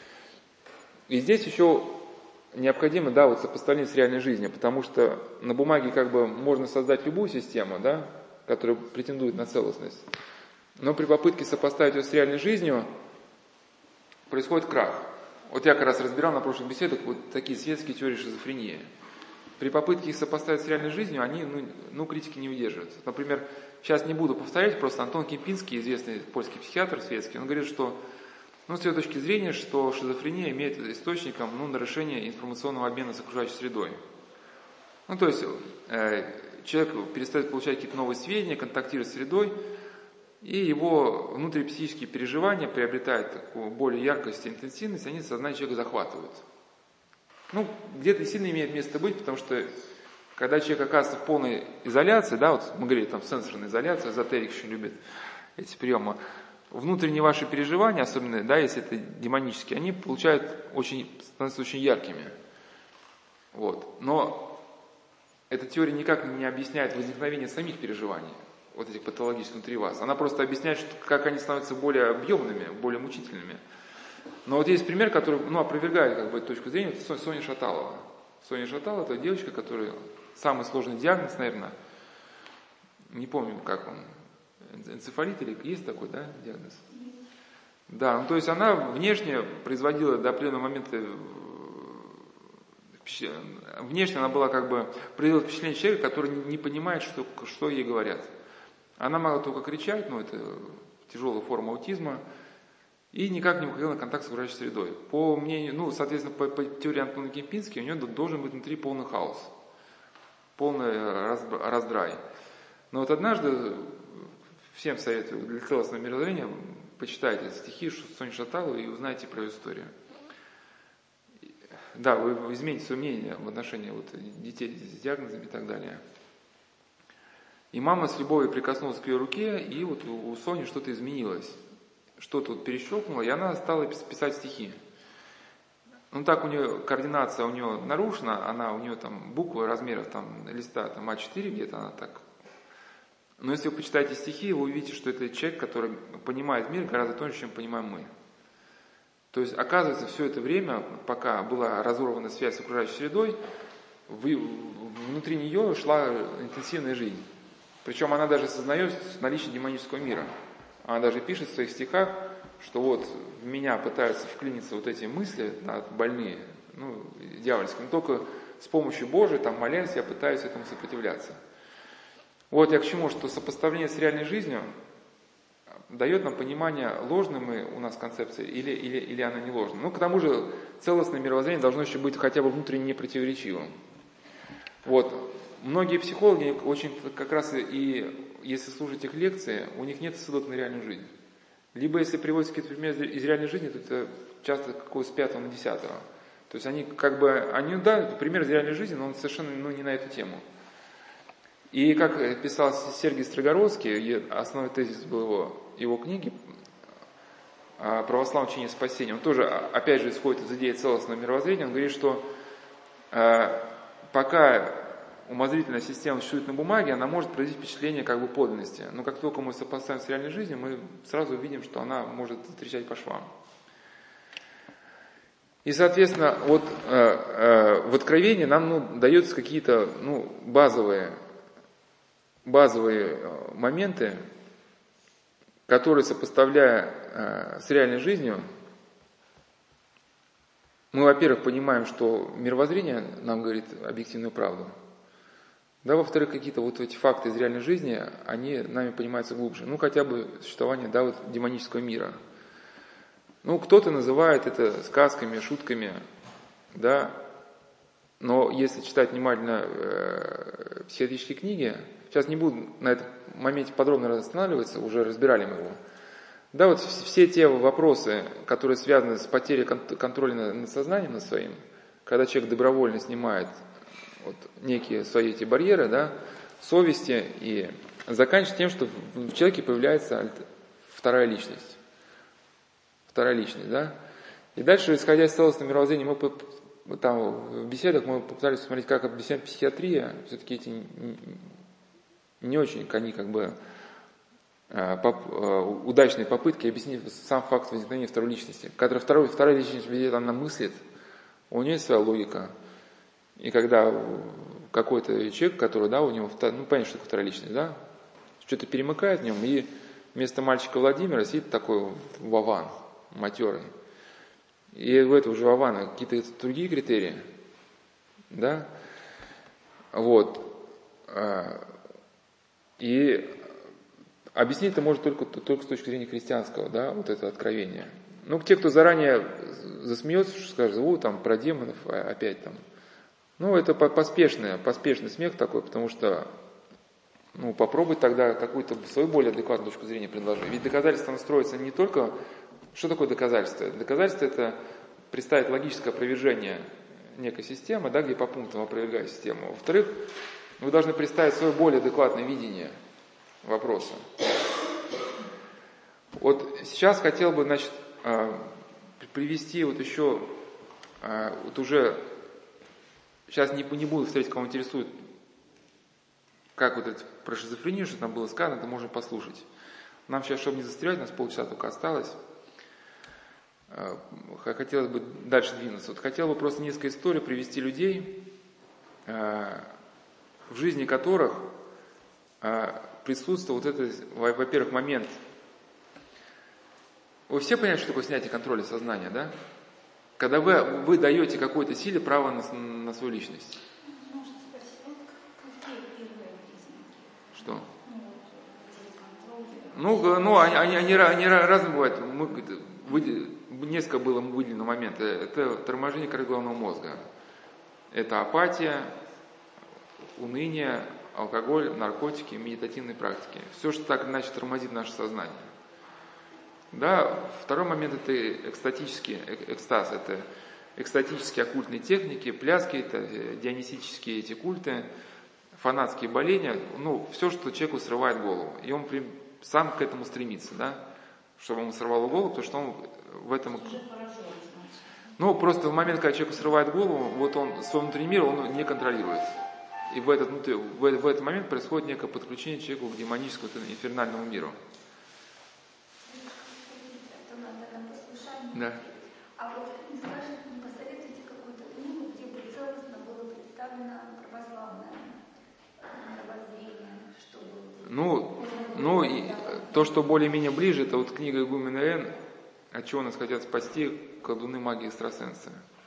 И здесь еще необходимо, да, вот сопоставление с реальной жизнью, потому что на бумаге как бы можно создать любую систему, да, которая претендует на целостность, но при попытке сопоставить ее с реальной жизнью происходит крах. Вот я как раз разбирал на прошлых беседах вот такие светские теории шизофрении. При попытке их сопоставить с реальной жизнью, они, ну, ну критики не удерживаются. Например, сейчас не буду повторять, просто Антон Кемпинский, известный польский психиатр светский, он говорит, что, ну, с его точки зрения, что шизофрения имеет источником, ну, нарушение информационного обмена с окружающей средой. Ну, то есть, э, человек перестает получать какие-то новые сведения, контактировать с средой, и его внутрипсихические переживания приобретают такую более яркость и интенсивность, они сознание человека захватывают. Ну, где-то сильно имеет место быть, потому что когда человек оказывается в полной изоляции, да, вот мы говорили, там, сенсорная изоляция, эзотерик еще любит эти приемы, внутренние ваши переживания, особенно, да, если это демонические, они получают очень, становятся очень яркими. Вот. Но эта теория никак не объясняет возникновение самих переживаний, вот этих патологических внутри вас. Она просто объясняет, что, как они становятся более объемными, более мучительными. Но вот есть пример, который, ну, опровергает как бы эту точку зрения, это Соня Шаталова. Соня Шаталова – это девочка, которая самый сложный диагноз, наверное, не помню, как он, энцефалит или есть такой, да, диагноз? Да, ну, то есть она внешне производила до определенного момента, внешне она была как бы, производила впечатление человека, который не понимает, что, что ей говорят. Она могла только кричать, ну, это тяжелая форма аутизма, и никак не выходила на контакт с окружающей средой. По мнению, ну, соответственно, по, по теории Антона Кемпински, у нее должен быть внутри полный хаос, полный раздрай. Но вот однажды, всем советую, для целостного мировоззрения, почитайте стихи Сони Шаталовой и узнаете про ее историю. Да, вы измените свое мнение в отношении вот детей с диагнозами и так далее. И мама с любовью прикоснулась к ее руке, и вот у Сони что-то изменилось. Что-то вот перещелкнуло, и она стала писать стихи. Ну так у нее координация у нее нарушена, она у нее там буквы размеров там листа там а четыре где-то она так. Но если вы почитаете стихи, вы увидите, что это человек, который понимает мир гораздо тоньше, чем понимаем мы. То есть, оказывается, все это время, пока была разорвана связь с окружающей средой, внутри нее шла интенсивная жизнь. Причем она даже осознает наличие демонического мира. Она даже пишет в своих стихах, что вот в меня пытаются вклиниться вот эти мысли, да, больные, ну, дьявольские, но только с помощью Божией, там, молясь, я пытаюсь этому сопротивляться. Вот я к чему, что сопоставление с реальной жизнью дает нам понимание, ложны мы у нас концепции или, или, или она не ложна. Ну, к тому же, целостное мировоззрение должно еще быть хотя бы внутренне непротиворечивым. Вот. Многие психологи очень как раз и, если слушать их лекции, у них нет ссылок на реальную жизнь. Либо если приводятся какие-то примеры из реальной жизни, то это часто какого-то с пятого на десятого. То есть они как бы, они, да, это пример из реальной жизни, но он совершенно, ну, не на эту тему. И как писал Сергий Строгородский, основной тезис был его, его книги «Православное учение спасения», он тоже, опять же, исходит из идеи целостного мировоззрения, он говорит, что э, пока умозрительная система существует на бумаге, она может произвести впечатление как бы подлинности. Но как только мы сопоставим с реальной жизнью, мы сразу увидим, что она может трещать по швам. И, соответственно, вот э, э, в откровении нам, ну, даются какие-то, ну, базовые, базовые моменты, которые, сопоставляя э, с реальной жизнью, мы, во-первых, понимаем, что мировоззрение нам говорит объективную правду. Да, во-вторых, какие-то вот эти факты из реальной жизни, они нами понимаются глубже. Ну, хотя бы существование, да, вот демонического мира. Ну, кто-то называет это сказками, шутками, да. Но если читать внимательно э, психиатрические книги, сейчас не буду на этом моменте подробно останавливаться, уже разбирали мы его. Да, вот все те вопросы, которые связаны с потерей контроля над сознанием над своим, когда человек добровольно снимает вот некие свои эти барьеры, да, совести, и заканчивается тем, что в человеке появляется вторая личность. Вторая личность, да. И дальше, исходя из целостного мировоззрения, мы там в беседах мы попытались посмотреть, как объясняет психиатрия. Все-таки эти не очень они как бы удачные попытки объяснить сам факт возникновения второй личности. Когда второй, вторая личность ведет, она мыслит, у нее есть своя логика. И когда какой-то человек, который, да, у него, ну, понятно, что такое вторая личность, да, что-то перемыкает в нем, и вместо мальчика Владимира сидит такой Вован, матерый. И у этого же Вована какие-то другие критерии, да, вот. И объяснить это может только, только с точки зрения христианского, да, вот это откровение. Ну, те, кто заранее засмеется, что скажет, о, там, про демонов опять там. Ну, это поспешный, поспешный смех такой, потому что, ну, попробуй тогда какую-то свою более адекватную точку зрения предложить. Ведь доказательство строится не только... Что такое доказательство? Доказательство – это представить логическое опровержение некой системы, да, где по пунктам опровергает систему. Во-вторых, вы должны представить свое более адекватное видение вопроса. Вот сейчас хотел бы, значит, привести вот еще, вот уже, сейчас не, не буду встретить, кого интересует, как вот это про шизофрению, что там было сказано, это можно послушать. Нам сейчас, чтобы не застрять, у нас полчаса только осталось, хотелось бы дальше двинуться. Вот хотел бы просто несколько историй привести людей, в жизни которых присутствует вот этот, во-первых, момент. Вы все понимаете, что такое снятие контроля сознания, да? Когда вы, вы даете какой-то силе право на, на свою личность. Можно спросить, какие первые признаки? Что? Ну, вот, Ну, ну они, они, они, они разные бывают. Мы, вы, несколько было выделено моментов. Это торможение коры головного мозга. Это апатия, уныние, алкоголь, наркотики, медитативные практики. Все, что так иначе тормозит наше сознание. Да, второй момент – это экстатический экстаз, это экстатические оккультные техники, пляски, это дионисические эти культы, фанатские боления, ну, все, что человеку срывает голову. И он сам к этому стремится, да, чтобы ему сорвало голову, потому что он в этом... Ну, просто в момент, когда человеку срывает голову, вот он свой внутренний мир, он не контролирует. И в этот, в, в этот момент происходит некое подключение человеку к демоническому, инфернальному миру. Да. А вот не скажете, не посоветуете какую-то книгу, где бы целостно было представлено православное мировоззрение, чтобы... Ну, ну и то, что более-менее ближе, это вот книга Игумена Н. «От чего нас хотят спасти колдуны, маги, экстрасенсы».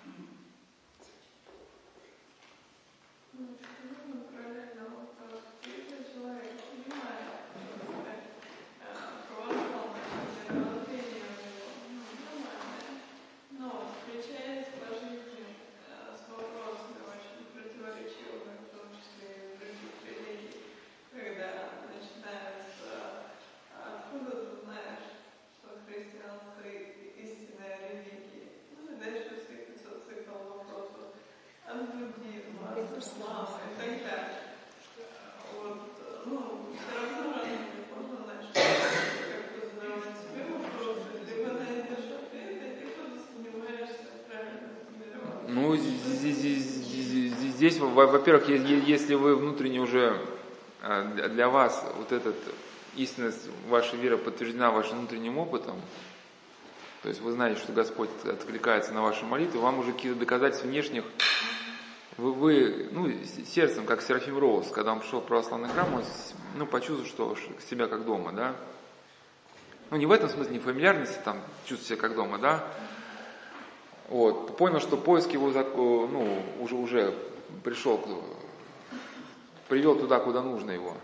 Ну, здесь, во-первых, если вы внутренне уже, для вас вот эта истинность вашей веры подтверждена вашим внутренним опытом, то есть вы знаете, что Господь откликается на ваши молитвы, вам уже какие-то доказательства внешних, вы, вы ну, сердцем, как Серафим Роуз, когда он пришел в православный храм, он ну, почувствовал что, себя как дома, да. Ну, не в этом смысле, не фамильярности, там, чувствовать себя как дома, да. Вот, понял, что поиск его ну, уже, уже пришел, привел туда, куда нужно его.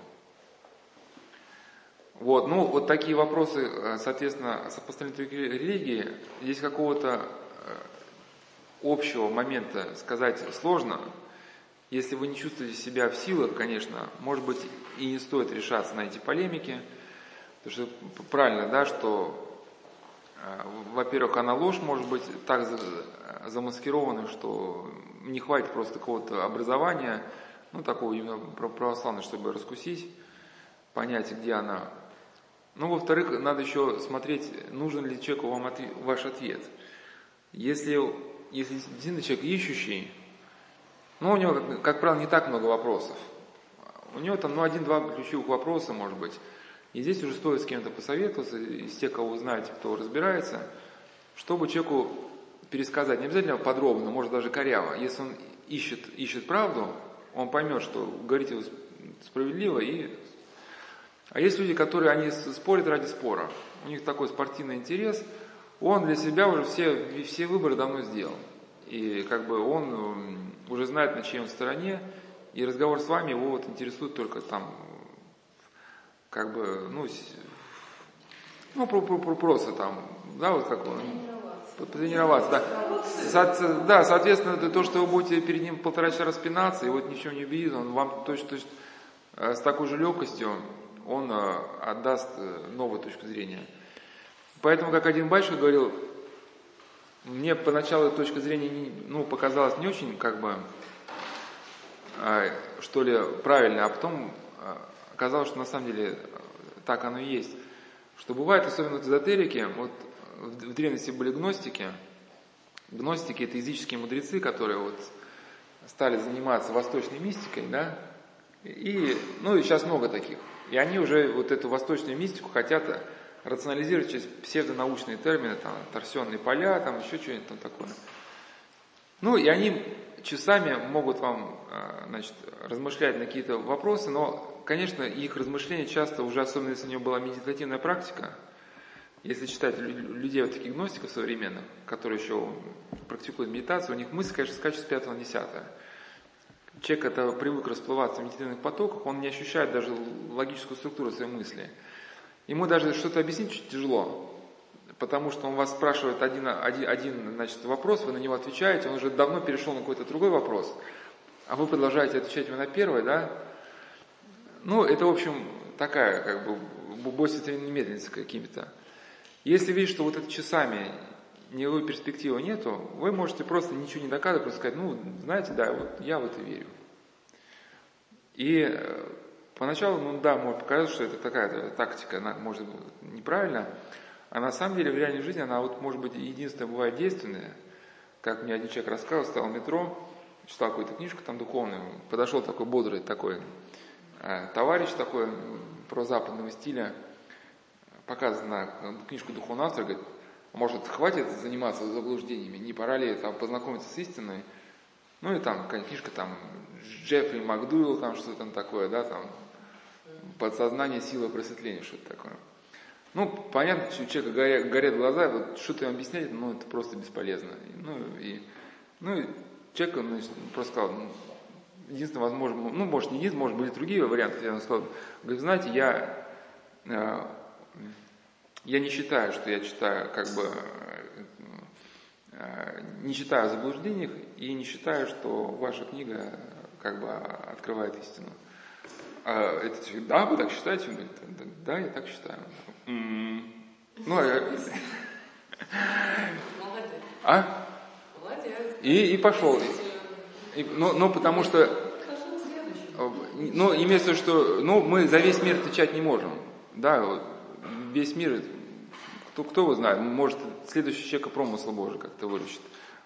Вот, ну, вот такие вопросы, соответственно, сопоставления религии, здесь какого-то общего момента сказать сложно. Если вы не чувствуете себя в силах, конечно, может быть, и не стоит решаться на эти полемики, потому что правильно, да, что, во-первых, она ложь может быть так замаскирована, что не хватит просто какого-то образования, ну, такого именно православного, чтобы раскусить, понять, где она. Ну, во-вторых, надо еще смотреть, нужен ли человеку вам ответ, ваш ответ. Если, если действительно человек ищущий, ну, у него, как, как правило, не так много вопросов. У него там, ну, один-два ключевых вопроса, может быть. И здесь уже стоит с кем-то посоветоваться, из тех, кого вы знаете, кто разбирается, чтобы человеку пересказать, не обязательно подробно, может даже коряво. Если он ищет, ищет правду, он поймет, что говорить его справедливо. И... А есть люди, которые они спорят ради спора. У них такой спортивный интерес, он для себя уже все, все выборы давно сделал. И как бы он уже знает, на чьей он стороне, и разговор с вами его вот интересует только там, как бы, ну, ну про, про, про, просто там, да, вот как он, потренироваться, да. Со, да, соответственно, то, что вы будете перед ним полтора часа распинаться, и вот ни в чем не убедит, он вам точно, точно с такой же легкостью он отдаст новую точку зрения. Поэтому, как один батюшка говорил, мне поначалу эта точка зрения, ну, показалась не очень, как бы, что ли, правильно, а потом оказалось, что на самом деле так оно и есть. Что бывает, особенно в эзотерике, вот в древности были гностики. Гностики — это языческие мудрецы, которые вот стали заниматься восточной мистикой, да, и, ну, и сейчас много таких. И они уже вот эту восточную мистику хотят рационализировать через псевдонаучные термины, там, торсионные поля, там, еще что-нибудь там такое. Ну, и они часами могут вам, значит, размышлять на какие-то вопросы, но, конечно, их размышления часто уже, особенно если у него была медитативная практика, если читать людей, вот таких гностиков современных, которые еще практикуют медитацию, у них мысль, конечно, скачет с пятого на десятое. Человек, это привык расплываться в медитативных потоках, он не ощущает даже логическую структуру своей мысли. Ему даже что-то объяснить очень тяжело, потому что он вас спрашивает один, один, один значит, вопрос, вы на него отвечаете, он уже давно перешел на какой-то другой вопрос, а вы продолжаете отвечать ему на первый, да? Ну, это, в общем, такая, как бы, бойся медленница какими-то. Если видите, что вот это часами никакой перспективы нету, вы можете просто ничего не доказывать, просто сказать, ну, знаете, да, вот я в это верю. И поначалу, ну да, может показаться, что это такая тактика, она может быть неправильная, а на самом деле в реальной жизни она вот может быть единственная бывает действенная. Как мне один человек рассказывал, стоял в метро, читал какую-то книжку там духовную, подошел такой бодрый такой э, товарищ такой прозападного стиля, показывает на книжку духовного автора, говорит, может, хватит заниматься заблуждениями, не пора ли там познакомиться с истиной? Ну и там какая книжка там Джеффри Макдуэлл, там что-то там такое, да, там подсознание, сила просветления, что-то такое. Ну, понятно, что у человека горят, горят глаза, вот что-то им объяснять, ну, это просто бесполезно. Ну, и, ну, и человек, он, значит, просто сказал, ну, единственное, возможно, ну, может, не единственное, может, были другие варианты. Он сказал, говорит, знаете, я, э, я не считаю, что я читаю, как бы, э, не читаю о заблуждениях и не считаю, что ваша книга, как бы, открывает истину. А это, да, вы так считаете? Он говорит, да, я так считаю. Mm. Ну, Молодец. а? Молодец. И, и пошел. И, ну, ну, потому что, ну, имеется в виду, что, ну, мы за весь мир отвечать не можем. Да, вот, весь мир, кто, кто его знает, может, следующий человека промысла Божий как-то выручит.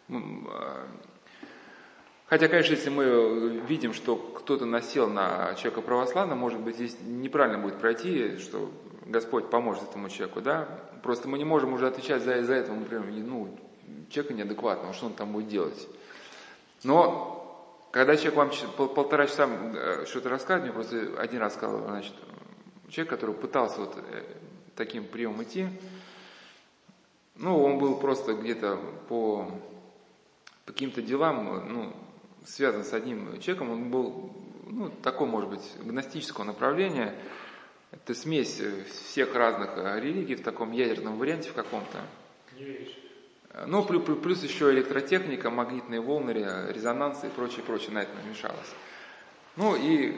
Хотя, конечно, если мы видим, что кто-то насел на человека православного, может быть, здесь неправильно будет пройти, что Господь поможет этому человеку, да? Просто мы не можем уже отвечать за, за этого, например, ну, человека неадекватного, что он там будет делать. Но, когда человек вам пол, полтора часа что-то рассказывает, мне просто один раз сказал, значит, человек, который пытался вот таким приемом идти, ну, он был просто где-то по, по каким-то делам, ну, связан с одним человеком, он был, ну, такой, может быть, гностического направления. Это смесь всех разных религий в таком ядерном варианте в каком-то. Не веришь? Ну, плюс еще электротехника, магнитные волны, резонансы и прочее, прочее на это намешалось. Ну и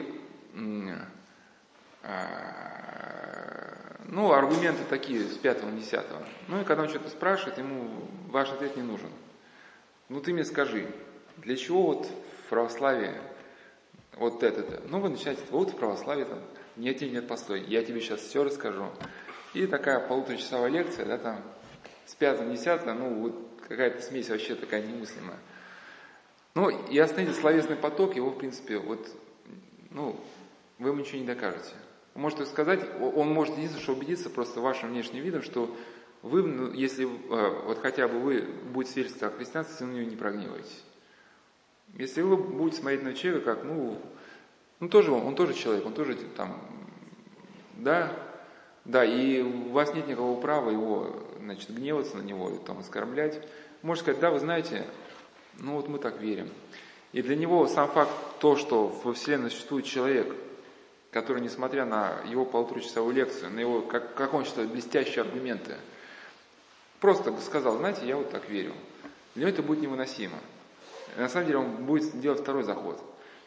ну, аргументы такие с пятого на десятого. Ну и когда он что-то спрашивает, ему ваш ответ не нужен. Ну ты мне скажи, для чего вот в православии вот это-то? Ну вы начинаете, вот в православии там, нет, нет, нет, постой, я тебе сейчас все расскажу. И такая полуторачасовая лекция, да, там, с пятого на десятого, ну вот какая-то смесь вообще такая немыслимая. Ну и остановить словесный поток, его в принципе, вот, ну, вы ему ничего не докажете. Вы можете сказать, он может единственное, что убедиться просто вашим внешним видом, что вы, ну, если вот хотя бы вы будете свидетельствовать о христианстве, вы на него не прогниваетесь. Если вы будете смотреть на человека, как, ну, ну тоже он, он тоже человек, он тоже там, да, да, и у вас нет никакого права его, значит, гневаться на него, там, оскорблять. Можете сказать, да, вы знаете, ну вот мы так верим. И для него сам факт то, что во Вселенной существует человек, который, несмотря на его полуторачасовую лекцию, на его, как, как он считает, блестящие аргументы, просто сказал, знаете, я вот так верю. Для него это будет невыносимо. И на самом деле он будет делать второй заход.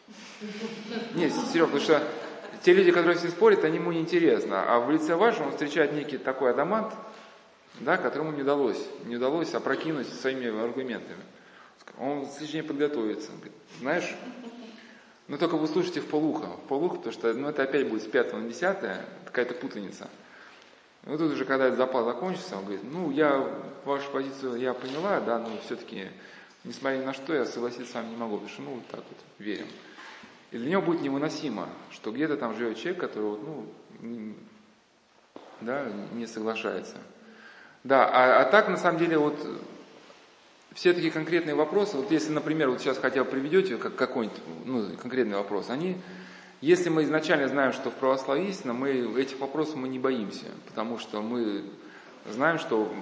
Нет, Серега, потому что те люди, которые с ним спорят, они ему неинтересно. А в лице вашем он встречает некий такой адамант, да, которому не удалось, не удалось опрокинуть своими аргументами. Он слишком подготовится. Он говорит, знаешь, ну только вы слушайте в полухо, в полухо, потому что ну, это опять будет с пятого на десятое, какая-то путаница. Ну тут уже, когда этот запас закончится, он говорит, ну я вашу позицию я поняла, да, но все-таки, несмотря ни на что, я согласиться с вами не могу, потому что, ну, вот так вот, верим. И для него будет невыносимо, что где-то там живет человек, который, ну, не, да, не соглашается. Да, а, а так, на самом деле, вот, все такие конкретные вопросы, вот если, например, вот сейчас хотя бы приведете как какой-нибудь, ну, конкретный вопрос, они, если мы изначально знаем, что в православии истина, мы этих вопросов мы не боимся, потому что мы знаем, что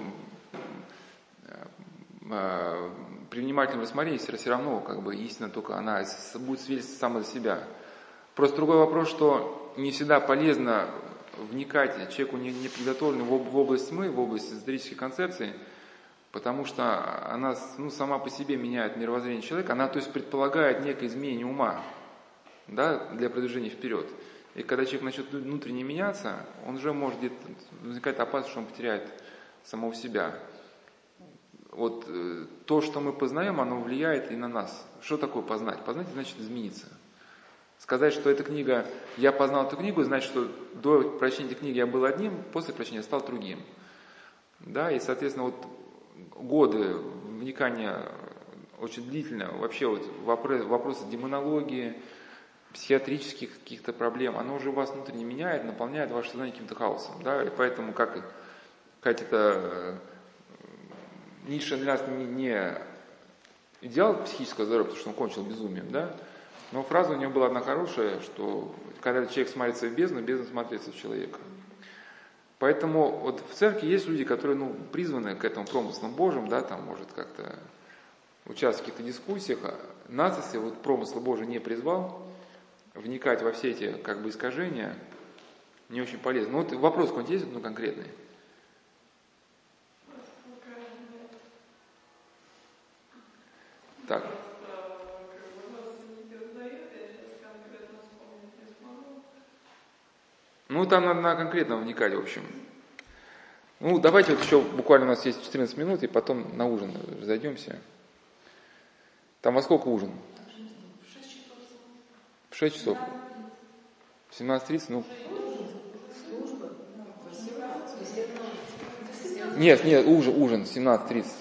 э, при внимательном рассмотрении все равно как бы истина только она будет свидетельствовать сама за себя. Просто другой вопрос, что не всегда полезно вникать человеку не, не подготовленному в, в область тьмы, в область эзотерической концепции, потому что она ну, сама по себе меняет мировоззрение человека, она то есть предполагает некое изменение ума, да, для продвижения вперед. И когда человек начнет внутренне меняться, он уже может где-то возникать опасность, что он потеряет самого себя. Вот э, то, что мы познаем, оно влияет и на нас. Что такое познать? Познать значит измениться. Сказать, что эта книга, я познал эту книгу, значит, что до прочтения этой книги я был одним, после прочтения я стал другим. Да, и, соответственно, вот годы вникания очень длительно, вообще вот вопросы, вопросы демонологии, психиатрических каких-то проблем, оно уже вас внутренне меняет, наполняет ваше сознание каким-то хаосом. Да, и поэтому, как какая-то Ницше для нас не, не идеал психического здоровья, потому что он кончил безумием, да, но фраза у него была одна хорошая, что когда человек смотрится в бездну, бездна смотрится в человека. Поэтому вот в церкви есть люди, которые ну, призваны к этому промыслам Божьим, да, там может как-то участвовать в каких-то дискуссиях. Нас, если вот промысл Божий не призвал, вникать во все эти как бы искажения не очень полезно. Ну вот вопрос какой-нибудь есть, ну конкретный? Так. Ну, там надо на конкретно вникать, в общем. Ну, давайте вот еще, буквально у нас есть четырнадцать минут, и потом на ужин разойдемся. Там во сколько ужин? В шесть часов. В семнадцать тридцать, ну. Нет, нет, ужин, ужин, семнадцать тридцать.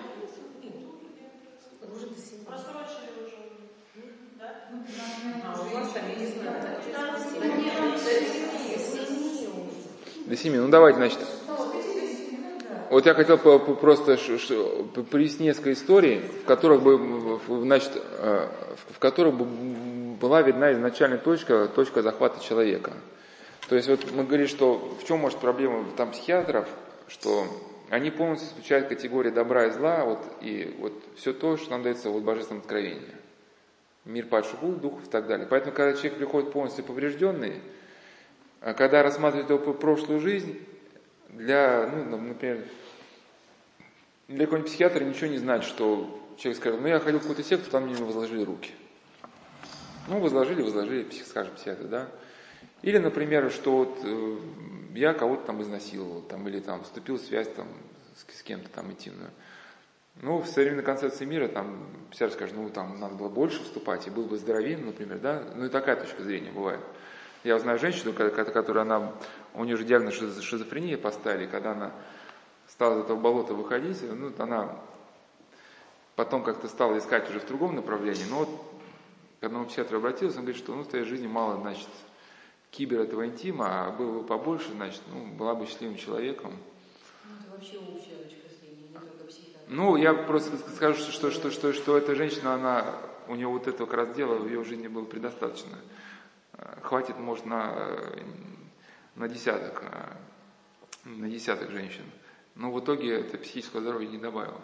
До семи. Ну давайте, значит. Вот я хотел просто привести несколько историй, в которых бы, значит, в которых бы была видна изначальная точка, точка захвата человека. То есть вот мы говорили, что в чем может проблема там психиатров, что они полностью исключают категории добра и зла, вот, и вот все то, что нам дается вот, в божественном откровении. Мир падших духов и так далее. Поэтому, когда человек приходит полностью поврежденный, когда рассматривает его прошлую жизнь, для, ну, например, для какого-нибудь психиатра ничего не значит, что человек скажет, ну я ходил в какую-то секту, там мне возложили руки. Ну, возложили, возложили, скажем, психиатр, да. Или, например, что вот э, я кого-то там изнасиловал, там, или там вступил в связь там, с, с кем-то там интимную. Ну, в современной концепции мира там психиатр скажет, ну, там надо было больше вступать, и был бы здоровее, например, да. Ну, и такая точка зрения бывает. Я знаю женщину, которая, она, у нее же диагноз шизофрения поставили, когда она стала из этого болота выходить, ну, она потом как-то стала искать уже в другом направлении, но вот, когда он к психиатру обратился, он говорит, что ну, в твоей жизни мало, значит, кибер этого интима, а было бы побольше, значит, ну, была бы счастливым человеком. Ну, это вообще общая точка зрения, не только психиатр. Ну, я просто скажу, что, что, что, что эта женщина, она, у нее вот этого как раз дела в ее жизни было предостаточно. Хватит, может, на, на десяток, на десяток женщин. Но в итоге это психическое здоровье не добавило.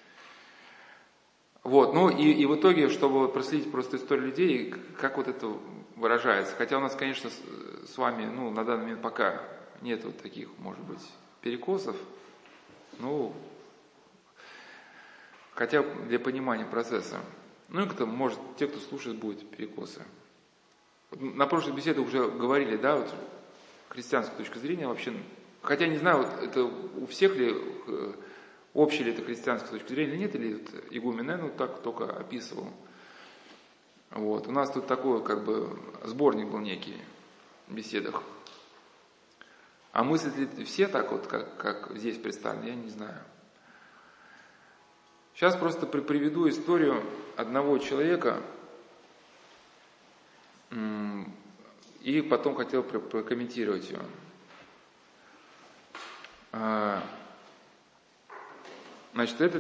Вот, ну и, и в итоге, чтобы проследить просто историю людей, как вот это выражается. Хотя у нас, конечно, с, с вами, ну, на данный момент пока нет вот таких, может быть, перекосов. Ну, хотя для понимания процесса. Ну и кто, может, те, кто слушает, будут перекосы. На прошлой беседе уже говорили, да, вот христианская точка зрения вообще, хотя не знаю, вот это у всех ли, общая ли это христианская точка зрения или нет, или вот игумен, наверное, вот так только описывал. Вот. У нас тут такой, как бы, сборник был некий в беседах. А мыслят ли все так вот, как, как здесь представлено, я не знаю. Сейчас просто приведу историю одного человека, и потом хотел прокомментировать ее. Значит, этот,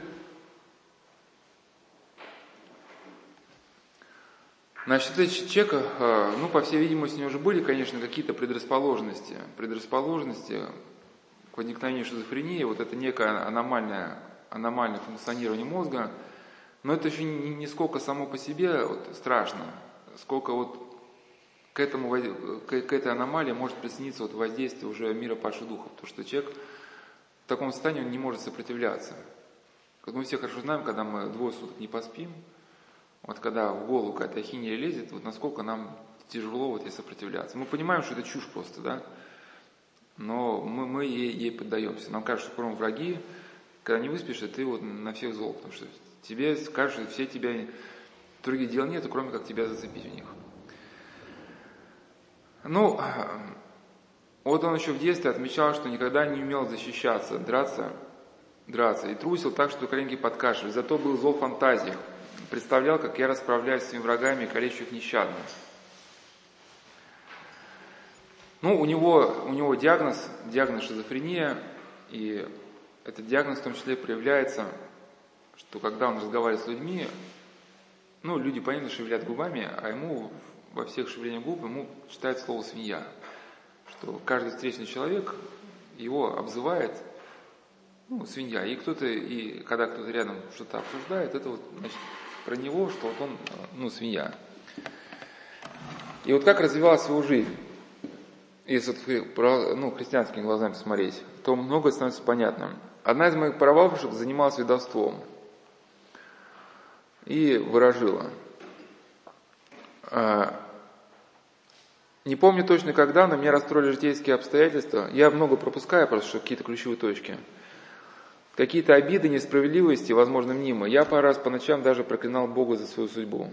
значит, этот человек, ну, по всей видимости, у него уже были, конечно, какие-то предрасположенности. Предрасположенности к возникновению шизофрении, вот это некое аномальное, аномальное функционирование мозга, но это еще не, не сколько само по себе вот, страшно, сколько вот к, этому, к, к этой аномалии может присоединиться вот воздействие уже мира падших духов, потому что человек в таком состоянии он не может сопротивляться. Мы все хорошо знаем, когда мы двое суток не поспим, вот когда в голову какая-то ахинея лезет, вот насколько нам тяжело вот ей сопротивляться. Мы понимаем, что это чушь просто, да, но мы, мы ей, ей поддаемся. Нам кажется, что кроме враги, когда не выспишься, ты вот на всех зол, потому что тебе кажется, что все тебя, других дел нет, кроме как тебя зацепить у них. Ну, вот он еще в детстве отмечал, что никогда не умел защищаться, драться, драться, и трусил так, что коленки подкашивали, зато был зол в фантазиях, представлял, как я расправляюсь с своими врагами и калечу их нещадно. Ну, у него, у него диагноз, диагноз шизофрения, и этот диагноз в том числе проявляется, что когда он разговаривает с людьми, ну, люди, понятно, шевелят губами, а ему во всех шевелениях губ ему читает слово «свинья», что каждый встречный человек его обзывает, ну, свинья, и кто-то, и когда кто-то рядом что-то обсуждает, это вот, значит, про него, что вот он, ну, свинья. И вот как развивалась его жизнь, если вот, ну, христианскими глазами посмотреть, то многое становится понятным. Одна из моих прабабушек занималась ведовством и ворожила. Не помню точно когда, но меня расстроили житейские обстоятельства. Я много пропускаю, просто что какие-то ключевые точки. Какие-то обиды, несправедливости, возможно, мнимые. Я пару раз по ночам даже проклинал Бога за свою судьбу.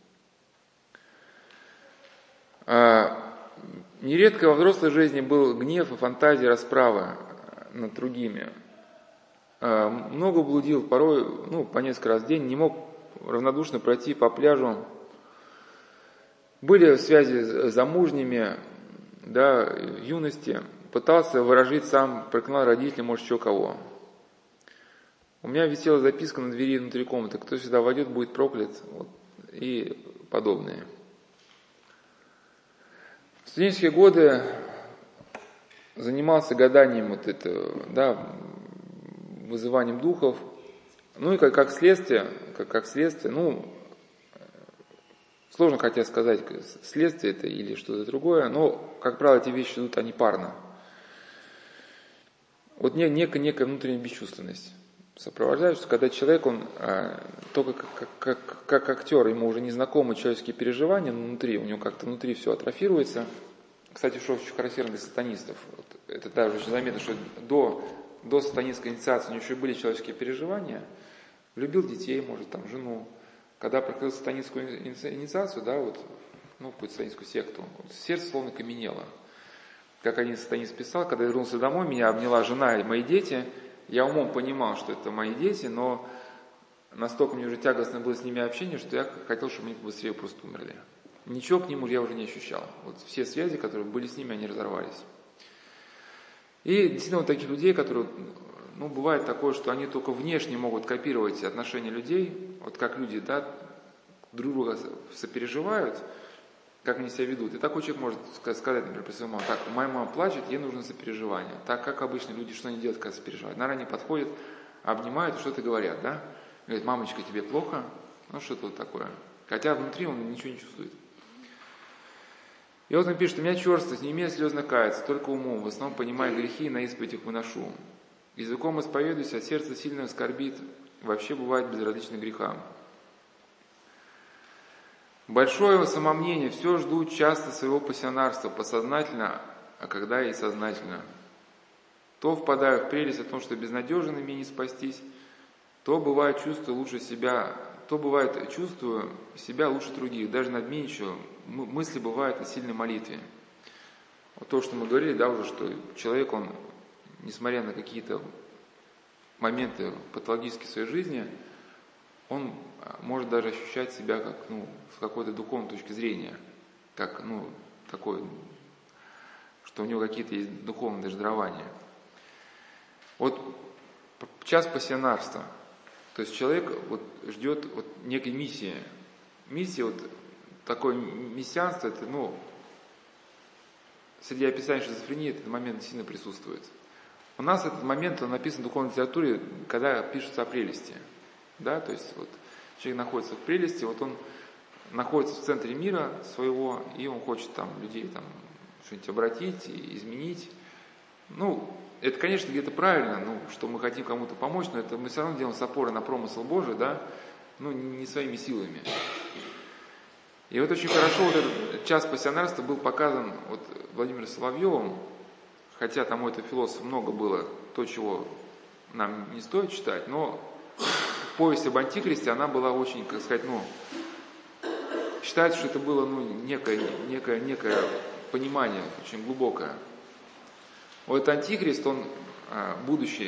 Нередко во взрослой жизни был гнев и фантазия расправы над другими. Много блудил, порой, ну, по несколько раз в день, не мог равнодушно пройти по пляжу. Были связи с замужними, да, в юности. Пытался выражить сам, проклинал родителей, может, еще кого. У меня висела записка на двери внутри комнаты: кто сюда войдет, будет проклят, вот, и подобные. В студенческие годы занимался гаданием, вот это, да, вызыванием духов. Ну и как, как следствие, как, как следствие, ну, сложно хотя сказать, следствие это или что-то другое, но, как правило, эти вещи идут, они парно. Вот некая, некая внутренняя бесчувственность. сопровождающие, когда человек, он а, только как, как, как актер, ему уже не знакомы человеческие переживания, но внутри, у него как-то внутри все атрофируется. Кстати, что очень характерно для сатанистов, вот, это даже очень заметно, что до, до сатанинской инициации у него еще были человеческие переживания, любил детей, может, там, жену. Когда проходил сатанинскую инициацию, да, вот, ну, какую-то сатанинскую секту, вот, сердце словно каменело. Как один сатанист писал, когда я вернулся домой, меня обняла жена и мои дети, я умом понимал, что это мои дети, но настолько мне уже тягостно было с ними общение, что я хотел, чтобы они быстрее просто умерли. Ничего к ним я уже не ощущал. Вот все связи, которые были с ними, они разорвались. И действительно вот таких людей, которые, ну, бывает такое, что они только внешне могут копировать отношения людей, вот как люди, да, друг друга сопереживают, как они себя ведут. И такой человек может сказать, например, при своей маме: так, моя мама плачет, ей нужно сопереживание. Так, как обычно люди, что они делают, когда сопереживают? Наверное, они подходят, обнимают и что-то говорят, да? Говорят: мамочка, тебе плохо? Ну, что-то вот такое. Хотя внутри он ничего не чувствует. И вот он пишет: у меня черствость, не имея слезно каяться, только умом, в основном понимая грехи и на исповедь их выношу. Языком исповедуюсь, а сердце сильно скорбит, вообще бывает безразлично грехам. Большое самомнение, все жду часто своего пассионарства, подсознательно, а когда и сознательно. То впадаю в прелесть о том, что безнадежно мне не спастись, то бывает чувствую лучше себя, то бывает чувствую себя лучше других, даже надменничаю, мысли бывают о сильной молитве. Вот то, что мы говорили, да, уже, что человек, он, несмотря на какие-то моменты патологические в своей жизни, он может даже ощущать себя как, ну, с какой-то духовной точки зрения, как, ну, такой, что у него какие-то есть духовные даже дарования. Вот час пассионарства. То есть человек вот ждет вот некой миссии. Миссия, вот такое мессианство, это, ну, среди описаний шизофрении этот момент сильно присутствует. У нас этот момент, он написан в духовной литературе, когда пишутся о прелести. Да, то есть вот человек находится в прелести, вот он находится в центре мира своего, и он хочет там людей там что-нибудь обратить, изменить. Ну, это, конечно, где-то правильно, ну, что мы хотим кому-то помочь, но это мы все равно делаем с опорой на промысел Божий, да, ну, не своими силами. И вот очень хорошо вот этот час пассионарства был показан вот Владимиром Соловьевым, хотя там у этого философа много было то, чего нам не стоит читать, но повесть об Антихристе, она была очень, как сказать, ну, считается, что это было, ну, некое, некое, некое понимание, очень глубокое. Вот Антихрист, он будущий,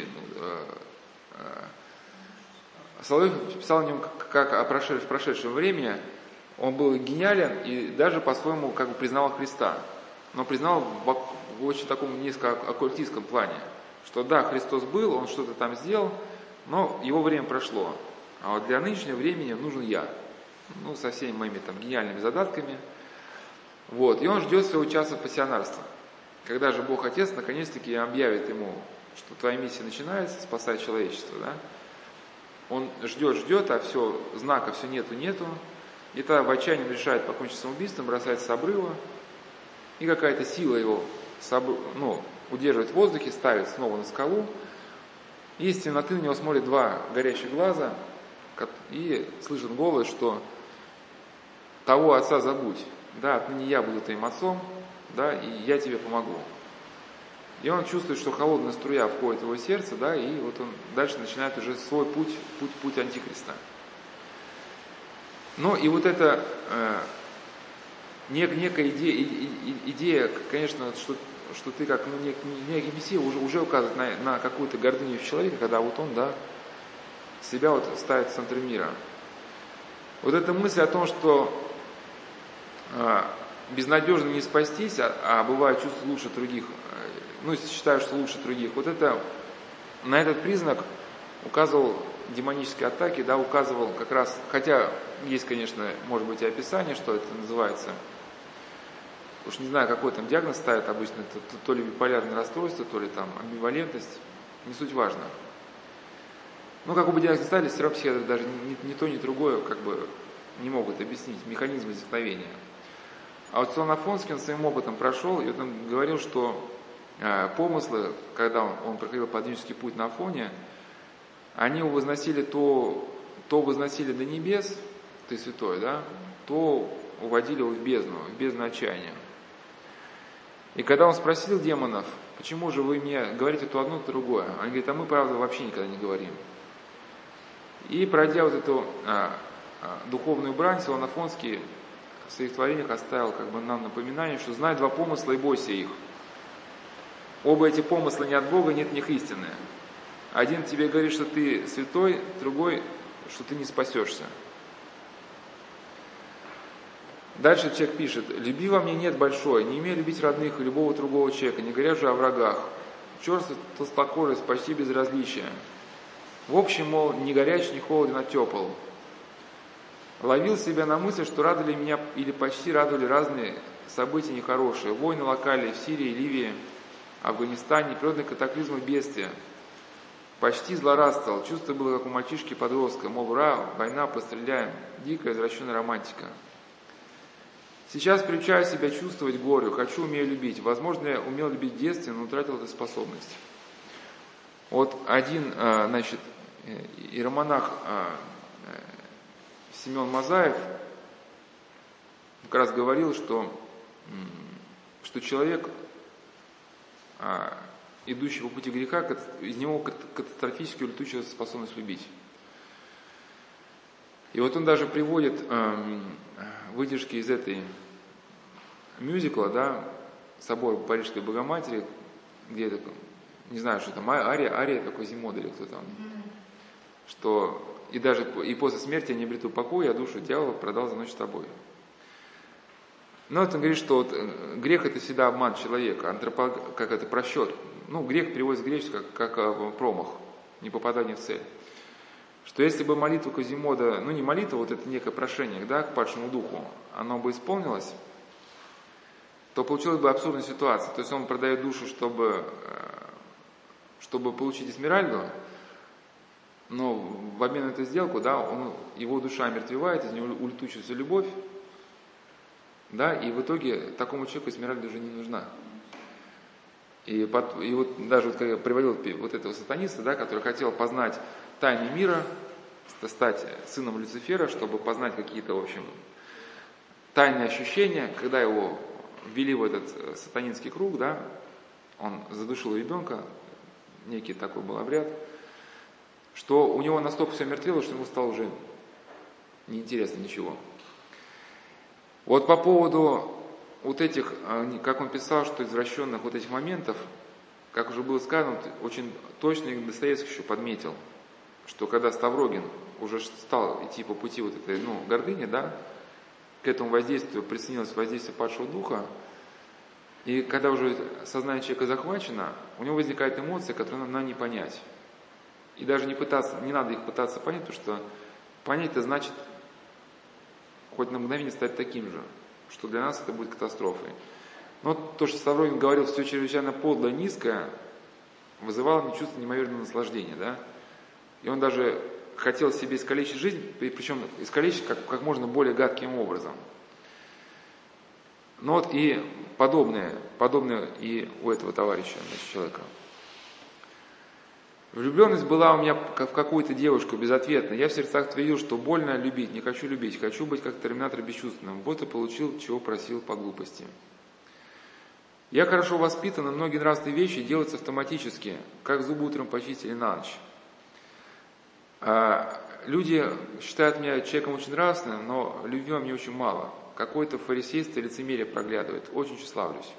Соловьев писал о нем как о прошедшем, в прошедшем времени, он был гениален и даже по-своему как бы признавал Христа, но признал в, в очень таком несколько оккультистском плане, что да, Христос был, он что-то там сделал, но его время прошло, а вот для нынешнего времени нужен я, ну, со всеми моими там гениальными задатками, вот, и он ждет своего часа пассионарства. Когда же Бог Отец наконец-таки объявит ему, что твоя миссия начинается, спасать человечество, да? Он ждет, ждет, а все, знака все нету, нету. И тогда в отчаянии решает покончить самоубийством, бросается с обрыва, и какая-то сила его ну, удерживает в воздухе, ставит снова на скалу. И из темноты на него смотрят два горящих глаза, и слышит голос, что того отца забудь, да, отныне я буду твоим отцом, да, и я тебе помогу. И он чувствует, что холодная струя входит в его сердце, да, и вот он дальше начинает уже свой путь, путь, путь Антихриста. Ну и вот эта э, нек, некая идея, и, идея, конечно, что, что ты как ну, нек, некий мессия уже, уже указывает на, на какую-то гордыню в человеке, когда вот он, да, себя вот ставит в центр мира. Вот эта мысль о том, что э, безнадежно не спастись, а, а бывает чувство лучше других, ну, считаю, что лучше других. Вот это, на этот признак указывал демонические атаки, да, указывал как раз, хотя есть, конечно, может быть, и описание, что это называется, уж не знаю, какой там диагноз ставят обычно, это то, то ли биполярное расстройство, то ли там амбивалентность, не суть важно. Ну, как бы диагноз ставили, все равно психиатры даже ни, ни то, ни другое как бы не могут объяснить механизм возникновения. А вот Солон Афонский, он своим опытом прошел, и вот он говорил, что э, помыслы, когда он, он проходил подвижнический путь на Афоне, они его возносили то, то возносили до небес, ты святой, да, то уводили его в бездну, в бездну отчаяния. И когда он спросил демонов, почему же вы мне говорите то одно, то другое, они говорят, а мы, правда, вообще никогда не говорим. И пройдя вот эту а, а, духовную брань, Силуан Афонский в своих творениях оставил как бы нам напоминание, что знай два помысла и бойся их. Оба эти помысла не от Бога, нет в них истины. Один тебе говорит, что ты святой, другой, что ты не спасешься. Дальше человек пишет, «Люби во мне нет большой, не имею любить родных и любого другого человека, не говоря же о врагах. Черствый толстокожесть, почти безразличие. В общем, мол, ни горяч, ни холоден, а тепл. Ловил себя на мысли, что радовали меня или почти радовали разные события нехорошие. Войны локальные в Сирии, Ливии, Афганистане, природные катаклизмы, бедствия. Почти злорадствовал, чувство было, как у мальчишки-подростка, мол, ура, война, постреляем, дикая, извращенная романтика. Сейчас приучаю себя чувствовать горю, хочу, умею любить. Возможно, я умел любить в детстве, но утратил эту способность». Вот один, значит, иеромонах Семен Мазаев как раз говорил, что, что человек, идущий по пути греха, из него катастрофически улетучивается способность любить. И вот он даже приводит выдержки из этой мюзикла, да, «Собор Парижской Богоматери», где это, не знаю, что там, ария, ария такой Зимода или кто там, что и даже и после смерти я не обрету покоя, а душу дьявола продал за ночь с тобой. Но это говорит, что вот грех — это всегда обман человека, антропо, как это, просчет. Ну, грех переводится с греческого как, как промах, не попадание в цель. Что если бы молитва Квазимода, ну не молитва, вот это некое прошение, да, к падшему духу, оно бы исполнилось, то получилась бы абсурдная ситуация. То есть он продает душу, чтобы, чтобы получить эсмеральду, но в обмен на эту сделку, да, он, его душа омертвевает, из него улетучивается любовь, да, и в итоге такому человеку эсмеральда уже не нужна. И, под, и вот даже вот, как я приводил вот этого сатаниста, да, который хотел познать тайны мира, стать сыном Люцифера, чтобы познать какие-то, в общем, тайные ощущения, когда его ввели в этот сатанинский круг, да, он задушил ребенка, некий такой был обряд, что у него настолько все мертвело, что ему стало уже неинтересно ничего. Вот по поводу вот этих, как он писал, что извращенных вот этих моментов, как уже было сказано, очень точно и Достоевский еще подметил, что когда Ставрогин уже стал идти по пути вот этой, ну, гордыни, да, к этому воздействию присоединилось воздействие падшего духа, и когда уже сознание человека захвачено, у него возникают эмоции, которые нам надо не понять. И даже не пытаться, не надо их пытаться понять, потому что понять это значит хоть на мгновение стать таким же, что для нас это будет катастрофой. Но то, что Ставрогин говорил, все чрезвычайно подло, низкое, вызывало мне чувство неимоверного наслаждения, да. И он даже хотел себе искалечить жизнь, причем искалечить как, как можно более гадким образом. Но вот и подобное, подобное и у этого товарища, значит, человека. Влюбленность была у меня в какую-то девушку безответной. Я в сердцах твердил, что больно любить, не хочу любить, хочу быть как терминатор бесчувственным. Вот и получил, чего просил по глупости. Я хорошо воспитан, но многие нравственные вещи делаются автоматически, как зубы утром почистили на ночь. А люди считают меня человеком очень нравственным, но любви во мне очень мало. Какое-то фарисейство и лицемерие проглядывает. Очень тщеславлюсь.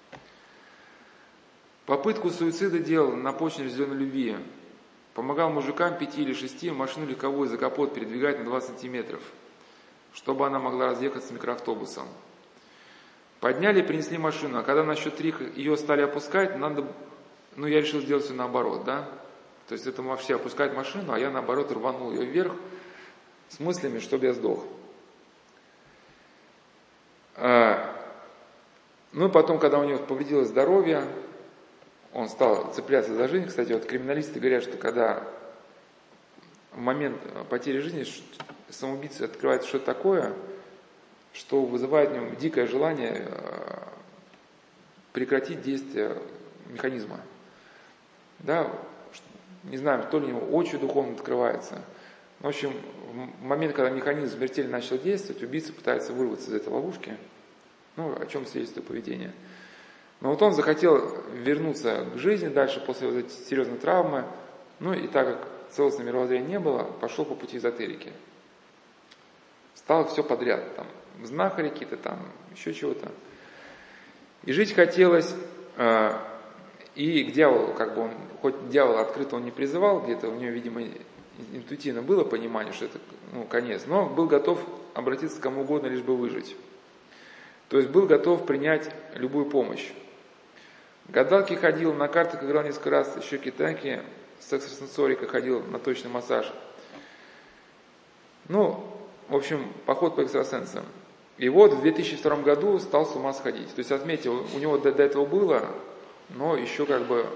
Попытку суицида делал на почве разделенной любви. Помогал мужикам пяти или шести машину легковую за капот передвигать на двадцать сантиметров, чтобы она могла разъехаться с микроавтобусом. Подняли и принесли машину, а когда на счет три ее стали опускать, надо, ну я решил сделать все наоборот, да? То есть это вообще опускать машину, а я наоборот рванул ее вверх с мыслями, чтобы я сдох. А, ну потом, когда у него повредилось здоровье, он стал цепляться за жизнь. Кстати, вот криминалисты говорят, что когда в момент потери жизни самоубийце открывается что-то такое, что вызывает в нем дикое желание прекратить действие механизма. Да, не знаю, то ли у него очи духовно открывается. В общем, в момент, когда механизм смертельно начал действовать, убийца пытается вырваться из этой ловушки. Ну, о чем свидетельствует поведение. Но вот он захотел вернуться к жизни дальше после вот этой серьезной травмы. Ну и так как целостного мировоззрения не было, пошел по пути эзотерики. Стало все подряд. Там знахари какие-то, там еще чего-то. И жить хотелось, э, и к дьяволу, как бы он, хоть дьявола открыто он не призывал, где-то у него, видимо, интуитивно было понимание, что это ну, конец, но был готов обратиться к кому угодно, лишь бы выжить. То есть был готов принять любую помощь. К гадалке ходил, на картах играл несколько раз, еще китайки, с экстрасенсорикой ходил на точный массаж. Ну, в общем, поход по экстрасенсам. И вот в две тысячи втором году стал с ума сходить. То есть, отметьте, у него до, до этого было, но еще как бы,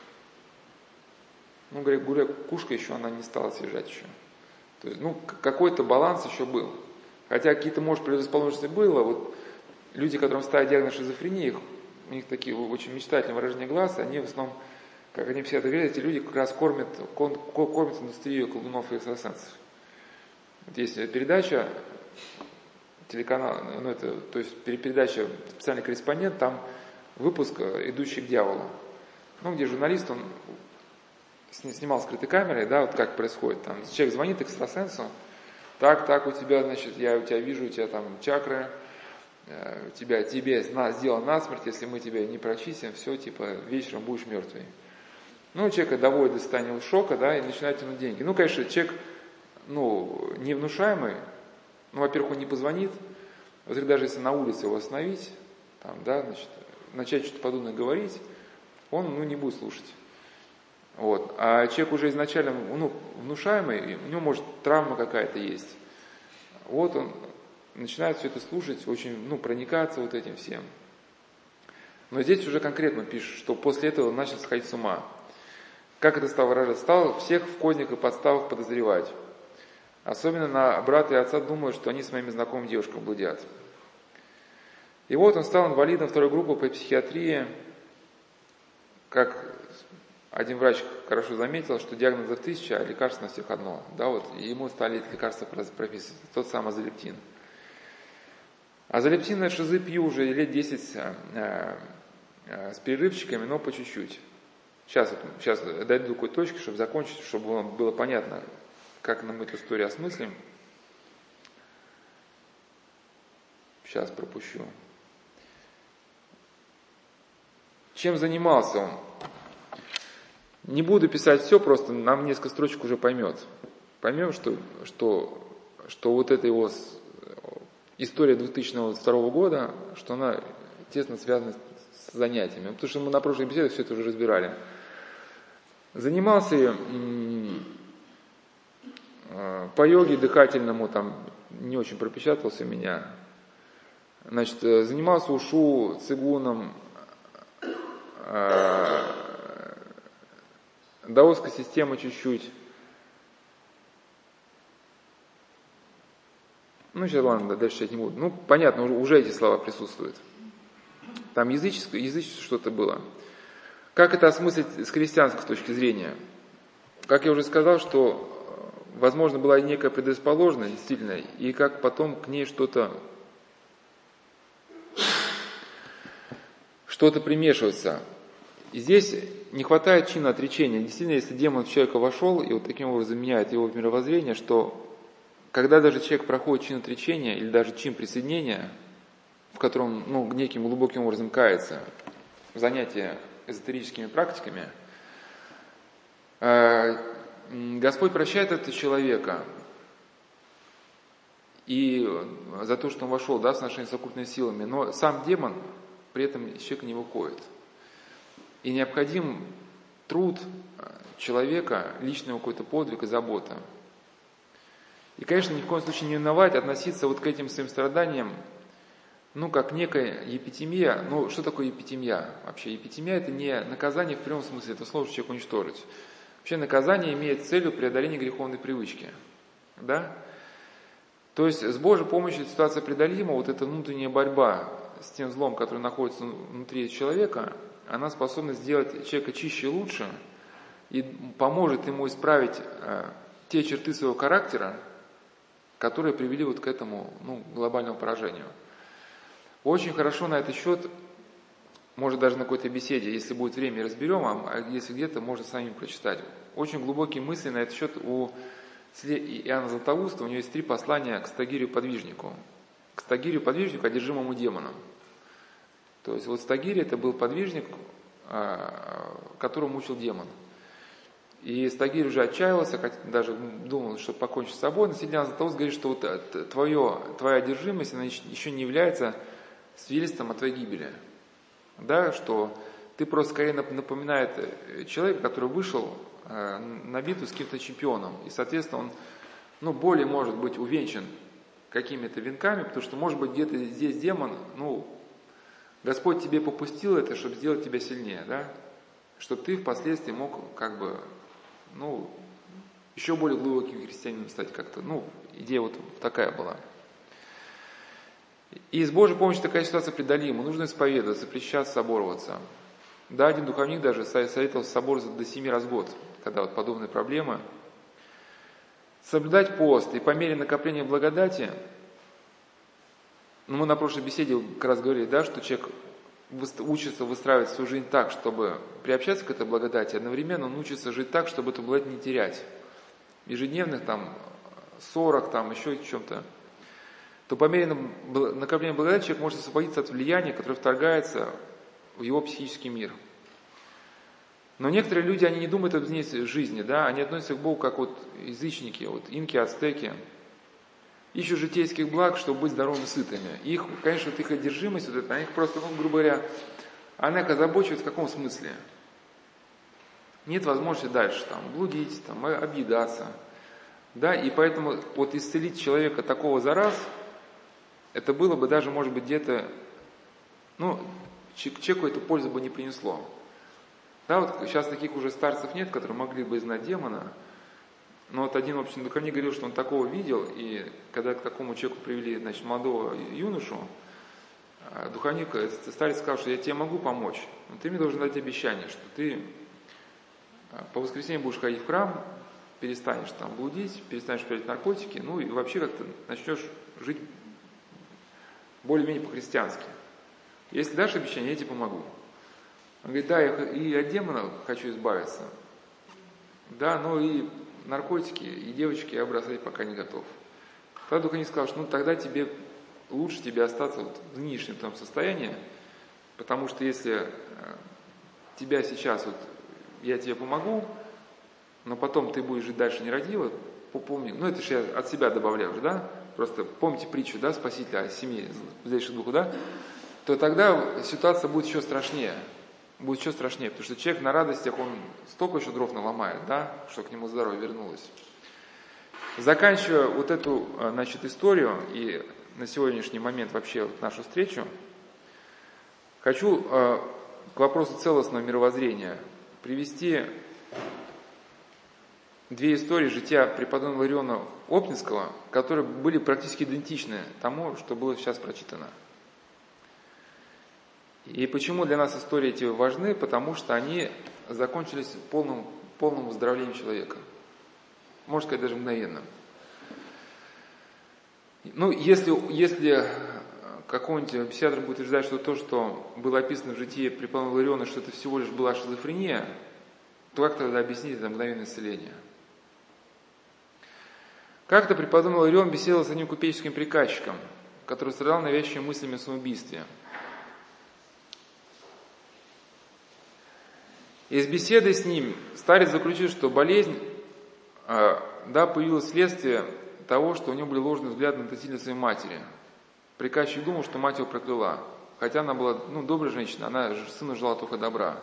ну, говоря, говоря, кушка еще, она не стала съезжать еще. То есть, ну, какой-то баланс еще был. Хотя какие-то, может, предрасположенности было. Вот люди, которым ставят диагноз шизофрении, у них такие очень мечтательные выражения глаз, они в основном, как они всегда говорят, эти люди как раз кормят, кормят индустрию колдунов и экстрасенсов. Вот есть передача, телеканал, ну это, то есть передача «Специальный корреспондент», там выпуск «Идущий к дьяволу». Ну, где журналист, он снимал скрытой камерой, да, вот как происходит. Там человек звонит экстрасенсу, так, так, у тебя, значит, я у тебя вижу, у тебя там чакры, у тебя, тебе сделан насмерть, если мы тебя не прочистим, все, типа, вечером будешь мертвый. Ну, человека доводит до состояния шока, да, и начинает тянуть деньги. Ну, конечно, человек, ну, невнушаемый, ну, во-первых, он не позвонит, во-вторых, даже если на улице его остановить, там, да, значит, начать что-то подобное говорить, он, ну, не будет слушать. Вот. А человек уже изначально, ну, внушаемый, у него, может, травма какая-то есть. Вот он начинает все это слушать, очень, ну, проникаться вот этим всем. Но здесь уже конкретно пишет, что после этого он начал сходить с ума. Как это стало выражаться? Стал всех в кознях и подставах подозревать. Особенно на брата и отца думают, что они с моими знакомыми девушками блудят. И вот он стал инвалидом второй группы по психиатрии. Как один врач хорошо заметил, что диагнозов тысяча, а лекарств на всех одно. Да, вот, и ему стали эти лекарства прописывать. Тот самый азолептин. Азолептин на шизы пью уже лет десять э, э, с перерывчиками, но по чуть-чуть. Сейчас, вот, сейчас дойду до такой точки, чтобы закончить, чтобы было понятно, как мы эту историю осмыслим. Сейчас пропущу. Чем занимался он? Не буду писать все, просто нам несколько строчек уже поймет. Поймем, что, что, что вот эта его история две тысячи второго года, что она тесно связана с занятиями. Потому что мы на прошлой беседе все это уже разбирали. Занимался м- по йоге дыхательному, там не очень пропечатался у меня. Значит, занимался ушу, цигуном, э- даосская система чуть-чуть. Ну, сейчас, ладно, дальше я не буду. Ну, понятно, уже, уже эти слова присутствуют. Там языческое, языческое что-то было. Как это осмыслить с христианской точки зрения? Как я уже сказал, что, возможно, была некая предрасположенность, действительно, и как потом к ней что-то, что-то примешивается. И здесь не хватает чина отречения. Действительно, если демон в человека вошел и вот таким образом меняет его мировоззрение, что когда даже человек проходит чин отречения или даже чин присоединения, в котором, ну, неким глубоким образом кается в занятии эзотерическими практиками, Господь прощает этого человека и за то, что он вошел, да, в сношение с оккультными силами, но сам демон при этом из человека не выходит. И необходим труд человека, личный какой-то подвиг и забота. И, конечно, ни в коем случае не виноват относиться вот к этим своим страданиям, ну, как некая епитемия. Ну, что такое епитемия? Вообще, епитемия – это не наказание в прямом смысле этого слова, что человека уничтожить. Вообще, наказание имеет целью преодоления греховной привычки. Да? То есть, с Божьей помощью ситуация преодолима, вот эта внутренняя борьба с тем злом, который находится внутри человека, она способна сделать человека чище и лучше, и поможет ему исправить э, те черты своего характера, которые привели вот к этому ну, глобальному поражению. Очень хорошо на этот счет, может даже на какой-то беседе, если будет время, разберем, а если где-то, можно сами прочитать. Очень глубокие мысли на этот счет у Иоанна Златоуста, у него есть три послания к Стагирию-подвижнику. К Стагирию-подвижнику, одержимому демоном. То есть вот Стагирий это был подвижник, которого мучил демон. И Стагирий уже отчаялся, даже думал, что покончит с собой. Но Иоанн Златоуст говорит, что вот твое, твоя одержимость, она еще не является свидетельством о твоей гибели. Да, что ты просто скорее напоминает человека, который вышел на битву с каким-то чемпионом. И, соответственно, он ну, более может быть увенчан какими-то венками, потому что, может быть, где-то здесь демон, ну, Господь тебе попустил это, чтобы сделать тебя сильнее, да? Чтобы ты впоследствии мог, как бы, ну, еще более глубоким христианином стать как-то. Ну, идея вот такая была. И с Божьей помощью такая ситуация преодолима. Нужно исповедоваться, причащаться, собороваться. Да, один духовник даже советовал собороваться до семи раз в год, когда вот подобные проблемы. Соблюдать пост и по мере накопления благодати. Ну, мы на прошлой беседе как раз говорили, да, что человек учится выстраивать свою жизнь так, чтобы приобщаться к этой благодати, одновременно он учится жить так, чтобы эту благодать не терять. Ежедневных там сорок, там еще чем-то. То по мере накопления благодати человек может освободиться от влияния, которое вторгается в его психический мир. Но некоторые люди, они не думают о дне жизни, да, они относятся к Богу как вот язычники, вот инки, ацтеки, ищут житейских благ, чтобы быть здоровыми, сытыми. И их, конечно, вот их одержимость, вот это, она их просто, ну, грубо говоря, она их озабочивает в каком смысле? Нет возможности дальше там блудить, там, объедаться, да, и поэтому вот исцелить человека такого за раз, это было бы даже, может быть, где-то, ну, человеку это пользу бы не принесло. Да, вот сейчас таких уже старцев нет, которые могли бы знать демона. Но вот один, в общем, духовник говорил, что он такого видел, и когда к такому человеку привели, значит, молодого юношу, духовник, старец сказал, что я тебе могу помочь, но ты мне должен дать обещание, что ты по воскресеньям будешь ходить в храм, перестанешь там блудить, перестанешь пить наркотики, ну и вообще как-то начнешь жить более-менее по-христиански. Если дашь обещание, я тебе помогу. Он говорит, да, я и от демона хочу избавиться, да, но и наркотики, и девочки я бросать пока не готов. Тогда духовник сказал, что ну тогда тебе лучше тебе остаться вот в нынешнем том состоянии, потому что если тебя сейчас вот я тебе помогу, но потом ты будешь жить дальше нерадиво, помни, ну это же я от себя добавляю уже, да, просто помните притчу, да, Спасителя о семье, взявших духу, да, то тогда ситуация будет еще страшнее. Будет еще страшнее, потому что человек на радостях, он столько еще дров наломает, да, что к нему здоровье вернулось. Заканчивая вот эту, значит, историю и на сегодняшний момент вообще вот нашу встречу, хочу э, к вопросу целостного мировоззрения привести две истории жития преподобного Иериона Оптинского, которые были практически идентичны тому, что было сейчас прочитано. И почему для нас истории эти важны? Потому что они закончились полным, полным выздоровлением человека. Можно сказать, даже мгновенным. Ну, если, если какой-нибудь психиатр будет утверждать, что то, что было описано в житии преподобного Иериона, что это всего лишь была шизофрения, то как тогда объяснить это мгновенное исцеление? Как-то преподобный Иерион беседовал с одним купеческим приказчиком, который страдал навязчивыми мыслями о самоубийстве. Из беседы с ним старец заключил, что болезнь, да, появилась вследствие того, что у него были ложные взгляды относительно своей матери. Приказчик думал, что мать его прокляла, хотя она была, ну, добрая женщина, она сыну желала только добра.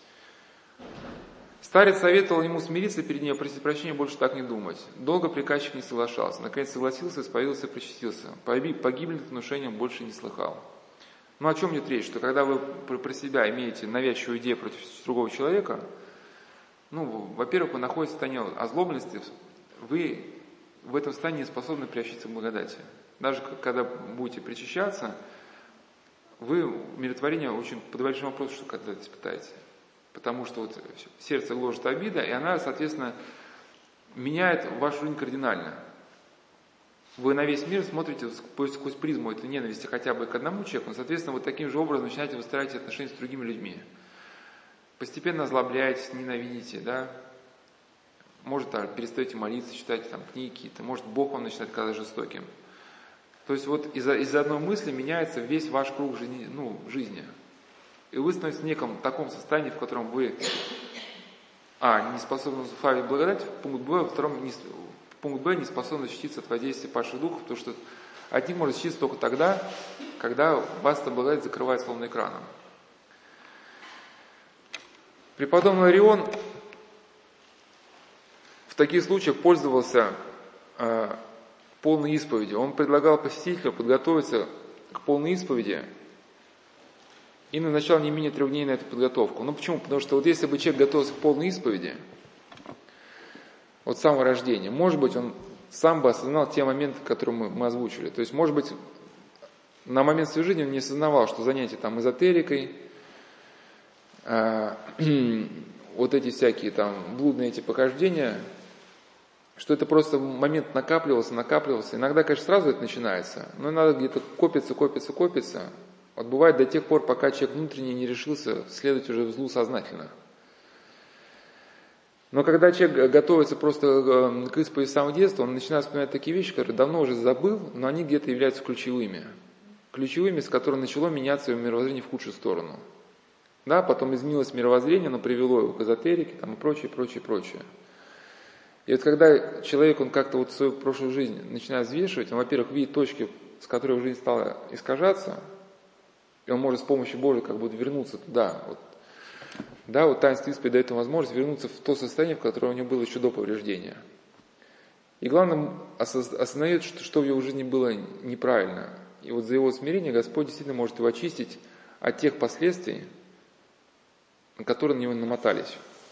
Старец советовал ему смириться перед ней, просить прощения, больше так не думать. Долго приказчик не соглашался. Наконец согласился, исповедался и причастился. Погибельных внушением больше не слыхал. Ну о чем идет речь? Что когда вы про себя имеете навязчивую идею против другого человека, ну, во-первых, вы находитесь в состоянии озлобленности, вы в этом состоянии не способны приобщиться к благодати. Даже когда будете причащаться, вы умиротворение очень под большим вопросом, что когда это испытаете. потому что вот в сердце гложет обида, и она, соответственно, меняет вашу жизнь кардинально. Вы на весь мир смотрите сквозь призму этой ненависти хотя бы к одному человеку, но, соответственно, вот таким же образом начинаете выстраивать отношения с другими людьми. Постепенно озлобляетесь, ненавидите, да, может, там, перестаете молиться, читаете там книги какие-то, может, Бог вам начинает казаться жестоким. То есть вот из-за из одной мысли меняется весь ваш круг жизни, ну, жизни. И вы становитесь в неком таком состоянии, в котором вы, а, не способны славить благодать, в пункт Б, во втором, не, в пункт Б, не способны защититься от воздействия падших духов, потому что от них можно защититься только тогда, когда вас эта благодать закрывает словно экраном. Преподобный Иоанн в таких случаях пользовался э, полной исповедью. Он предлагал посетителю подготовиться к полной исповеди и назначал не менее трех дней на эту подготовку. Ну почему? Потому что вот если бы человек готовился к полной исповеди от самого рождения, может быть, он сам бы осознал те моменты, которые мы, мы озвучили. То есть, может быть, на момент своей жизни он не осознавал, что занятие там эзотерикой, э, вот эти всякие там блудные эти похождения, что это просто момент накапливался, накапливался. Иногда, конечно, сразу это начинается, но иногда где-то копится, копится, копится. Вот бывает до тех пор, пока человек внутренне не решился следовать уже в злу сознательно. Но когда человек готовится просто к исповеди с самого детства, он начинает вспоминать такие вещи, которые давно уже забыл, но они где-то являются ключевыми. Ключевыми, с которых начало меняться его мировоззрение в худшую сторону. Да, потом изменилось мировоззрение, оно привело его к эзотерике там, и прочее, прочее, прочее. И вот когда человек, он как-то вот свою прошлую жизнь начинает взвешивать, он, во-первых, видит точки, с которых жизнь стала искажаться, и он может с помощью Божией как бы вернуться туда. Вот. Да, вот таинство исповеди дает ему возможность вернуться в то состояние, в котором у него было еще до повреждения. И главное, осознает, что, что в его жизни было неправильно. И вот за его смирение Господь действительно может его очистить от тех последствий, которые на него намотались.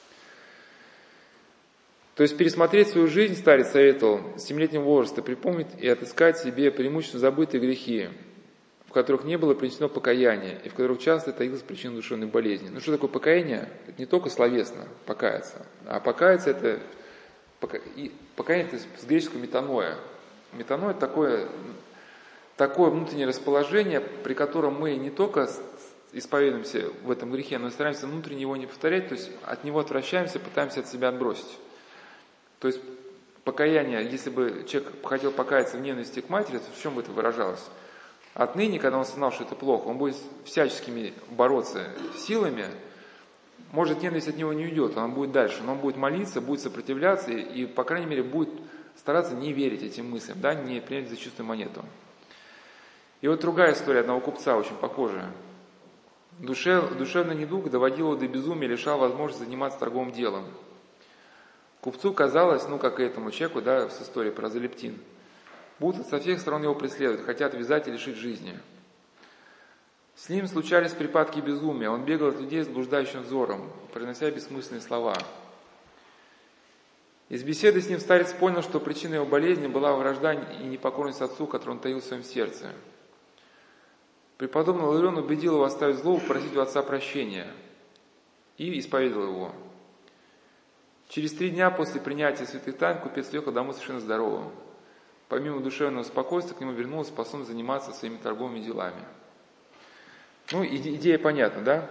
То есть пересмотреть свою жизнь старец советовал с семилетнего возраста, припомнить и отыскать себе преимущественно забытые грехи, в которых не было принесено покаяние, и в которых часто таилась причина душевной болезни. Ну что такое покаяние? Это не только словесно покаяться, а покаяться это, покаяние это с греческого метаноя. Метаноя это такое, такое внутреннее расположение, при котором мы не только исповедуемся в этом грехе, но и стараемся внутренне его не повторять, то есть от него отвращаемся, пытаемся от себя отбросить. То есть покаяние, если бы человек хотел покаяться в ненависти к матери, то в чем бы это выражалось? Отныне, когда он осознал, что это плохо, он будет всяческими бороться силами, может, ненависть от него не уйдет, он будет дальше, но он будет молиться, будет сопротивляться и, и по крайней мере, будет стараться не верить этим мыслям, да, не принять за чистую монету. И вот другая история одного купца, очень похожая. Душев, душевный недуг доводил его до безумия, лишал возможности заниматься торговым делом. Купцу казалось, ну как и этому человеку, да, с историей про Залептин, будто со всех сторон его преследуют, хотят вязать и лишить жизни. С ним случались припадки безумия, он бегал от людей с блуждающим взором, произнося бессмысленные слова. Из беседы с ним старец понял, что причиной его болезни была вражда и непокорность отцу, которую он таил в своем сердце. Преподобный Иларион убедил его оставить зло, попросить у отца прощения и исповедовал его. Через три дня после принятия святых тайн купец уехал домой совершенно здоровым. Помимо душевного спокойствия, к нему вернулась способность заниматься своими торговыми делами. Ну, идея понятна, да?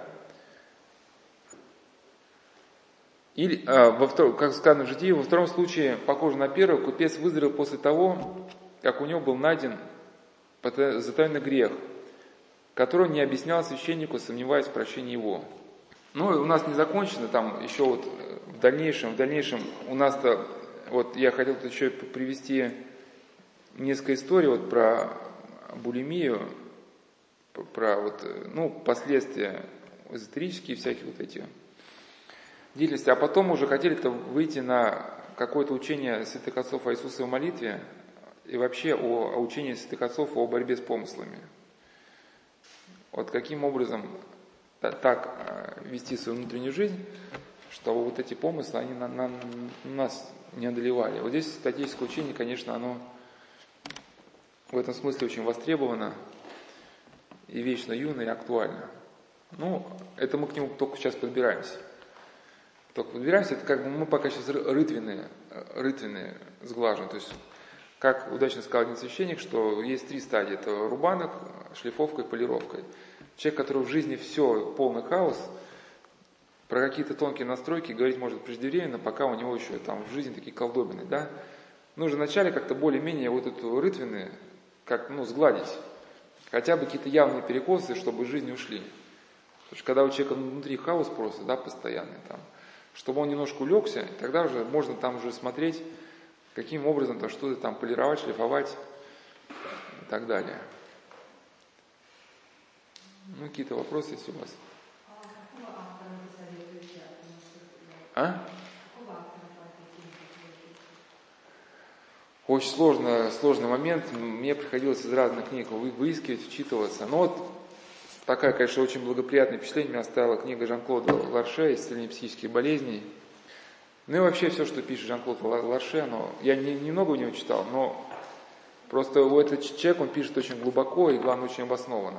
Или, а, во втором, как сказано в житии, во втором случае, похоже на первый, купец выздоровел после того, как у него был найден затаенный грех, который он не объяснял священнику, сомневаясь в прощении его. Ну, у нас не закончено, там еще вот в дальнейшем, в дальнейшем у нас-то, вот я хотел тут еще привести несколько историй вот про булимию, про вот, ну, последствия эзотерические всякие вот эти деятельности, а потом уже хотели-то выйти на какое-то учение святых отцов о Иисусовой молитве и вообще о, о учении святых отцов о борьбе с помыслами. Вот каким образом так вести свою внутреннюю жизнь, чтобы вот эти помыслы, они на, на, на нас не одолевали. Вот здесь статическое учение, конечно, оно в этом смысле очень востребовано и вечно юно и актуально. Ну, это мы к нему только сейчас подбираемся. только подбираемся, это как бы мы пока сейчас рытвенные, рытвенные сглаживаем. То есть, как удачно сказал один священник, что есть три стадии. Это рубанок, шлифовка и полировка. Человек, который в жизни все, полный хаос, про какие-то тонкие настройки говорить может преждевременно, пока у него еще там в жизни такие колдобины, да. Нужно вначале как-то более-менее вот эту рытвенные, как, ну, сгладить. Хотя бы какие-то явные перекосы, чтобы из жизни ушли. Потому что когда у человека внутри хаос просто, да, постоянный там, чтобы он немножко улегся, тогда уже можно там уже смотреть, каким образом там что-то там полировать, шлифовать и так далее. Ну, какие-то вопросы есть у вас? А? Очень сложный, сложный момент. Мне приходилось из разных книг выискивать, вчитываться. Но вот такая, конечно, очень благоприятное впечатление мне оставила книга Жан-Клода Ларше «Исцеление психических болезней». Ну и вообще все, что пишет Жан-Клод Ларше, но я не, немного у него читал, но просто у этого человека он пишет очень глубоко и, главное, очень обоснованно.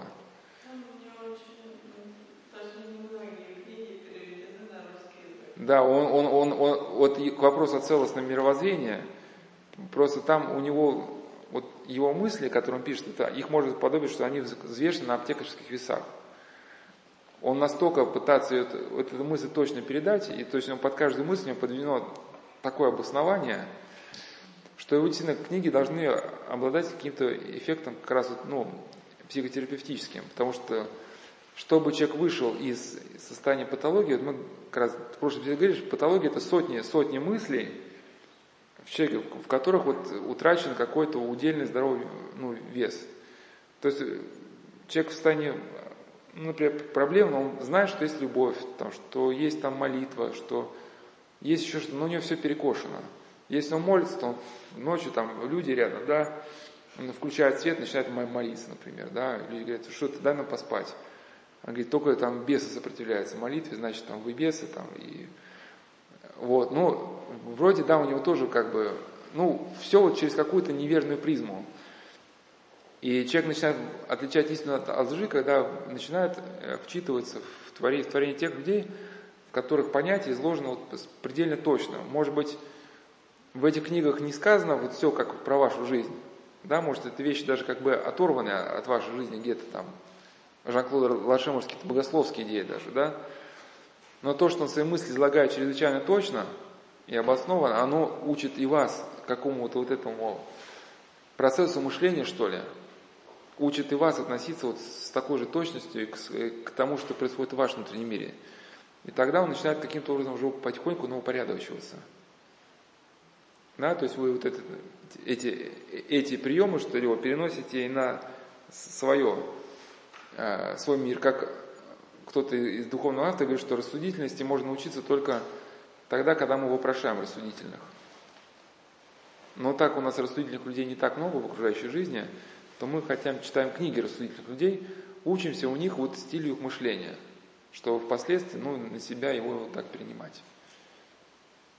Да, он, он, он, он, вот к вопросу о целостном мировоззрении, просто там у него, вот его мысли, которые он пишет, это, их можно подобить, что они взвешены на аптекарских весах. Он настолько пытается эту, эту мысль точно передать, и то есть он под каждую мысль у него подведено такое обоснование, что его действительно книги должны обладать каким-то эффектом как раз вот, ну, психотерапевтическим, потому что чтобы человек вышел из состояния патологии, вот мы как раз в прошлом беседе говорили, что патология это сотни, сотни мыслей в человеке, в которых вот утрачен какой-то удельный здоровый, ну, вес. То есть человек в состоянии, ну, например, проблем, он знает, что есть любовь, там, что есть там молитва, что есть еще что-то, но у него все перекошено. Если он молится, то он ночью там люди рядом, да, он включает свет, начинает молиться, например, да, люди говорят, что ты, дай нам поспать. Он говорит, только там бесы сопротивляются молитве, значит, там вы бесы, там, и вот, ну, вроде, да, у него тоже как бы, ну, все вот через какую-то неверную призму. И человек начинает отличать истину от, от лжи, когда начинает вчитываться в творение, в творение тех людей, в которых понятие изложено вот предельно точно. Может быть, в этих книгах не сказано вот все как про вашу жизнь, да, может, это вещи даже как бы оторваны от вашей жизни где-то там. Жан-Клод Ларше, может, какие-то богословские идеи даже, да. Но то, что он свои мысли излагает чрезвычайно точно и обоснованно, оно учит и вас какому-то вот этому процессу мышления, что ли, учит и вас относиться вот с такой же точностью к, к тому, что происходит в вашем внутреннем мире. И тогда он начинает каким-то образом уже потихоньку, но упорядочиваться. Да, то есть вы вот это, эти, эти приемы, что ли, переносите и на свое, э, свой мир, как кто-то из духовного автора говорит, что рассудительности можно научиться только тогда, когда мы вопрошаем рассудительных. Но так у нас рассудительных людей не так много в окружающей жизни, то мы хотя бы читаем книги рассудительных людей, учимся у них вот стилю их мышления, что впоследствии, ну, на себя его вот так перенимать.